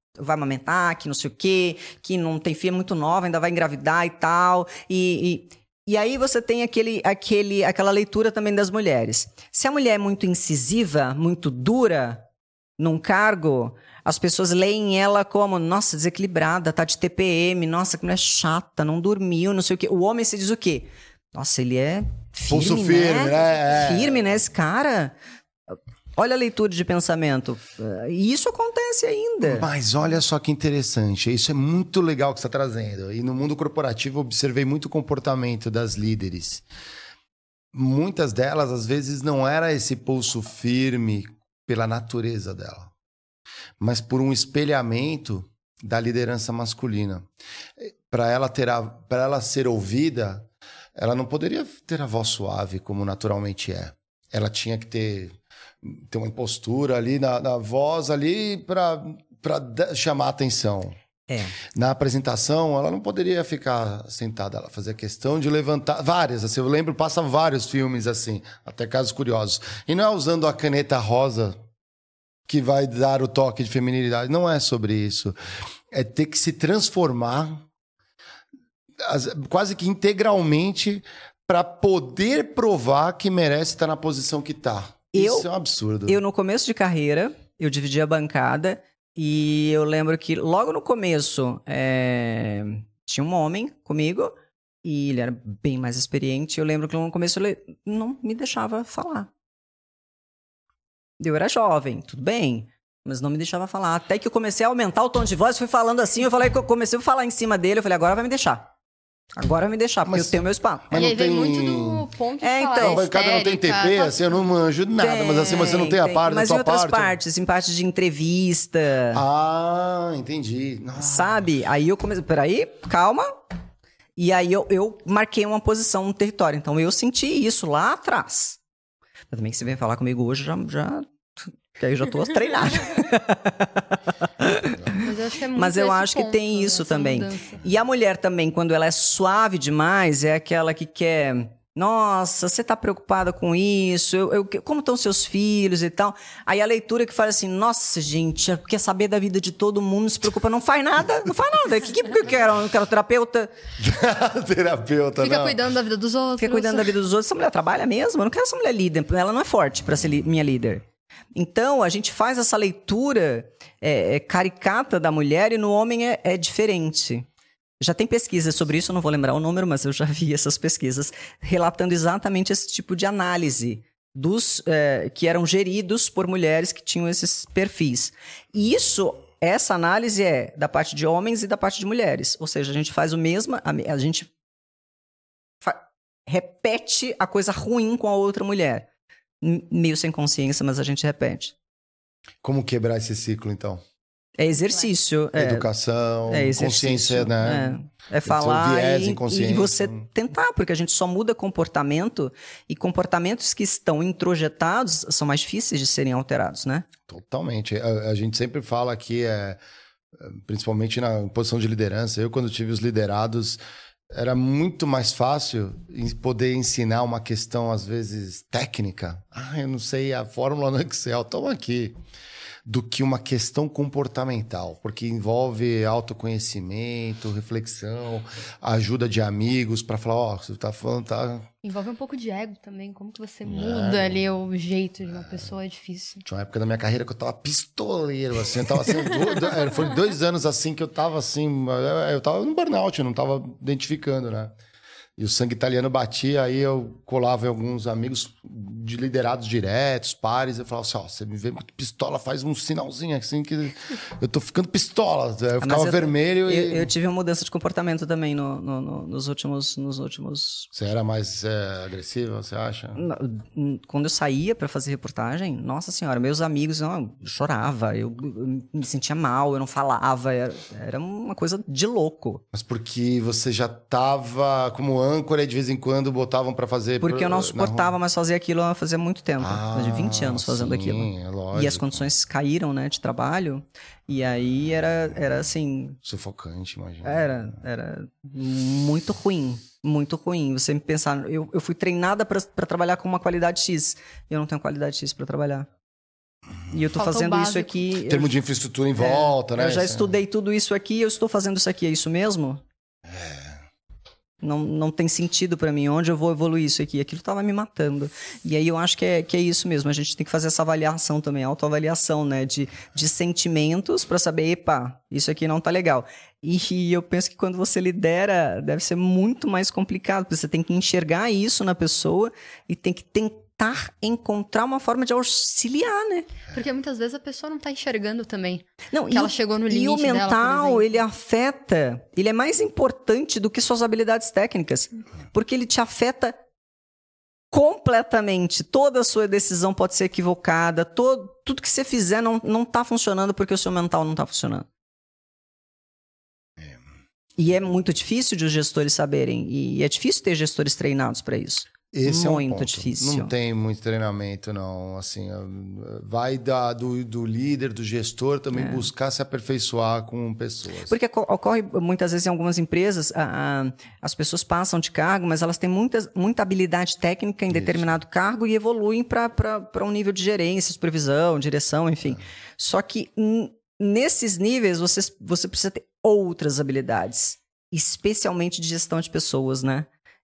vai amamentar, que não sei o quê, que não tem filha muito nova, ainda vai engravidar e tal. E, e, e aí você tem aquele, aquele, aquela leitura também das mulheres. Se a mulher é muito incisiva, muito dura num cargo, as pessoas leem ela como, nossa, desequilibrada, tá de T P M, nossa, que mulher chata, não dormiu, não sei o quê. O homem se diz o quê? Nossa, ele é firme, Pulso firme, né? né? Firme, né? Esse cara... Olha a leitura de pensamento. E isso acontece ainda. Mas olha só que interessante. Isso é muito legal que você está trazendo. E no mundo corporativo eu observei muito o comportamento das líderes. Muitas delas, às vezes, não era esse pulso firme pela natureza dela, mas por um espelhamento da liderança masculina. Para ela ter a, para ela ser ouvida, ela não poderia ter a voz suave como naturalmente é. Ela tinha que ter ter uma impostura ali na, na voz ali para chamar a atenção. É. Na apresentação, ela não poderia ficar sentada, ela fazia questão de levantar várias, assim, eu lembro, passa vários filmes assim, até casos curiosos. E não é usando a caneta rosa que vai dar o toque de feminilidade, não é sobre isso. É ter que se transformar as, quase que integralmente para poder provar que merece estar na posição que está. Eu, Isso é um absurdo. Eu, no começo de carreira, eu dividi a bancada e eu lembro que logo no começo é, tinha um homem comigo e ele era bem mais experiente. Eu lembro que no começo ele não me deixava falar. Eu era jovem, tudo bem, mas não me deixava falar. Até que eu comecei a aumentar o tom de voz, fui falando assim, eu falei que eu comecei a falar em cima dele, eu falei, agora vai me deixar. Agora vai me deixar, porque Mas- eu tenho meu espaço. Mas e não aí vem tem- muito do ponto de É, falar, então, A bancada não tem T P, histérica, assim, eu não manjo nada, mas assim, você não tem a parte Mas da em tua outras parte. partes, em parte de entrevista, Ah, entendi. Nossa. sabe? Aí eu comecei, peraí, calma. E aí eu, eu marquei uma posição no território. Então eu senti isso lá atrás. Mas também que você vem falar comigo hoje, já... já... que aí eu já tô treinada. Mas eu acho que é muito Mas eu esse acho que ponto, tem né, isso essa também. mudança. E a mulher também, quando ela é suave demais, é aquela que quer... Nossa, você tá preocupada com isso? Eu, eu- como estão seus filhos e tal? Aí a leitura que fala assim, nossa, gente, quer saber da vida de todo mundo, não se preocupa, não faz nada, não faz nada. O que, que eu quero? Eu quero terapeuta, Terapeuta, Fica não. cuidando da vida dos outros. fica cuidando da vida dos outros. Essa mulher trabalha mesmo? Eu não quero essa mulher líder, ela não é forte para ser li- minha líder. Então, a gente faz essa leitura é, é, caricata da mulher e no homem é, é diferente. Já tem pesquisas sobre isso, eu não vou lembrar o número, mas eu já vi essas pesquisas relatando exatamente esse tipo de análise dos é, que eram geridos por mulheres que tinham esses perfis. E isso, essa análise é da parte de homens e da parte de mulheres. Ou seja, a gente faz o mesmo, a, me- a gente fa- repete a coisa ruim com a outra mulher. M- Meio sem consciência, mas a gente repete. Como quebrar esse ciclo, então? É exercício. É, Educação, é exercício. consciência, né? É, é falar viés e, inconsciente. e você tentar, porque a gente só muda comportamento e comportamentos que estão introjetados são mais difíceis de serem alterados, né? Totalmente. A, a gente sempre fala aqui, é, principalmente na posição de liderança, eu quando tive os liderados, era muito mais fácil em poder ensinar uma questão, às vezes, técnica. Ah, eu não sei a fórmula no Excel, toma aqui. Do que uma questão comportamental, porque envolve autoconhecimento, reflexão, ajuda de amigos para falar, ó, oh, você tá falando, tá... Envolve um pouco de ego também. Como que É. você muda ali o jeito de uma pessoa, é difícil. Tinha uma época da minha carreira que eu tava pistoleiro, assim, eu tava assim, do, do, foi dois anos assim que eu tava assim, eu tava no burnout, eu não tava identificando, né? E o sangue italiano batia, aí eu colava em alguns amigos de liderados diretos, pares, eu falava assim, ó, você me vê muito pistola, faz um sinalzinho assim que eu tô ficando pistola. Eu ficava Mas eu- vermelho Eu, e... eu tive uma mudança de comportamento também no- no- no- nos últimos... Nos últimos... Você era mais é, agressiva, você acha? Quando eu saía para fazer reportagem, nossa senhora, meus amigos, não, eu chorava, eu, eu me sentia mal, eu não falava, era, era uma coisa de louco. Mas porque você já tava como âncora e de vez em quando botavam pra fazer... Porque eu na não rua? suportava mais fazer aquilo fazia muito tempo. Ah, de vinte anos fazendo sim, aquilo. é lógico. E as condições caíram, né, de trabalho. E aí era, era assim... Sufocante, imagina. Era, era muito ruim. Muito ruim. Você me pensar... Eu, eu fui treinada para trabalhar com uma qualidade X. Eu não tenho qualidade X para trabalhar. E eu tô Falta o fazendo isso básico. aqui... Em termos de infraestrutura em volta, né? Eu já Isso é- estudei tudo isso aqui, eu estou fazendo isso aqui, é isso mesmo? Não, não tem sentido pra mim. Onde eu vou evoluir isso aqui? Aquilo tava me matando. E aí eu acho que é, que é isso mesmo. A gente tem que fazer essa avaliação também, autoavaliação, né? De, de sentimentos pra saber, epa, isso aqui não tá legal. E, e eu penso que quando você lidera, deve ser muito mais complicado, porque você tem que enxergar isso na pessoa e tem que tentar encontrar uma forma de auxiliar, né? Porque muitas vezes a pessoa não tá enxergando também. Não, Que e ela o- chegou no E limite o dela, por mental, exemplo. ele afeta, ele é mais importante do que suas habilidades técnicas, porque ele te afeta completamente. Toda a sua decisão pode ser equivocada, todo, tudo que você fizer não, não tá funcionando porque o seu mental não tá funcionando. E é muito difícil de os gestores saberem, e é difícil ter gestores treinados para isso. Esse é um Muito ponto. difícil. Não tem muito treinamento, não. Assim, vai da, do, do líder, do gestor também É. buscar se aperfeiçoar com pessoas. Porque oco- ocorre muitas vezes em algumas empresas, a- a- as pessoas passam de cargo, mas elas têm muitas, muita habilidade técnica em Isso. determinado cargo e evoluem para um nível de gerência, supervisão, direção, enfim. Só que n- nesses níveis você, você precisa ter outras habilidades, especialmente de gestão de pessoas, né?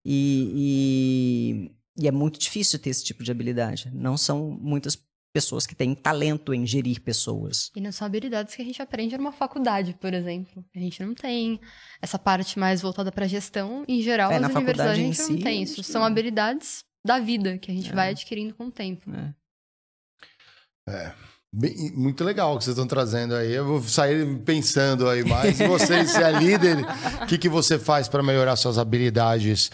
E, e, e é muito difícil ter esse tipo de habilidade. Não são muitas pessoas que têm talento em gerir pessoas. E não são habilidades que a gente aprende numa faculdade, por exemplo. A gente não tem essa parte mais voltada para gestão. Em geral, É, as na universidades a faculdade em gente não si, tem a isso. gente São não. habilidades da vida que a gente É. vai adquirindo com o tempo. É. Bem- muito legal o que vocês estão trazendo aí. Eu vou sair pensando aí mais. E você, se é líder, o que, que você faz para melhorar suas habilidades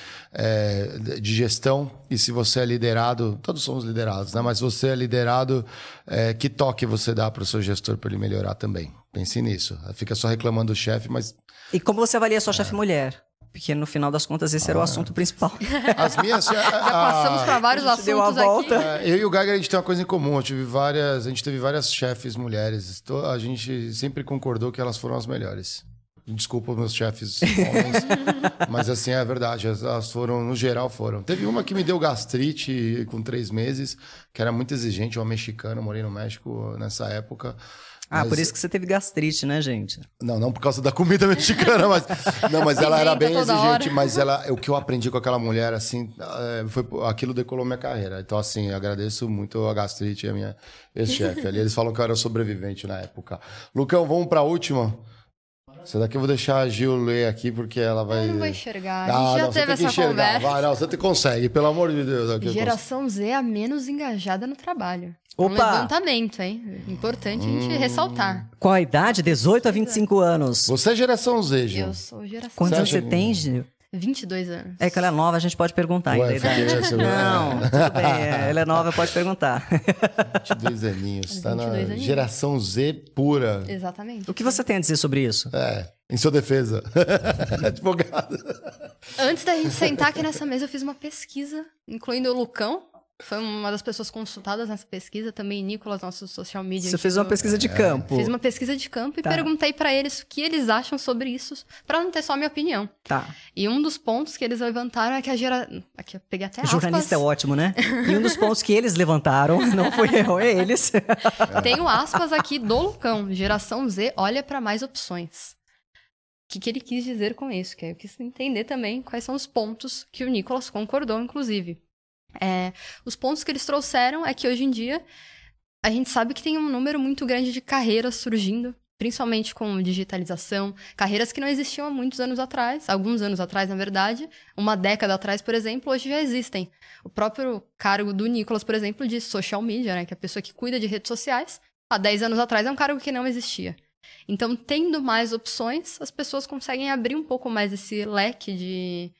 é, de gestão? E se você é liderado, todos somos liderados, né? Mas se você é liderado, é, que toque você dá para o seu gestor para ele melhorar também? Pense nisso. Fica só reclamando do chefe, mas E como você avalia a sua chefe mulher? Porque no final das contas esse era o assunto principal. as minhas... Já passamos para vários a gente deu a assuntos volta. aqui. É, eu e o Geiger, a gente tem uma coisa em comum. Eu tive várias, a gente teve várias chefes mulheres. To- A gente sempre concordou que elas foram as melhores. Desculpa os meus chefes homens, mas assim, é verdade. Elas- Elas foram, no geral, foram. Teve uma que me deu gastrite com três meses, que era muito exigente, uma mexicana. Eu morei no México nessa época. Ah, Mas- por isso que você teve gastrite, né, gente? Não, não por causa da comida mexicana, mas não, mas ela era bem Pimenta toda exigente. hora. Mas ela, o que eu aprendi com aquela mulher, assim, é, foi aquilo decolou minha carreira. Então, assim, eu agradeço muito a gastrite e a minha ex-chefe ali. Eles falam que eu era sobrevivente na época. Lucão, vamos para a última. Essa daqui eu vou deixar a Gil ler aqui porque ela vai. Eu não vou enxergar. A Ah, gente já não, você teve tem que essa enxergar. conversa. Vai, não, você te consegue, pelo amor de Deus. Aqui eu Geração Z é a menos engajada no trabalho. É um Opa! levantamento, hein? Importante a gente Hum. ressaltar. Qual a idade? dezoito a vinte e cinco anos. Você é geração Z, Gil. Eu sou geração Quantos Você anos você acha que- tem, Gil? vinte e dois anos. É que ela é nova, a gente pode perguntar Ué, ainda. a idade. fiquei nessa- Não, tudo bem. é, Ela é nova, pode perguntar. vinte e dois aninhos. Tá na vinte e dois aninhos. geração Z pura. Exatamente. O que você tem a dizer sobre isso? É, em sua defesa. Advogado. Antes da gente sentar aqui nessa mesa, eu fiz uma pesquisa, incluindo o Lucão. Foi uma das pessoas consultadas nessa pesquisa. Também Nicolas, nosso social media. Você fez uma pesquisa de campo. Fiz uma pesquisa de campo e Tá. perguntei pra eles o que eles acham sobre isso, pra não ter só a minha opinião. Tá. E um dos pontos que eles levantaram é que a geração... Aqui eu peguei até aspas. Jornalista é ótimo, né? E um dos pontos que eles levantaram, não foi eu, é eles. Tenho aspas aqui do Lucão. Geração Z olha pra mais opções. O que, que ele quis dizer com isso? Que eu quis entender também quais são os pontos que o Nicolas concordou, inclusive. É, os pontos que eles trouxeram é que hoje em dia a gente sabe que tem um número muito grande de carreiras surgindo, principalmente com digitalização, carreiras que não existiam há muitos anos atrás, alguns anos atrás, na verdade, uma década atrás, por exemplo, hoje já existem. O próprio cargo do Nicolas, por exemplo, de social media, né, que é a pessoa que cuida de redes sociais, há dez anos atrás é um cargo que não existia. Então, tendo mais opções, as pessoas conseguem abrir um pouco mais esse leque de...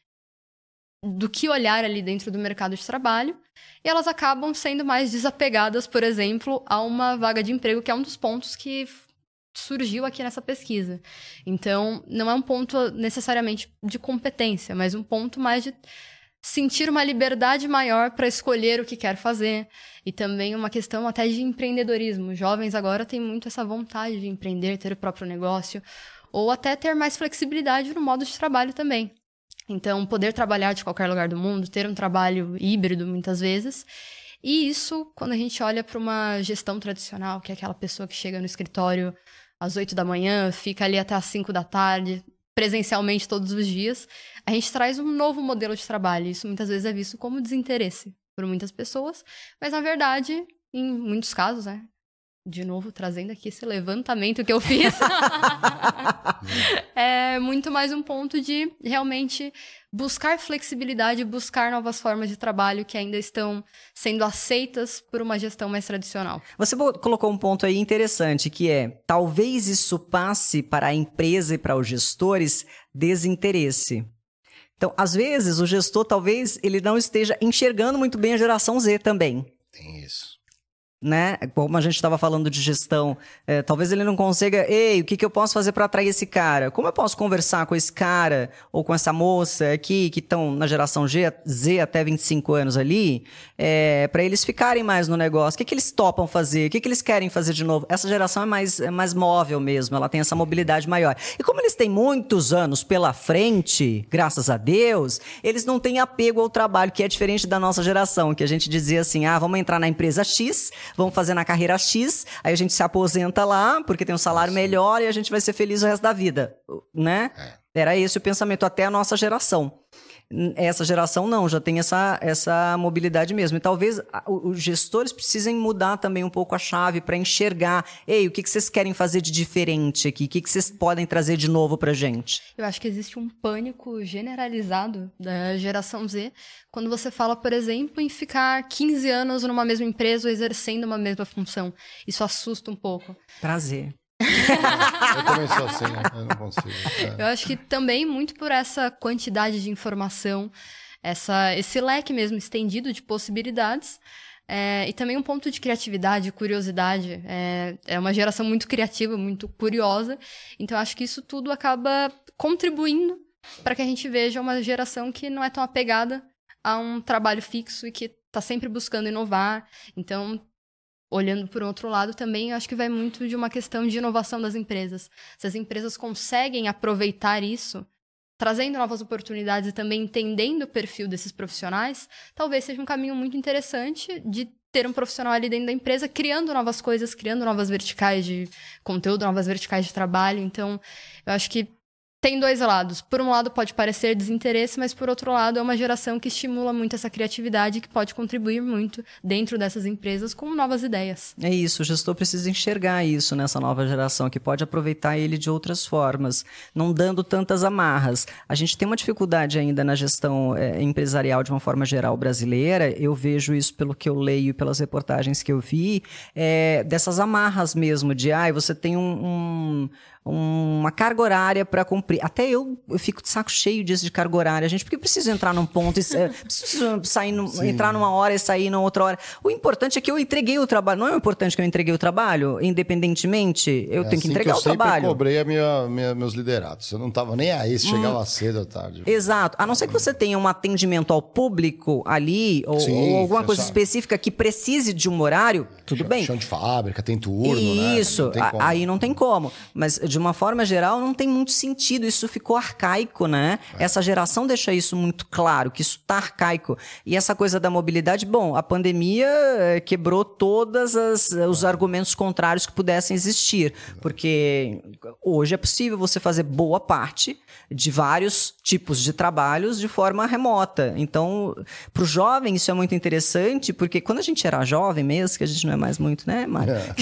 do que olhar ali dentro do mercado de trabalho, e elas acabam sendo mais desapegadas, por exemplo, a uma vaga de emprego, que é um dos pontos que surgiu aqui nessa pesquisa. Então, não é um ponto necessariamente de competência, mas um ponto mais de sentir uma liberdade maior para escolher o que quer fazer, e também uma questão até de empreendedorismo. Jovens agora têm muito essa vontade de empreender, ter o próprio negócio, ou até ter mais flexibilidade no modo de trabalho também. Então, poder trabalhar de qualquer lugar do mundo, ter um trabalho híbrido, muitas vezes. E isso, quando a gente olha para uma gestão tradicional, que é aquela pessoa que chega no escritório às oito da manhã, fica ali até às cinco da tarde, presencialmente todos os dias, a gente traz um novo modelo de trabalho. Isso muitas vezes é visto como desinteresse por muitas pessoas, mas na verdade, em muitos casos, né? De novo, trazendo aqui esse levantamento que eu fiz, é muito mais um ponto de realmente buscar flexibilidade, buscar novas formas de trabalho que ainda estão sendo aceitas por uma gestão mais tradicional. Você colocou um ponto aí interessante, que é, talvez isso passe para a empresa e para os gestores desinteresse. Então, às vezes, o gestor, talvez, ele não esteja enxergando muito bem a geração Z também. Tem isso. Né? Como a gente estava falando de gestão, é, talvez ele não consiga, ei, o que, que eu posso fazer para atrair esse cara? Como eu posso conversar com esse cara ou com essa moça aqui que estão na geração G, Z até vinte e cinco anos ali, é, para eles ficarem mais no negócio? O que, que eles topam fazer? O que, que eles querem fazer de novo? Essa geração é mais, é mais móvel mesmo, ela tem essa mobilidade maior. E como eles têm muitos anos pela frente, graças a Deus, eles não têm apego ao trabalho, que é diferente da nossa geração, que a gente dizia assim, ah, vamos entrar na empresa X, vamos fazer na carreira X, aí a gente se aposenta lá, porque tem um salário melhor e a gente vai ser feliz o resto da vida, né? É. Era esse o pensamento até a nossa geração. Essa geração não, já tem essa, essa mobilidade mesmo. E talvez os gestores precisem mudar também um pouco a chave para enxergar, ei, o que, que vocês querem fazer de diferente aqui? O que, que vocês podem trazer de novo pra gente? Eu acho que existe um pânico generalizado da geração Z quando você fala, por exemplo, em ficar quinze anos numa mesma empresa ou exercendo uma mesma função. Isso assusta um pouco. Prazer. Eu também sou assim, eu não consigo. É. Eu acho que também muito por essa quantidade de informação, essa, esse leque mesmo estendido de possibilidades, é, e também um ponto de criatividade, curiosidade. É, é uma geração muito criativa, muito curiosa, então eu acho que isso tudo acaba contribuindo para que a gente veja uma geração que não é tão apegada a um trabalho fixo e que está sempre buscando inovar. Então, olhando por outro lado também, eu acho que vai muito de uma questão de inovação das empresas. Se as empresas conseguem aproveitar isso, trazendo novas oportunidades e também entendendo o perfil desses profissionais, talvez seja um caminho muito interessante de ter um profissional ali dentro da empresa, criando novas coisas, criando novas verticais de conteúdo, novas verticais de trabalho. Então, eu acho que tem dois lados. Por um lado, pode parecer desinteresse, mas por outro lado, é uma geração que estimula muito essa criatividade e que pode contribuir muito dentro dessas empresas com novas ideias. É isso, o gestor precisa enxergar isso nessa nova geração, que pode aproveitar ele de outras formas, não dando tantas amarras. A gente tem uma dificuldade ainda na gestão é, empresarial de uma forma geral brasileira, eu vejo isso pelo que eu leio e pelas reportagens que eu vi, é, dessas amarras mesmo, de ah, você tem um... um uma carga horária para cumprir. Até eu, eu fico de saco cheio disso de carga horária, gente, porque eu preciso entrar num ponto, e, preciso sair no, entrar numa hora e sair na outra hora. O importante é que eu entreguei o trabalho. Não é o importante que eu entreguei o trabalho, independentemente, eu é tenho que assim entregar que eu o trabalho. Eu sempre cobrei a minha, minha, meus liderados. Eu não estava nem aí se chegava hum. cedo ou tarde. Exato. A não ser que você tenha um atendimento ao público ali, ou, Sim, ou alguma coisa sabe. específica que precise de um horário, tudo chão, bem. Chão de fábrica, tem turno, Isso, né? Isso, aí não tem como. Mas, de uma forma geral, não tem muito sentido. Isso ficou arcaico, né? É. Essa geração deixa isso muito claro, que isso tá arcaico. E essa coisa da mobilidade, bom, a pandemia quebrou todos os argumentos contrários que pudessem existir. Porque hoje é possível você fazer boa parte de vários tipos de trabalhos de forma remota. Então, para o jovem, isso é muito interessante, porque quando a gente era jovem mesmo, que a gente não é mais muito, né, Mário? É.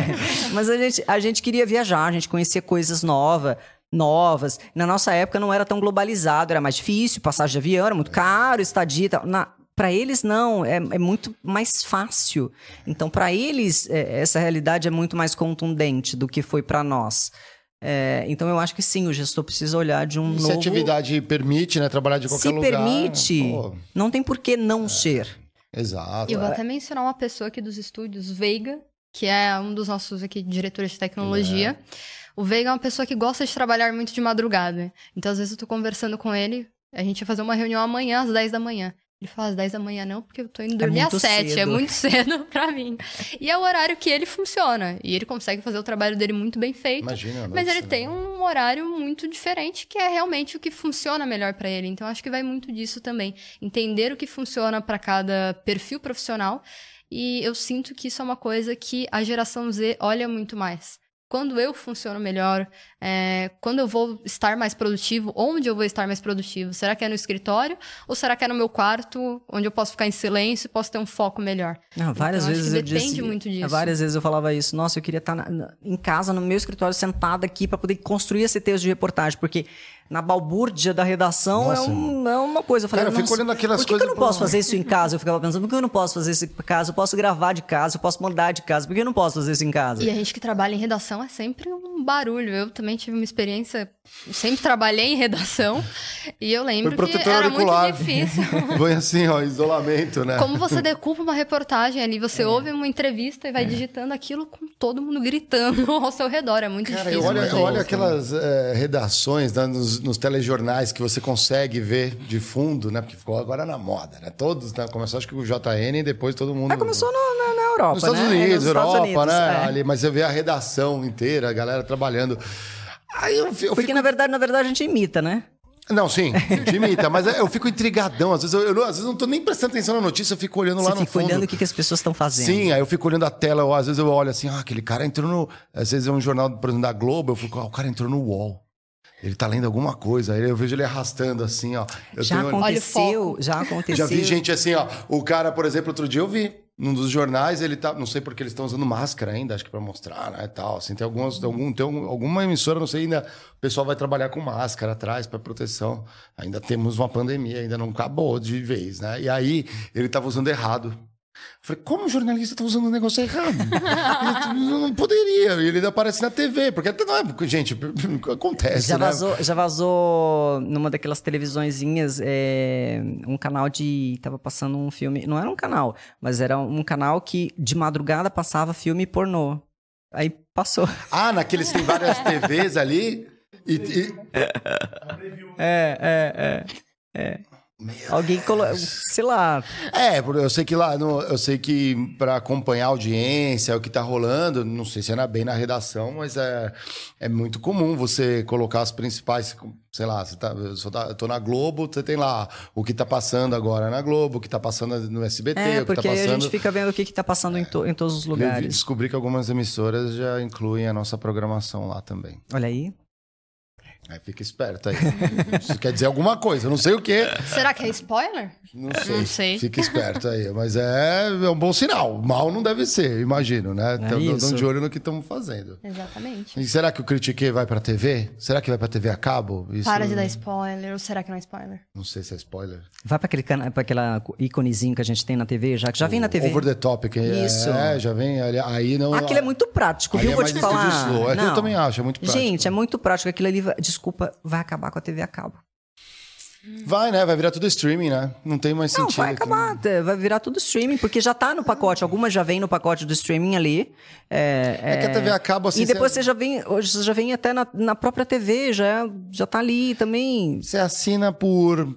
Mas a gente, a gente queria viajar, a gente conhecia coisas novas, novas. Na nossa época não era tão globalizado, era mais difícil, passagem de avião era muito caro, estadia e tal. Na, para eles, não, é, é muito mais fácil. Então, para eles, é, essa realidade é muito mais contundente do que foi para nós. É, então, eu acho que sim, o gestor precisa olhar de um e novo... Se a atividade permite, né, trabalhar de qualquer se lugar... Se permite, pô, não tem por que não é. ser. Exato. Eu vou é. até mencionar uma pessoa aqui dos estúdios, Veiga, que é um dos nossos aqui diretores de tecnologia. É. O Veiga é uma pessoa que gosta de trabalhar muito de madrugada. Então, às vezes, eu tô conversando com ele, a gente vai fazer uma reunião amanhã às dez da manhã. Ele fala às dez da manhã não, porque eu tô indo dormir às muito sete. cedo. É muito cedo pra mim. E é o horário que ele funciona. E ele consegue fazer o trabalho dele muito bem feito. Imagina. Mas ele noite, tem um horário muito diferente, que é realmente o que funciona melhor pra ele. Então, acho que vai muito disso também. Entender o que funciona pra cada perfil profissional. E eu sinto que isso é uma coisa que a geração Z olha muito mais. Quando eu funciono melhor, é, quando eu vou estar mais produtivo, onde eu vou estar mais produtivo? Será que é no escritório ou será que é no meu quarto, onde eu posso ficar em silêncio e posso ter um foco melhor? Não, várias Então, acho vezes que eu depende disse, muito disso. Várias vezes eu falava isso. Nossa, eu queria estar na- na- em casa, no meu escritório, sentada aqui para poder construir esse texto de reportagem, porque na balbúrdia da redação é, Nossa. um- é uma coisa. Eu falei, Cara, eu fico nossa, olhando aquelas por que, que eu coisas, não posso pô. fazer isso em casa? Eu ficava pensando, por que eu não posso fazer isso em casa? Eu posso gravar de casa, eu posso mandar de casa, por que eu não posso fazer isso em casa? E a gente que trabalha em redação é sempre um barulho. Eu também tive uma experiência, sempre trabalhei em redação e eu lembro Foi que protetor era auricular. muito difícil. Foi assim, ó, isolamento, né? Como você decupa uma reportagem ali, você É. ouve uma entrevista e vai digitando aquilo com todo mundo gritando ao seu redor, é muito Cara, difícil. eu olho, fazer eu olho isso. aquelas eh, redações né, nos, nos telejornais que você consegue ver de fundo, né? Porque ficou agora na moda, né? Todos, né? Começou acho que o J N e depois todo mundo... Ah, começou no- na, na Europa, Nos Estados né? Unidos, Nos Estados Europa, Unidos, né? é. Ali, mas você vê a redação inteira, a galera trabalhando. Aí eu, fi- eu Porque, fico... na verdade, na verdade, a gente imita, né? Não, sim, te imita, mas eu fico intrigadão. Às vezes eu, eu não- às vezes eu não tô nem prestando atenção na notícia, eu fico olhando Você lá no fica fundo. olhando o que, que as pessoas estão fazendo. Sim, aí eu fico olhando a tela, eu, às vezes eu olho assim, ah, aquele cara entrou no... Às vezes é um jornal, por exemplo, da Globo, eu fico, ah, o cara entrou no U O L. Ele tá lendo alguma coisa, aí eu vejo ele arrastando assim, ó. Eu Já tenho- aconteceu, foco. já aconteceu. Já vi gente assim, ó. O cara, por exemplo, outro dia eu vi num dos jornais, ele tá. Não sei porque eles estão usando máscara ainda, acho que pra mostrar, né? Tal. Assim, tem algumas. Tem, algum, tem algum- alguma emissora, não sei ainda. O pessoal vai trabalhar com máscara atrás pra proteção. Ainda temos uma pandemia, ainda não acabou de vez, né? E aí ele tava usando errado. Eu falei, como o jornalista tá usando um negócio errado? Ele não poderia. E ele ainda aparece na T V, porque até não é. Gente, acontece. Já né? vazou, já vazou numa daquelas televisõezinhas é, um canal de... Tava passando um filme... Não era um canal, mas era um canal que de madrugada passava filme pornô. Aí passou. Ah, naqueles tem várias T Vs ali. E, e- É, é, é. é. Alguém colocou... Sei lá... É, eu sei que lá, no- eu sei que para acompanhar a audiência, o que tá rolando, não sei se é na- bem na redação, mas é, é muito comum você colocar as principais, sei lá, você tá, eu, só tá- eu tô na Globo, você tem lá o que tá passando agora na Globo, o que tá passando no S B T, É, o que tá porque aí passando... a gente fica vendo o que, que tá passando em, to- em todos os Eu vi- lugares. descobri que algumas emissoras já incluem a nossa programação lá também. Olha aí. Aí fica esperto aí. Isso quer dizer alguma coisa, eu não sei o quê. Será que é spoiler? Não sei. Não sei. Fica esperto aí. Mas é, é um bom sinal. Mal não deve ser, imagino, né? Estão isso. de olho no que estamos fazendo. Exatamente. E será que o Critiquei vai pra T V? Será que vai pra T V a cabo? Isso... Para de dar spoiler, ou será que não é spoiler? Não sei se é spoiler. Vai pra aquele cana... pra aquela íconezinho que a gente tem na T V, já que já vem na T V. Over the top. Que Isso. É, já vem ali. Aí não... Aquilo é muito prático, Ali viu? é Vou mais te estúdio falar. slow. É que eu também acho, é muito prático. Gente, é muito prático. Aquilo ali, vai... desculpa, vai acabar com a T V a cabo. Vai, né? Vai virar tudo streaming, né? Não tem mais Não, sentido. vai acabar. é, Vai virar tudo streaming, porque já tá no pacote. Algumas já vem no pacote do streaming ali. É, É que a T V a cabo, assim, E depois você- você já vem, hoje você já vem até na, na própria T V, já, já tá ali também. Você assina por...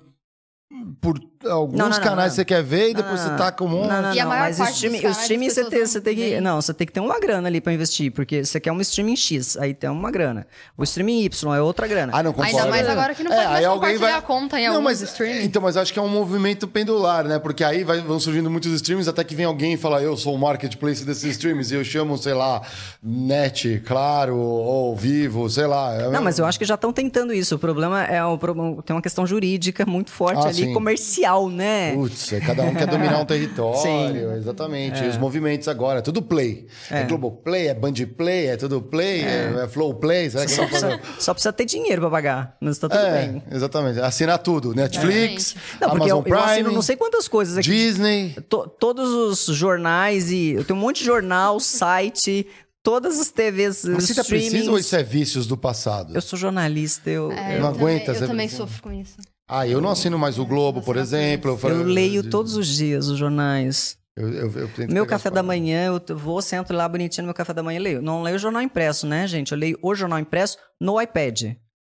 Por alguns Não, não, não, canais não. que você quer ver e depois Ah, você taca um monte. Não, não, E a não, maior mas o parte dos streaming, o canais streaming as você, pessoas tem, não você tem que. veem. Não, você tem que ter uma grana ali pra investir, porque você quer um streaming X, aí tem uma grana. O streaming Y é outra grana. Ah, não concordo. Ainda mais agora que não pode mais compartilhar a conta em não, alguns mas, streaming. Então, mas acho que é um movimento pendular, né? Porque aí vai- vão surgindo muitos streams até que vem alguém e fala, eu sou o marketplace desses streams e eu chamo, sei lá, Net, Claro, ou Vivo, sei lá. Não, mas eu acho que já estão tentando isso. O problema é o problema, tem uma questão jurídica muito forte Ah, ali, sim. comercial, né? Putz, aí cada um quer dominar um território, Sim. exatamente. E os movimentos agora, é tudo play. É, Globoplay, é Bandplay, é tudo play, é, é Flowplay. Será que Só vai fazer? precisa, só precisa ter dinheiro pra pagar, mas tá tudo É, bem. exatamente. Assinar tudo. Netflix, Não, porque Amazon eu, eu Prime, assino não sei quantas coisas aqui. Disney. To- todos os jornais e... Eu tenho um monte de jornal, site, todas as T Vs, Mas você tá streamings. precisa ou isso é vícios do passado? Eu sou jornalista, eu... É, eu... Não eu aguenta, também, você eu também precisa. sofro com isso. Ah, eu não assino mais o Globo, por exemplo. Eu falei- leio todos os dias os jornais. Eu, eu, eu tento Meu pegar café as da paradas. manhã, eu t- vou, sento lá bonitinho no meu café da manhã e leio. Não leio o jornal impresso, né, gente? Eu leio o jornal impresso no iPad.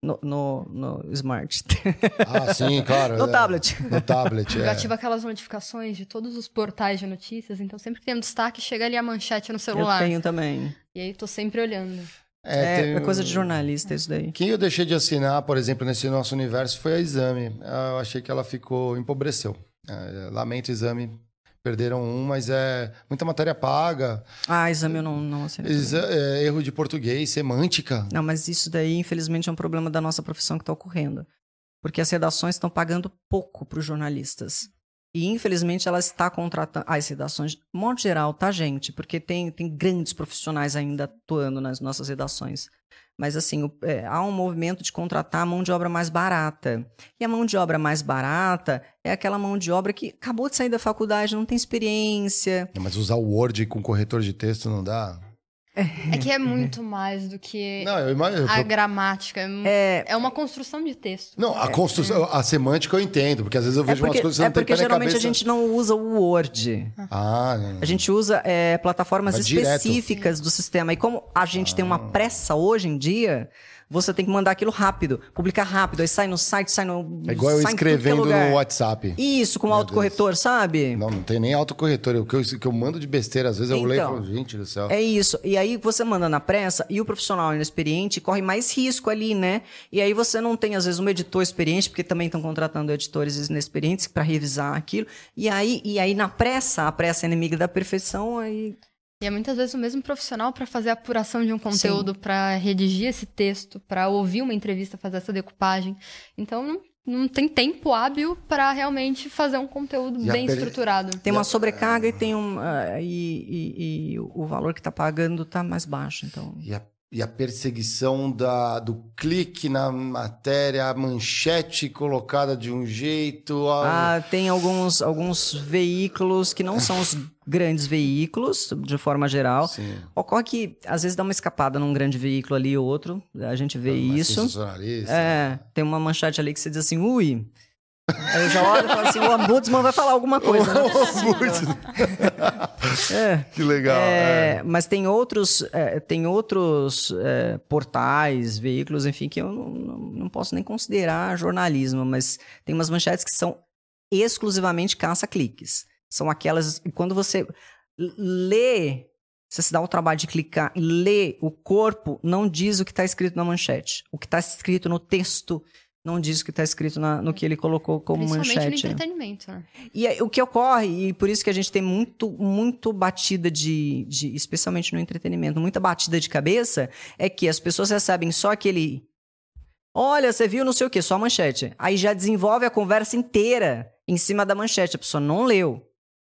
No, no, no Smart. Ah, sim, claro. No é, tablet. No tablet, Eu é. ativo aquelas notificações de todos os portais de notícias, então sempre que tem um destaque, chega ali a manchete no Eu celular. tenho também. E aí tô sempre olhando. É, tem- é coisa de jornalista isso daí. Quem eu deixei de assinar, por exemplo, nesse nosso universo foi a Exame. Eu achei que ela ficou, empobreceu. É, lamento, Exame. Perderam um, mas é muita matéria paga. Ah, exame eu não, não assino. Exa- é, erro de português, semântica. Não, mas isso daí, infelizmente, é um problema da nossa profissão que está ocorrendo. Porque as redações estão pagando pouco para os jornalistas. E, infelizmente, ela está contratando... Ah, as redações, de modo geral, tá, gente? Porque tem, tem grandes profissionais ainda atuando nas nossas redações. Mas, assim, o- é, há um movimento de contratar a mão de obra mais barata. E a mão de obra mais barata é aquela mão de obra que acabou de sair da faculdade, não tem experiência. Mas usar o Word com corretor de texto não dá? É que é muito mais do que Não, eu imagino. a gramática. É, É, é uma construção de texto. Não, a construção, a semântica eu entendo, porque às vezes eu é vejo porque, umas coisas que você é não tem porque pé na geralmente cabeça. a gente não usa o Word. Ah, não. A gente usa é, plataformas Vai direto. específicas do sistema. E como a gente tem uma pressa hoje em dia, você tem que mandar aquilo rápido, publicar rápido. Aí sai no site, sai no. É igual eu sai em tudo que é escrevendo lugar. no WhatsApp. Isso, com o Meu autocorretor, sabe? Não, não tem nem autocorretor. O que eu, o que eu mando de besteira, às vezes eu leio e Então, falo, gente do céu. É isso. E aí você manda na pressa e o profissional inexperiente corre mais risco ali, né? E aí você não tem, às vezes, um editor experiente, porque também estão contratando editores inexperientes para revisar aquilo. E aí, e aí, na pressa, a pressa é inimiga da perfeição, aí. E é muitas vezes o mesmo profissional para fazer a apuração de um conteúdo, para redigir esse texto, para ouvir uma entrevista, fazer essa decupagem. Então não, não tem tempo hábil para realmente fazer um conteúdo E a bem per- estruturado. Tem uma sobrecarga e tem um. ah, e, e- e o valor que tá pagando tá mais baixo. Então. E a, e a perseguição da, do clique na matéria, a manchete colocada de um jeito. a- Ah, tem alguns, alguns veículos que não são os grandes veículos, de forma geral. Sim. Ocorre que, às vezes, dá uma escapada num grande veículo ali ou outro. A gente vê Mais isso. sensacionalista. É, tem uma manchete ali que você diz assim, ui. Aí eu já olho e falo assim, o ombudsman vai falar alguma coisa. Não é possível. É. Que legal. É, é. Mas tem outros, é, tem outros é, portais, veículos, enfim, que eu não, não, não posso nem considerar jornalismo, mas tem umas manchetes que são exclusivamente caça-cliques. São aquelas... Quando você lê, você se dá o trabalho de clicar e lê, o corpo não diz o que está escrito na manchete. O que está escrito no texto não diz o que está escrito na, no que ele colocou como Principalmente manchete. no entretenimento, né? E aí, o que ocorre, e por isso que a gente tem muito, muito batida de, de, especialmente no entretenimento, muita batida de cabeça, é que as pessoas recebem só aquele, olha, você viu não sei o quê, só a manchete. Aí já desenvolve a conversa inteira em cima da manchete, a pessoa não leu.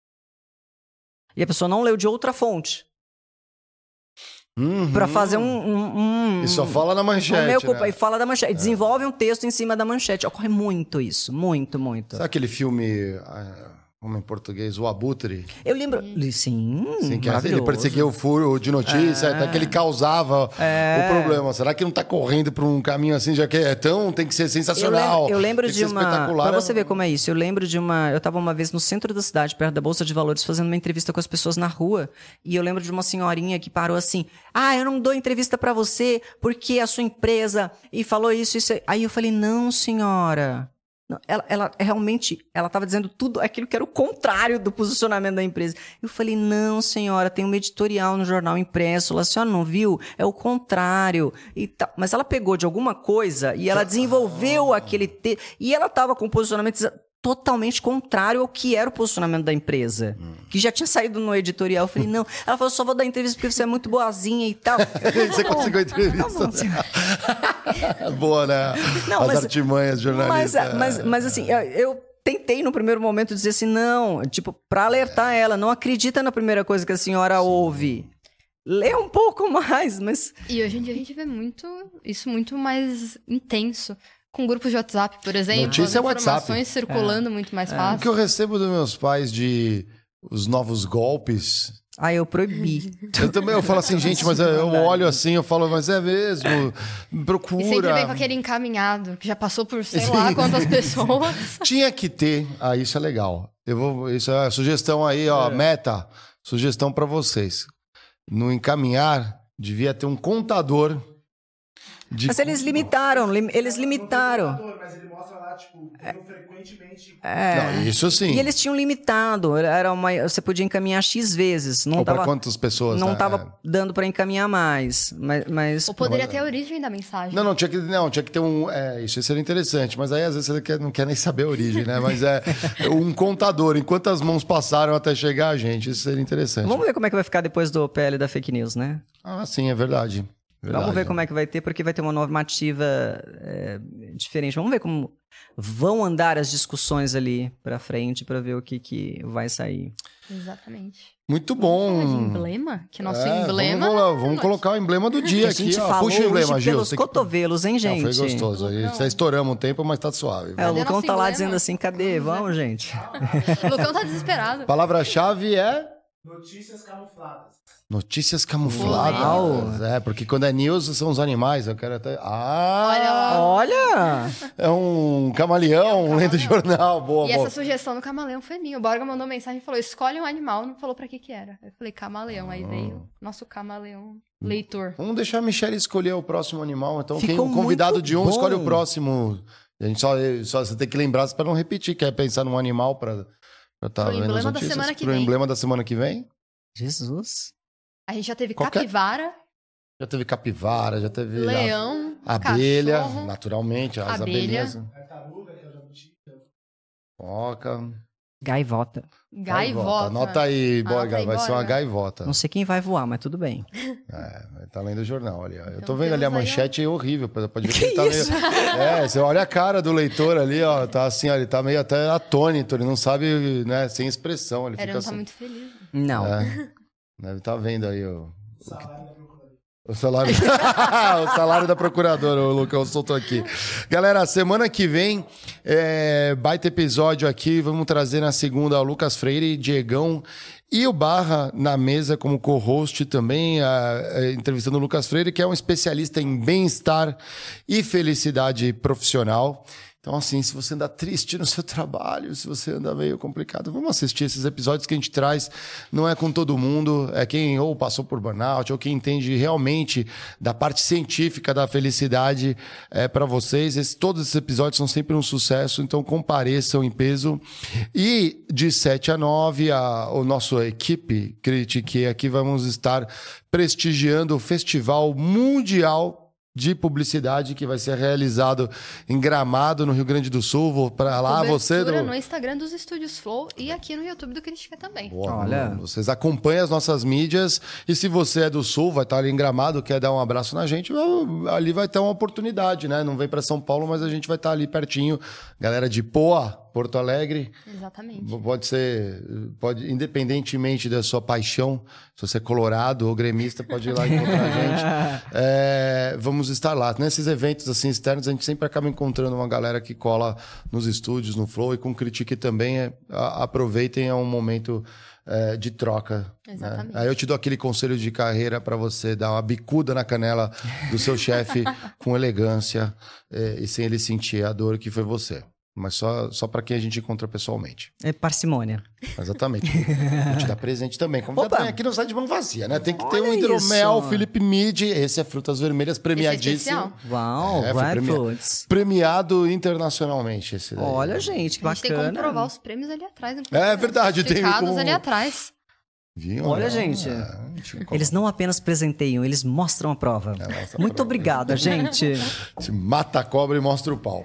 E a pessoa não leu de outra fonte. Uhum. Pra fazer um... um, um E só fala na manchete, o meu culpa, né? E fala da manchete. Desenvolve um texto em cima da manchete. Ocorre muito isso, muito, muito. Sabe aquele filme, ah, como em português, O Abutre? Eu lembro... Sim, Sim, que ele maravilhoso. perseguia o furo de notícia, É. até que ele causava É. o problema. Será que não tá correndo por um caminho assim, já que é tão, tem que ser Eu sensacional? lembro, eu lembro tem que de ser uma. espetacular. Pra você ver como é isso, eu lembro de uma. Eu tava uma vez no centro da cidade, perto da Bolsa de Valores, fazendo uma entrevista com as pessoas na rua. E eu lembro de uma senhorinha que parou assim: ah, eu não dou entrevista pra você porque a sua empresa. E falou isso, isso. Aí eu falei: não, senhora. Não, ela, ela realmente, ela estava dizendo tudo aquilo que era o contrário do posicionamento da empresa. Eu falei, não, senhora, tem um editorial no jornal impresso, lá, a senhora não viu? É o contrário. E tal. Mas ela pegou de alguma coisa e ela desenvolveu aquele texto. E ela estava com um posicionamento totalmente contrário ao que era o posicionamento da empresa. Hum. Que já tinha saído no editorial. Eu falei, não. Ela falou, só vou dar entrevista porque você é muito boazinha e tal. Você conseguiu a entrevista. Boa, né? Não, As mas, artimanhas jornalistas. Mas, mas, mas assim, eu, eu tentei no primeiro momento dizer assim, não, tipo, para alertar ela, não acredita na primeira coisa que a senhora ouve. Lê um pouco mais, mas... E hoje em dia a gente vê muito, isso muito mais intenso. Com grupos de WhatsApp, por exemplo. Notícia é as informações WhatsApp. circulando é. muito mais É. fácil. O que eu recebo dos meus pais de os novos golpes... Ah, eu proibi. Eu também, eu falo assim, gente, mas eu olho assim, eu falo, mas é mesmo, procura. E sempre vem com aquele encaminhado, que já passou por sei lá quantas pessoas. Tinha que ter, ah, isso é legal. Eu vou, isso é sugestão aí, ó, é. meta, sugestão para vocês. No encaminhar, devia ter um contador de- Mas eles limitaram, lim- eles limitaram. Mas ele mostra lá, tipo, vindo frequentemente. Não, isso sim. E eles tinham limitado, era uma, você podia encaminhar X vezes. Não Ou para tava, quantas pessoas? não né? tava dando para encaminhar mais. Mas, mas Ou poderia ter a origem da mensagem. Não, não, tinha que, não, tinha que ter um. É, isso seria interessante, mas aí às vezes você quer- não quer nem saber a origem, né? Mas é um contador, em quantas mãos passaram até chegar a gente, isso seria interessante. vamos ver como é que vai ficar depois do P L da fake news, né? Ah, sim, é verdade. verdade. Vamos ver como é que vai ter, porque vai ter uma normativa é, diferente. Vamos ver como vão andar as discussões ali pra frente pra ver o que, que vai sair. Exatamente. Muito Falar de bom. emblema? Que nosso É, emblema... Vamos, vamos, vamos colocar o emblema do dia Que a aqui. gente Ó. falou Puxa o emblema, hoje Gil. pelos Você que- cotovelos, hein, Não, gente? foi gostoso. Aí já estouramos um tempo, mas tá suave. É, o Cadê Lucão nosso tá lá emblema? dizendo assim, cadê? Vamos, gente. O Lucão tá desesperado. Palavra-chave é Notícias camufladas. notícias camufladas. Uau. É, porque quando é news são os animais. Eu quero até. Ah! Olha lá. Olha! É um camaleão lendo jornal. Boa, E boa. essa sugestão do camaleão foi minha. O Borga mandou mensagem e falou: escolhe um animal, não falou pra que que era. Eu falei, camaleão. Aí veio nosso camaleão leitor. Vamos deixar a Michelle escolher o próximo animal. Então, quem, Ficou o convidado muito de um bom. escolhe o próximo. A gente só, só você tem que lembrar para não repetir, quer pensar num animal para estar Pro lendo as emblema da notícias. semana que Pro vem. emblema da semana que vem. Jesus. A gente já teve Qualquer- capivara, Já teve capivara, já teve leão, a- abelha, cachorro, naturalmente, as abelha. abelhas. Tartaruga, que é o jabuti. Foca. Gaivota. gaivota. Anota aí, Anota Borga, aí, vai ser uma Borga. gaivota. Não sei quem vai voar, mas tudo bem. É, tá lendo o jornal ali. Ó. Eu Então tô vendo ali a temos aí, ó. manchete, é horrível. Pode ver que, Que ele tá isso? meio. É, você olha a cara do leitor ali, ó. Tá assim, ó, ele tá meio até atônito, ele não sabe, né, sem expressão. Ele Ele fica não tá assim. muito feliz. Não. É. Deve estar vendo aí o, Salário da procuradoria. o salário. o salário da procuradora, o Lucão soltou aqui. Galera, semana que vem, é, baita episódio aqui. Vamos trazer na segunda o Lucas Freire, Diegão e o Barra na mesa como co-host também, a- a- entrevistando o Lucas Freire, que é um especialista em bem-estar e felicidade profissional. Então, assim, se você anda triste no seu trabalho, se você anda meio complicado, vamos assistir esses episódios que a gente traz. Não é com todo mundo, é quem ou passou por burnout, ou quem entende realmente da parte científica da felicidade é, para vocês. Esse- todos esses episódios são sempre um sucesso, então compareçam em peso. E de sete a nove, a, o nosso equipe Critique aqui vamos estar prestigiando o Festival Mundial de Publicidade que vai ser realizado em Gramado, no Rio Grande do Sul. Vou para lá, você... Cobertura Do... no Instagram dos Estúdios Flow e aqui no YouTube do Critica também. Boa, Olha. Vocês acompanham as nossas mídias e se você é do Sul, vai estar ali em Gramado, quer dar um abraço na gente, ali vai ter uma oportunidade, né? Não vem para São Paulo, mas a gente vai estar ali pertinho. Galera de Poa, Porto Alegre, Exatamente. pode ser, pode, independentemente da sua paixão, se você é colorado ou gremista, pode ir lá encontrar a gente. É, vamos estar lá. Nesses eventos assim externos, a gente sempre acaba encontrando uma galera que cola nos estúdios, no Flow, e com Critique também. É, a- aproveitem, é um momento é, de troca. Né? Exatamente. Aí eu te dou aquele conselho de carreira para você dar uma bicuda na canela do seu chefe com elegância é, e sem ele sentir a dor que foi você. Mas só, só para quem a gente encontra pessoalmente. É parcimônia. Exatamente. Vou te dar presente também. Como já Opa! tem aqui não sai de mão vazia, né? Tem que ter Olha um hidromel, isso! Felipe Mid. Esse é Frutas Vermelhas, Esse é premiadíssimo. especial. Uau, É, foi Dry premia- Fruits. Premiado internacionalmente esse daí. Olha, gente, que A gente tem bacana. como provar os prêmios ali atrás. no É verdade, tem Certificados como- ali atrás. Viu? Olha, Não, gente. é, deixa eu Eles não apenas presenteiam, eles mostram a prova. É, mostra a Muito prova. obrigada, gente. Se mata a cobra e mostra o pau.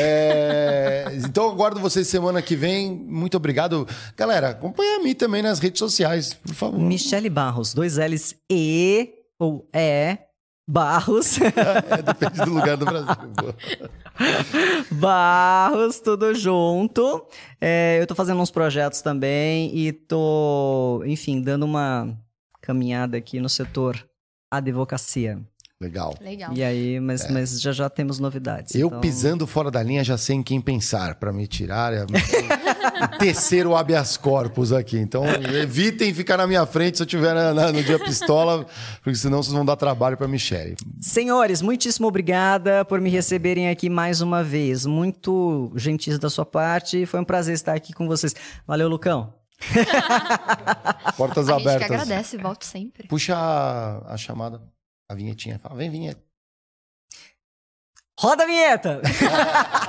É, então, aguardo vocês semana que vem. Muito obrigado. Galera, acompanha a mim também nas redes sociais, por favor. Michele Barros, dois L's E ou E Barros. É, depende do lugar do Brasil. Barros, tudo junto. É, eu tô fazendo uns projetos também e tô, enfim, dando uma caminhada aqui no setor advocacia. Legal. Legal. E aí, mas, mas já já temos novidades. Eu então- pisando fora da linha já sei em quem pensar para me tirar e e tecer o habeas corpus aqui. Então evitem ficar na minha frente se eu estiver na- na- no dia pistola, porque senão vocês vão dar trabalho para Michele. Senhores, muitíssimo obrigada por me receberem aqui mais uma vez. Muito gentis da sua parte. Foi um prazer estar aqui com vocês. Valeu, Lucão. Portas A gente que abertas. agradece, volto sempre. Puxa a, a chamada, a vinhetinha. Fala, vem vinheta. Roda a vinheta!